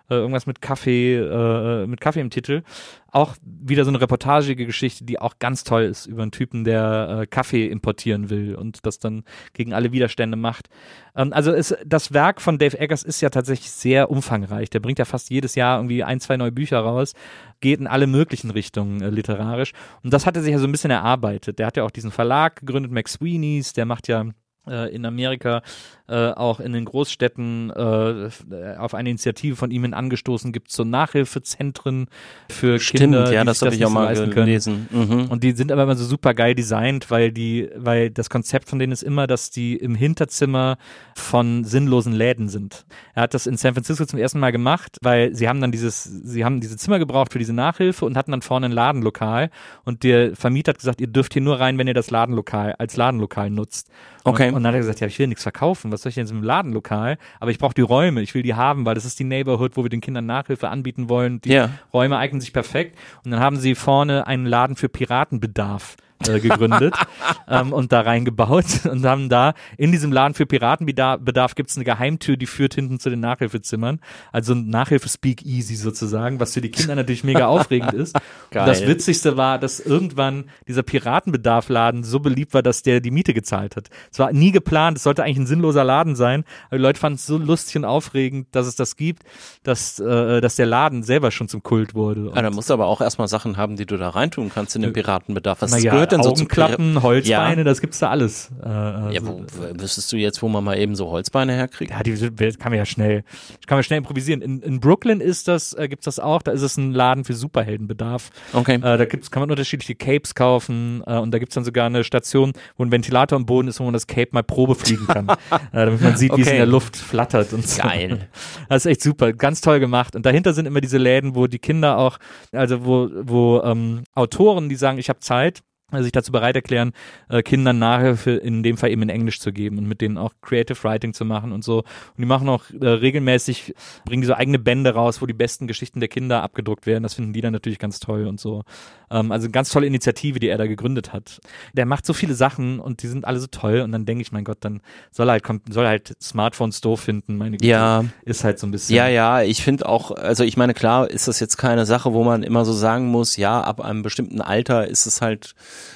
äh, irgendwas mit Kaffee, äh, mit Kaffee im Titel. Auch wieder so eine reportagige Geschichte, die auch ganz toll ist, über einen Typen, der äh, Kaffee importieren will und das dann gegen alle Widerstände macht. Ähm, also ist, das Werk von Dave Eggers ist ja tatsächlich sehr umfangreich. Der bringt ja fast jedes Jahr irgendwie ein, zwei neue Bücher raus, geht in alle möglichen Richtungen äh, literarisch. Und das hat er sich ja so ein bisschen erarbeitet. Der hat ja auch diesen Verlag gegründet, McSweeney's, der macht ja in Amerika, äh, auch in den Großstädten äh, auf eine Initiative von ihm hin angestoßen, gibt es so Nachhilfezentren für Stimmt, Kinder, ja, die das sich habe ich auch mal gelesen. Mhm. Und die sind aber immer so super geil designt, weil die, weil das Konzept von denen ist immer, dass die im Hinterzimmer von sinnlosen Läden sind. Er hat das in San Francisco zum ersten Mal gemacht, weil sie haben dann dieses, sie haben diese Zimmer gebraucht für diese Nachhilfe und hatten dann vorne ein Ladenlokal und der Vermieter hat gesagt, ihr dürft hier nur rein, wenn ihr das Ladenlokal als Ladenlokal nutzt. Okay. Und, und dann hat er gesagt, ja, ich will nichts verkaufen, was soll ich denn im Ladenlokal? Aber ich brauche die Räume, ich will die haben, weil das ist die Neighborhood, wo wir den Kindern Nachhilfe anbieten wollen. Die ja. Räume eignen sich perfekt. Und dann haben sie vorne einen Laden für Piratenbedarf äh, gegründet ähm, und da reingebaut und haben da in diesem Laden für Piratenbedarf gibt es eine Geheimtür, die führt hinten zu den Nachhilfezimmern. Also ein Nachhilfe-Speak-Easy sozusagen, was für die Kinder natürlich mega aufregend ist. Geil. Und das Witzigste war, dass irgendwann dieser Piratenbedarf-Laden so beliebt war, dass der die Miete gezahlt hat. Es war nie geplant, es sollte eigentlich ein sinnloser Laden sein, aber die Leute fanden es so lustig und aufregend, dass es das gibt, dass, äh, dass der Laden selber schon zum Kult wurde. Ja, da musst du aber auch erstmal Sachen haben, die du da reintun kannst in den Piratenbedarf. Was naja, gehört denn so Augenklappen, zu Holzbeine, ja. das gibt's da alles. Äh, also, ja, wo, wüsstest du jetzt, wo man mal eben so Holzbeine herkriegt? Ja, die kann man ja schnell, kann man schnell improvisieren. In, in Brooklyn ist das, äh, gibt's das auch, da ist es ein Laden für Superheldenbedarf. Okay. Äh, da gibt's, kann man unterschiedliche Capes kaufen äh, und da gibt's dann sogar eine Station, wo ein Ventilator am Boden ist, wo man das Cape mal Probe fliegen kann. äh, damit man sieht, okay. wie es in der Luft flattert und so. Geil. Das ist echt super, ganz toll gemacht. Und dahinter sind immer diese Läden, wo die Kinder auch, also wo, wo ähm, Autoren, die sagen, ich habe Zeit, also sich dazu bereit erklären, äh, Kindern Nachhilfe in dem Fall eben in Englisch zu geben und mit denen auch Creative Writing zu machen und so. Und die machen auch äh, regelmäßig, bringen die so eigene Bände raus, wo die besten Geschichten der Kinder abgedruckt werden. Das finden die dann natürlich ganz toll und so. Ähm, also eine ganz tolle Initiative, die er da gegründet hat. Der macht so viele Sachen und die sind alle so toll und dann denke ich, mein Gott, dann soll er halt, soll er halt Smartphones doof finden, meine Güte. Ja. Ist halt so ein bisschen. Ja, ja, ich finde auch, also ich meine, klar ist das jetzt keine Sache, wo man immer so sagen muss, ja, ab einem bestimmten Alter ist es halt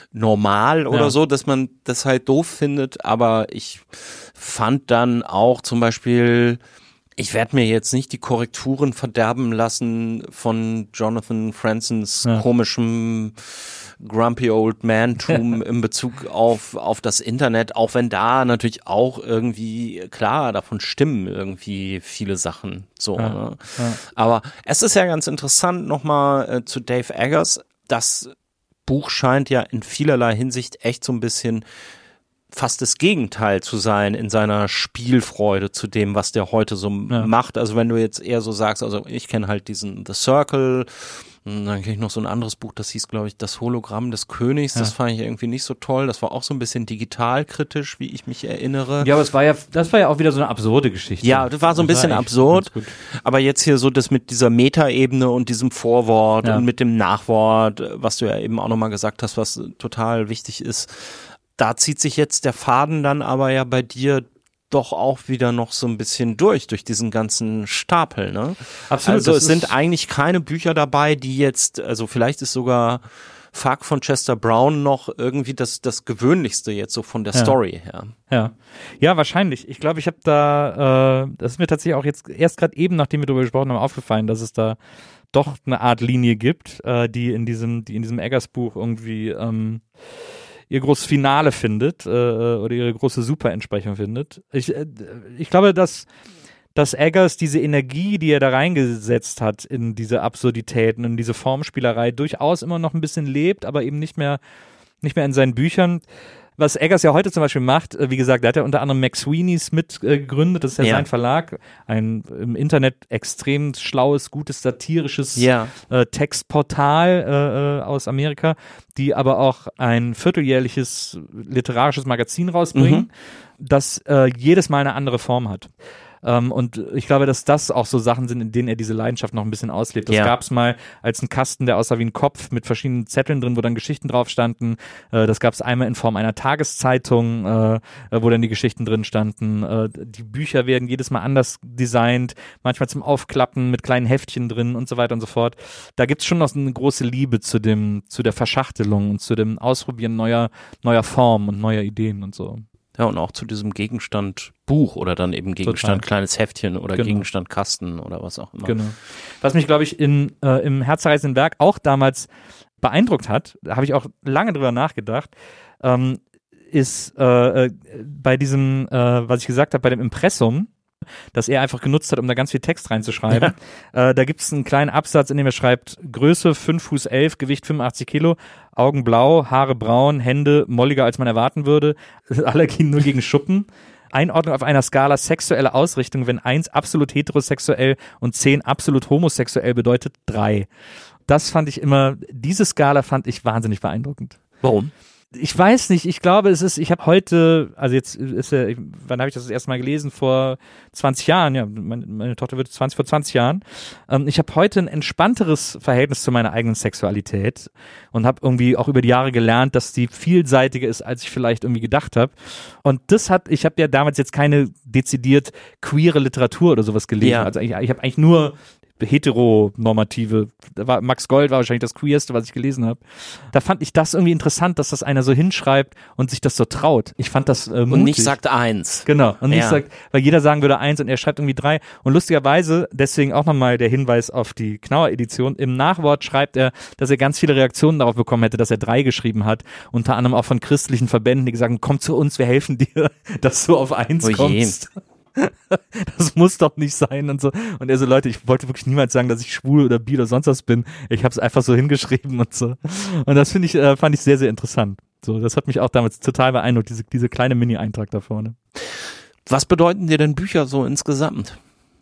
normal oder ja. so, dass man das halt doof findet, aber ich fand dann auch zum Beispiel, ich werde mir jetzt nicht die Korrekturen verderben lassen von Jonathan Fransons ja. komischem Grumpy Old Man-Tum in Bezug auf, auf das Internet, auch wenn da natürlich auch irgendwie, klar, davon stimmen irgendwie viele Sachen, so, ja. ne? Ja. Aber es ist ja ganz interessant nochmal äh, zu Dave Eggers, das Buch scheint ja in vielerlei Hinsicht echt so ein bisschen fast das Gegenteil zu sein in seiner Spielfreude zu dem, was der heute so ja. macht. Also wenn du jetzt eher so sagst, also ich kenne halt diesen The Circle, dann kenne ich noch so ein anderes Buch, das hieß, glaube ich, Das Hologramm des Königs. Das ja. fand ich irgendwie nicht so toll. Das war auch so ein bisschen digitalkritisch, wie ich mich erinnere. Ja, aber es war ja, das war ja auch wieder so eine absurde Geschichte. Ja, das war so ein das bisschen absurd. Aber jetzt hier so das mit dieser Metaebene und diesem Vorwort ja. und mit dem Nachwort, was du ja eben auch nochmal gesagt hast, was total wichtig ist. Da zieht sich jetzt der Faden dann aber ja bei dir doch auch wieder noch so ein bisschen durch, durch diesen ganzen Stapel, ne? Absolut. Also es sind eigentlich keine Bücher dabei, die jetzt, also vielleicht ist sogar Fuck von Chester Brown noch irgendwie das, das Gewöhnlichste jetzt so von der ja. Story her. Ja, ja, wahrscheinlich. Ich glaube, ich habe da, äh, das ist mir tatsächlich auch jetzt erst gerade eben, nachdem wir darüber gesprochen haben, aufgefallen, dass es da doch eine Art Linie gibt, äh, die in diesem, die in diesem Eggers-Buch irgendwie ähm, ihr großes Finale findet äh, oder ihre große Super-Entsprechung findet. Ich, äh, ich glaube, dass, dass Eggers diese Energie, die er da reingesetzt hat in diese Absurditäten, in diese Formspielerei, durchaus immer noch ein bisschen lebt, aber eben nicht mehr, nicht mehr in seinen Büchern. Was Eggers ja heute zum Beispiel macht, wie gesagt, der hat ja unter anderem McSweeney's mitgegründet, das ist ja, ja sein Verlag, ein im Internet extrem schlaues, gutes, satirisches ja. äh, Textportal äh, aus Amerika, die aber auch ein vierteljährliches literarisches Magazin rausbringen, mhm. das äh, jedes Mal eine andere Form hat. Ähm, und ich glaube, dass das auch so Sachen sind, in denen er diese Leidenschaft noch ein bisschen auslebt. Das ja. gab es mal als einen Kasten, der aussah wie ein Kopf mit verschiedenen Zetteln drin, wo dann Geschichten drauf standen. Äh, das gab es einmal in Form einer Tageszeitung, äh, wo dann die Geschichten drin standen. Äh, die Bücher werden jedes Mal anders designt, manchmal zum Aufklappen mit kleinen Heftchen drin und so weiter und so fort. Da gibt's schon noch eine große Liebe zu dem, zu der Verschachtelung und zu dem Ausprobieren neuer, neuer Formen und neuer Ideen und so. Ja, und auch zu diesem Gegenstand Buch oder dann eben Gegenstand Total. Kleines Heftchen oder Genau. Gegenstand Kasten oder was auch immer. Genau. Was mich, glaube ich, in, äh, im Herzerreißenden Werk auch damals beeindruckt hat, da habe ich auch lange drüber nachgedacht, ähm, ist äh, äh, bei diesem, äh, was ich gesagt habe, bei dem Impressum, das er einfach genutzt hat, um da ganz viel Text reinzuschreiben. Ja. Äh, da gibt es einen kleinen Absatz, in dem er schreibt, Größe fünf Fuß elf, Gewicht fünfundachtzig Kilo, Augen blau, Haare braun, Hände molliger, als man erwarten würde, Allergien nur gegen Schuppen. Einordnung auf einer Skala sexuelle Ausrichtung, wenn eins absolut heterosexuell und zehn absolut homosexuell bedeutet drei. Das fand ich immer, diese Skala fand ich wahnsinnig beeindruckend. Warum? Ich weiß nicht, ich glaube, es ist, ich habe heute, also jetzt ist ja, wann habe ich das das erste Mal gelesen? Vor zwanzig Jahren, ja, meine, meine Tochter wird zwanzig, vor zwanzig Jahren. Ähm, ich habe heute ein entspannteres Verhältnis zu meiner eigenen Sexualität und habe irgendwie auch über die Jahre gelernt, dass die vielseitiger ist, als ich vielleicht irgendwie gedacht habe. Und das hat, ich habe ja damals jetzt keine dezidiert queere Literatur oder sowas gelesen. Ja. Also ich, ich habe eigentlich nur heteronormative, da war, Max Gold war wahrscheinlich das queerste, was ich gelesen habe. Da fand ich das irgendwie interessant, dass das einer so hinschreibt und sich das so traut. Ich fand das äh, mutig. Und nicht sagt eins. Genau, und nicht Ja. sagt, weil jeder sagen würde eins und er schreibt irgendwie drei. Und lustigerweise, deswegen auch nochmal der Hinweis auf die Knauer-Edition, im Nachwort schreibt er, dass er ganz viele Reaktionen darauf bekommen hätte, dass er drei geschrieben hat, unter anderem auch von christlichen Verbänden, die gesagt haben, komm zu uns, wir helfen dir, dass du auf eins Oh je. kommst. Das muss doch nicht sein und so. Und er so, Leute, ich wollte wirklich niemals sagen, dass ich schwul oder bi oder sonst was bin. Ich habe es einfach so hingeschrieben und so. Und das finde ich, äh, fand ich sehr, sehr interessant. So, das hat mich auch damals total beeindruckt, diese, diese kleine Mini-Eintrag da vorne. Was bedeuten dir denn Bücher so insgesamt?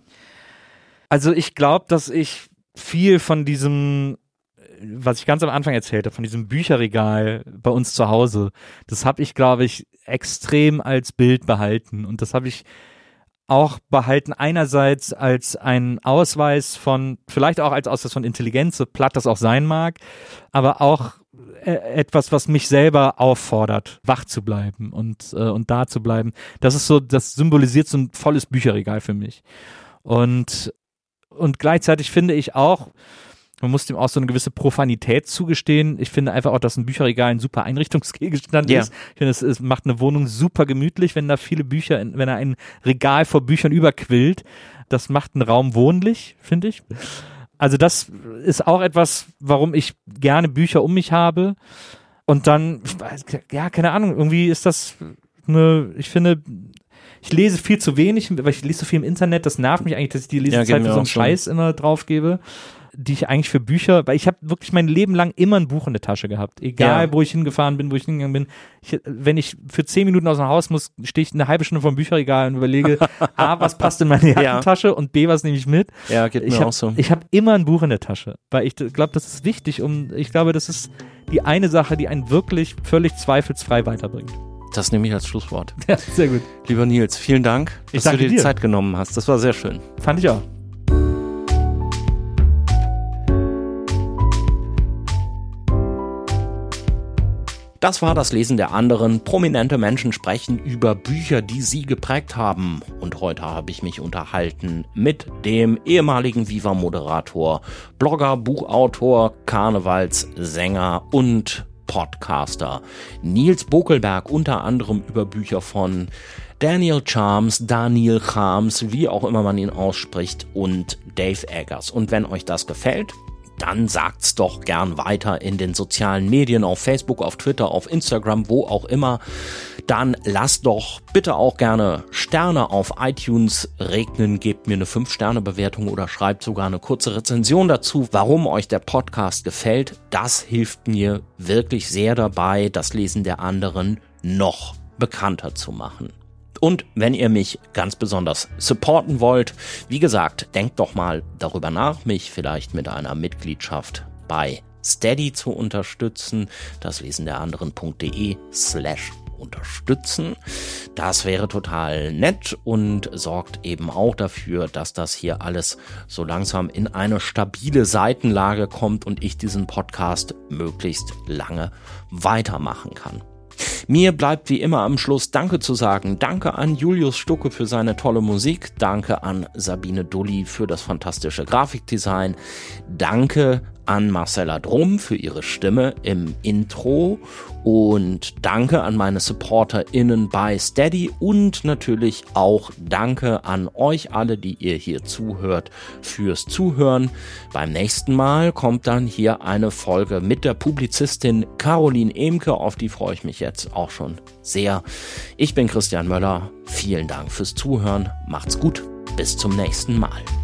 Also ich glaube, dass ich viel von diesem, was ich ganz am Anfang erzählt habe, von diesem Bücherregal bei uns zu Hause, das habe ich, glaube ich, extrem als Bild behalten. Und das habe ich auch behalten einerseits als ein Ausweis von, vielleicht auch als Ausweis von Intelligenz, so platt das auch sein mag, aber auch äh, etwas, was mich selber auffordert, wach zu bleiben und, äh, und da zu bleiben. Das ist so, das symbolisiert so ein volles Bücherregal für mich. Und, und gleichzeitig finde ich auch, man muss dem auch so eine gewisse Profanität zugestehen. Ich finde einfach auch, dass ein Bücherregal ein super Einrichtungsgegenstand Ja. ist. Ich finde, es, es macht eine Wohnung super gemütlich, wenn da viele Bücher, in, wenn da ein Regal vor Büchern überquillt. Das macht einen Raum wohnlich, finde ich. Also das ist auch etwas, warum ich gerne Bücher um mich habe. Und dann, ja, keine Ahnung, irgendwie ist das eine, ich finde, ich lese viel zu wenig, weil ich lese so viel im Internet. Das nervt mich eigentlich, dass ich die Ja, Lesezeit geht für mir so einen auch so. Scheiß immer drauf gebe, die ich eigentlich für Bücher, weil ich habe wirklich mein Leben lang immer ein Buch in der Tasche gehabt. Egal, Ja. wo ich hingefahren bin, wo ich hingegangen bin. Ich, wenn ich für zehn Minuten aus dem Haus muss, stehe ich eine halbe Stunde vor dem Bücherregal und überlege, A, was passt in meine Ja. Jackentasche und B, was nehme ich mit. Ja, geht Ich mir habe auch so. ich hab immer ein Buch in der Tasche, weil ich glaube, das ist wichtig, um, ich glaube, das ist die eine Sache, die einen wirklich völlig zweifelsfrei weiterbringt. Das nehme ich als Schlusswort. Ja, sehr gut. Lieber Nils, vielen Dank, Ich dass du danke dir die dir. Zeit genommen hast. Das war sehr schön. Fand ich auch. Das war das Lesen der anderen. Prominente Menschen sprechen über Bücher, die sie geprägt haben. Und heute habe ich mich unterhalten mit dem ehemaligen Viva-Moderator, Blogger, Buchautor, Karnevalssänger und Podcaster Nils Bokelberg, unter anderem über Bücher von Daniel Charms, Daniel Charms, wie auch immer man ihn ausspricht, und Dave Eggers. Und wenn euch das gefällt, dann sagt's doch gern weiter in den sozialen Medien, auf Facebook, auf Twitter, auf Instagram, wo auch immer. Dann lasst doch bitte auch gerne Sterne auf iTunes regnen, gebt mir eine fünf Sterne Bewertung oder schreibt sogar eine kurze Rezension dazu, warum euch der Podcast gefällt. Das hilft mir wirklich sehr dabei, das Lesen der anderen noch bekannter zu machen. Und wenn ihr mich ganz besonders supporten wollt, wie gesagt, denkt doch mal darüber nach, mich vielleicht mit einer Mitgliedschaft bei Steady zu unterstützen. Das lesen der anderen.de slash unterstützen. Das wäre total nett und sorgt eben auch dafür, dass das hier alles so langsam in eine stabile Seitenlage kommt und ich diesen Podcast möglichst lange weitermachen kann. Mir bleibt wie immer am Schluss Danke zu sagen. Danke an Julius Stucke für seine tolle Musik. Danke an Sabine Dulli für das fantastische Grafikdesign. Danke an Marcella Drum für ihre Stimme im Intro. Und danke an meine SupporterInnen bei Steady und natürlich auch danke an euch alle, die ihr hier zuhört, fürs Zuhören. Beim nächsten Mal kommt dann hier eine Folge mit der Publizistin Caroline Emke, auf die freue ich mich jetzt auch schon sehr. Ich bin Christian Möller, vielen Dank fürs Zuhören, macht's gut, bis zum nächsten Mal.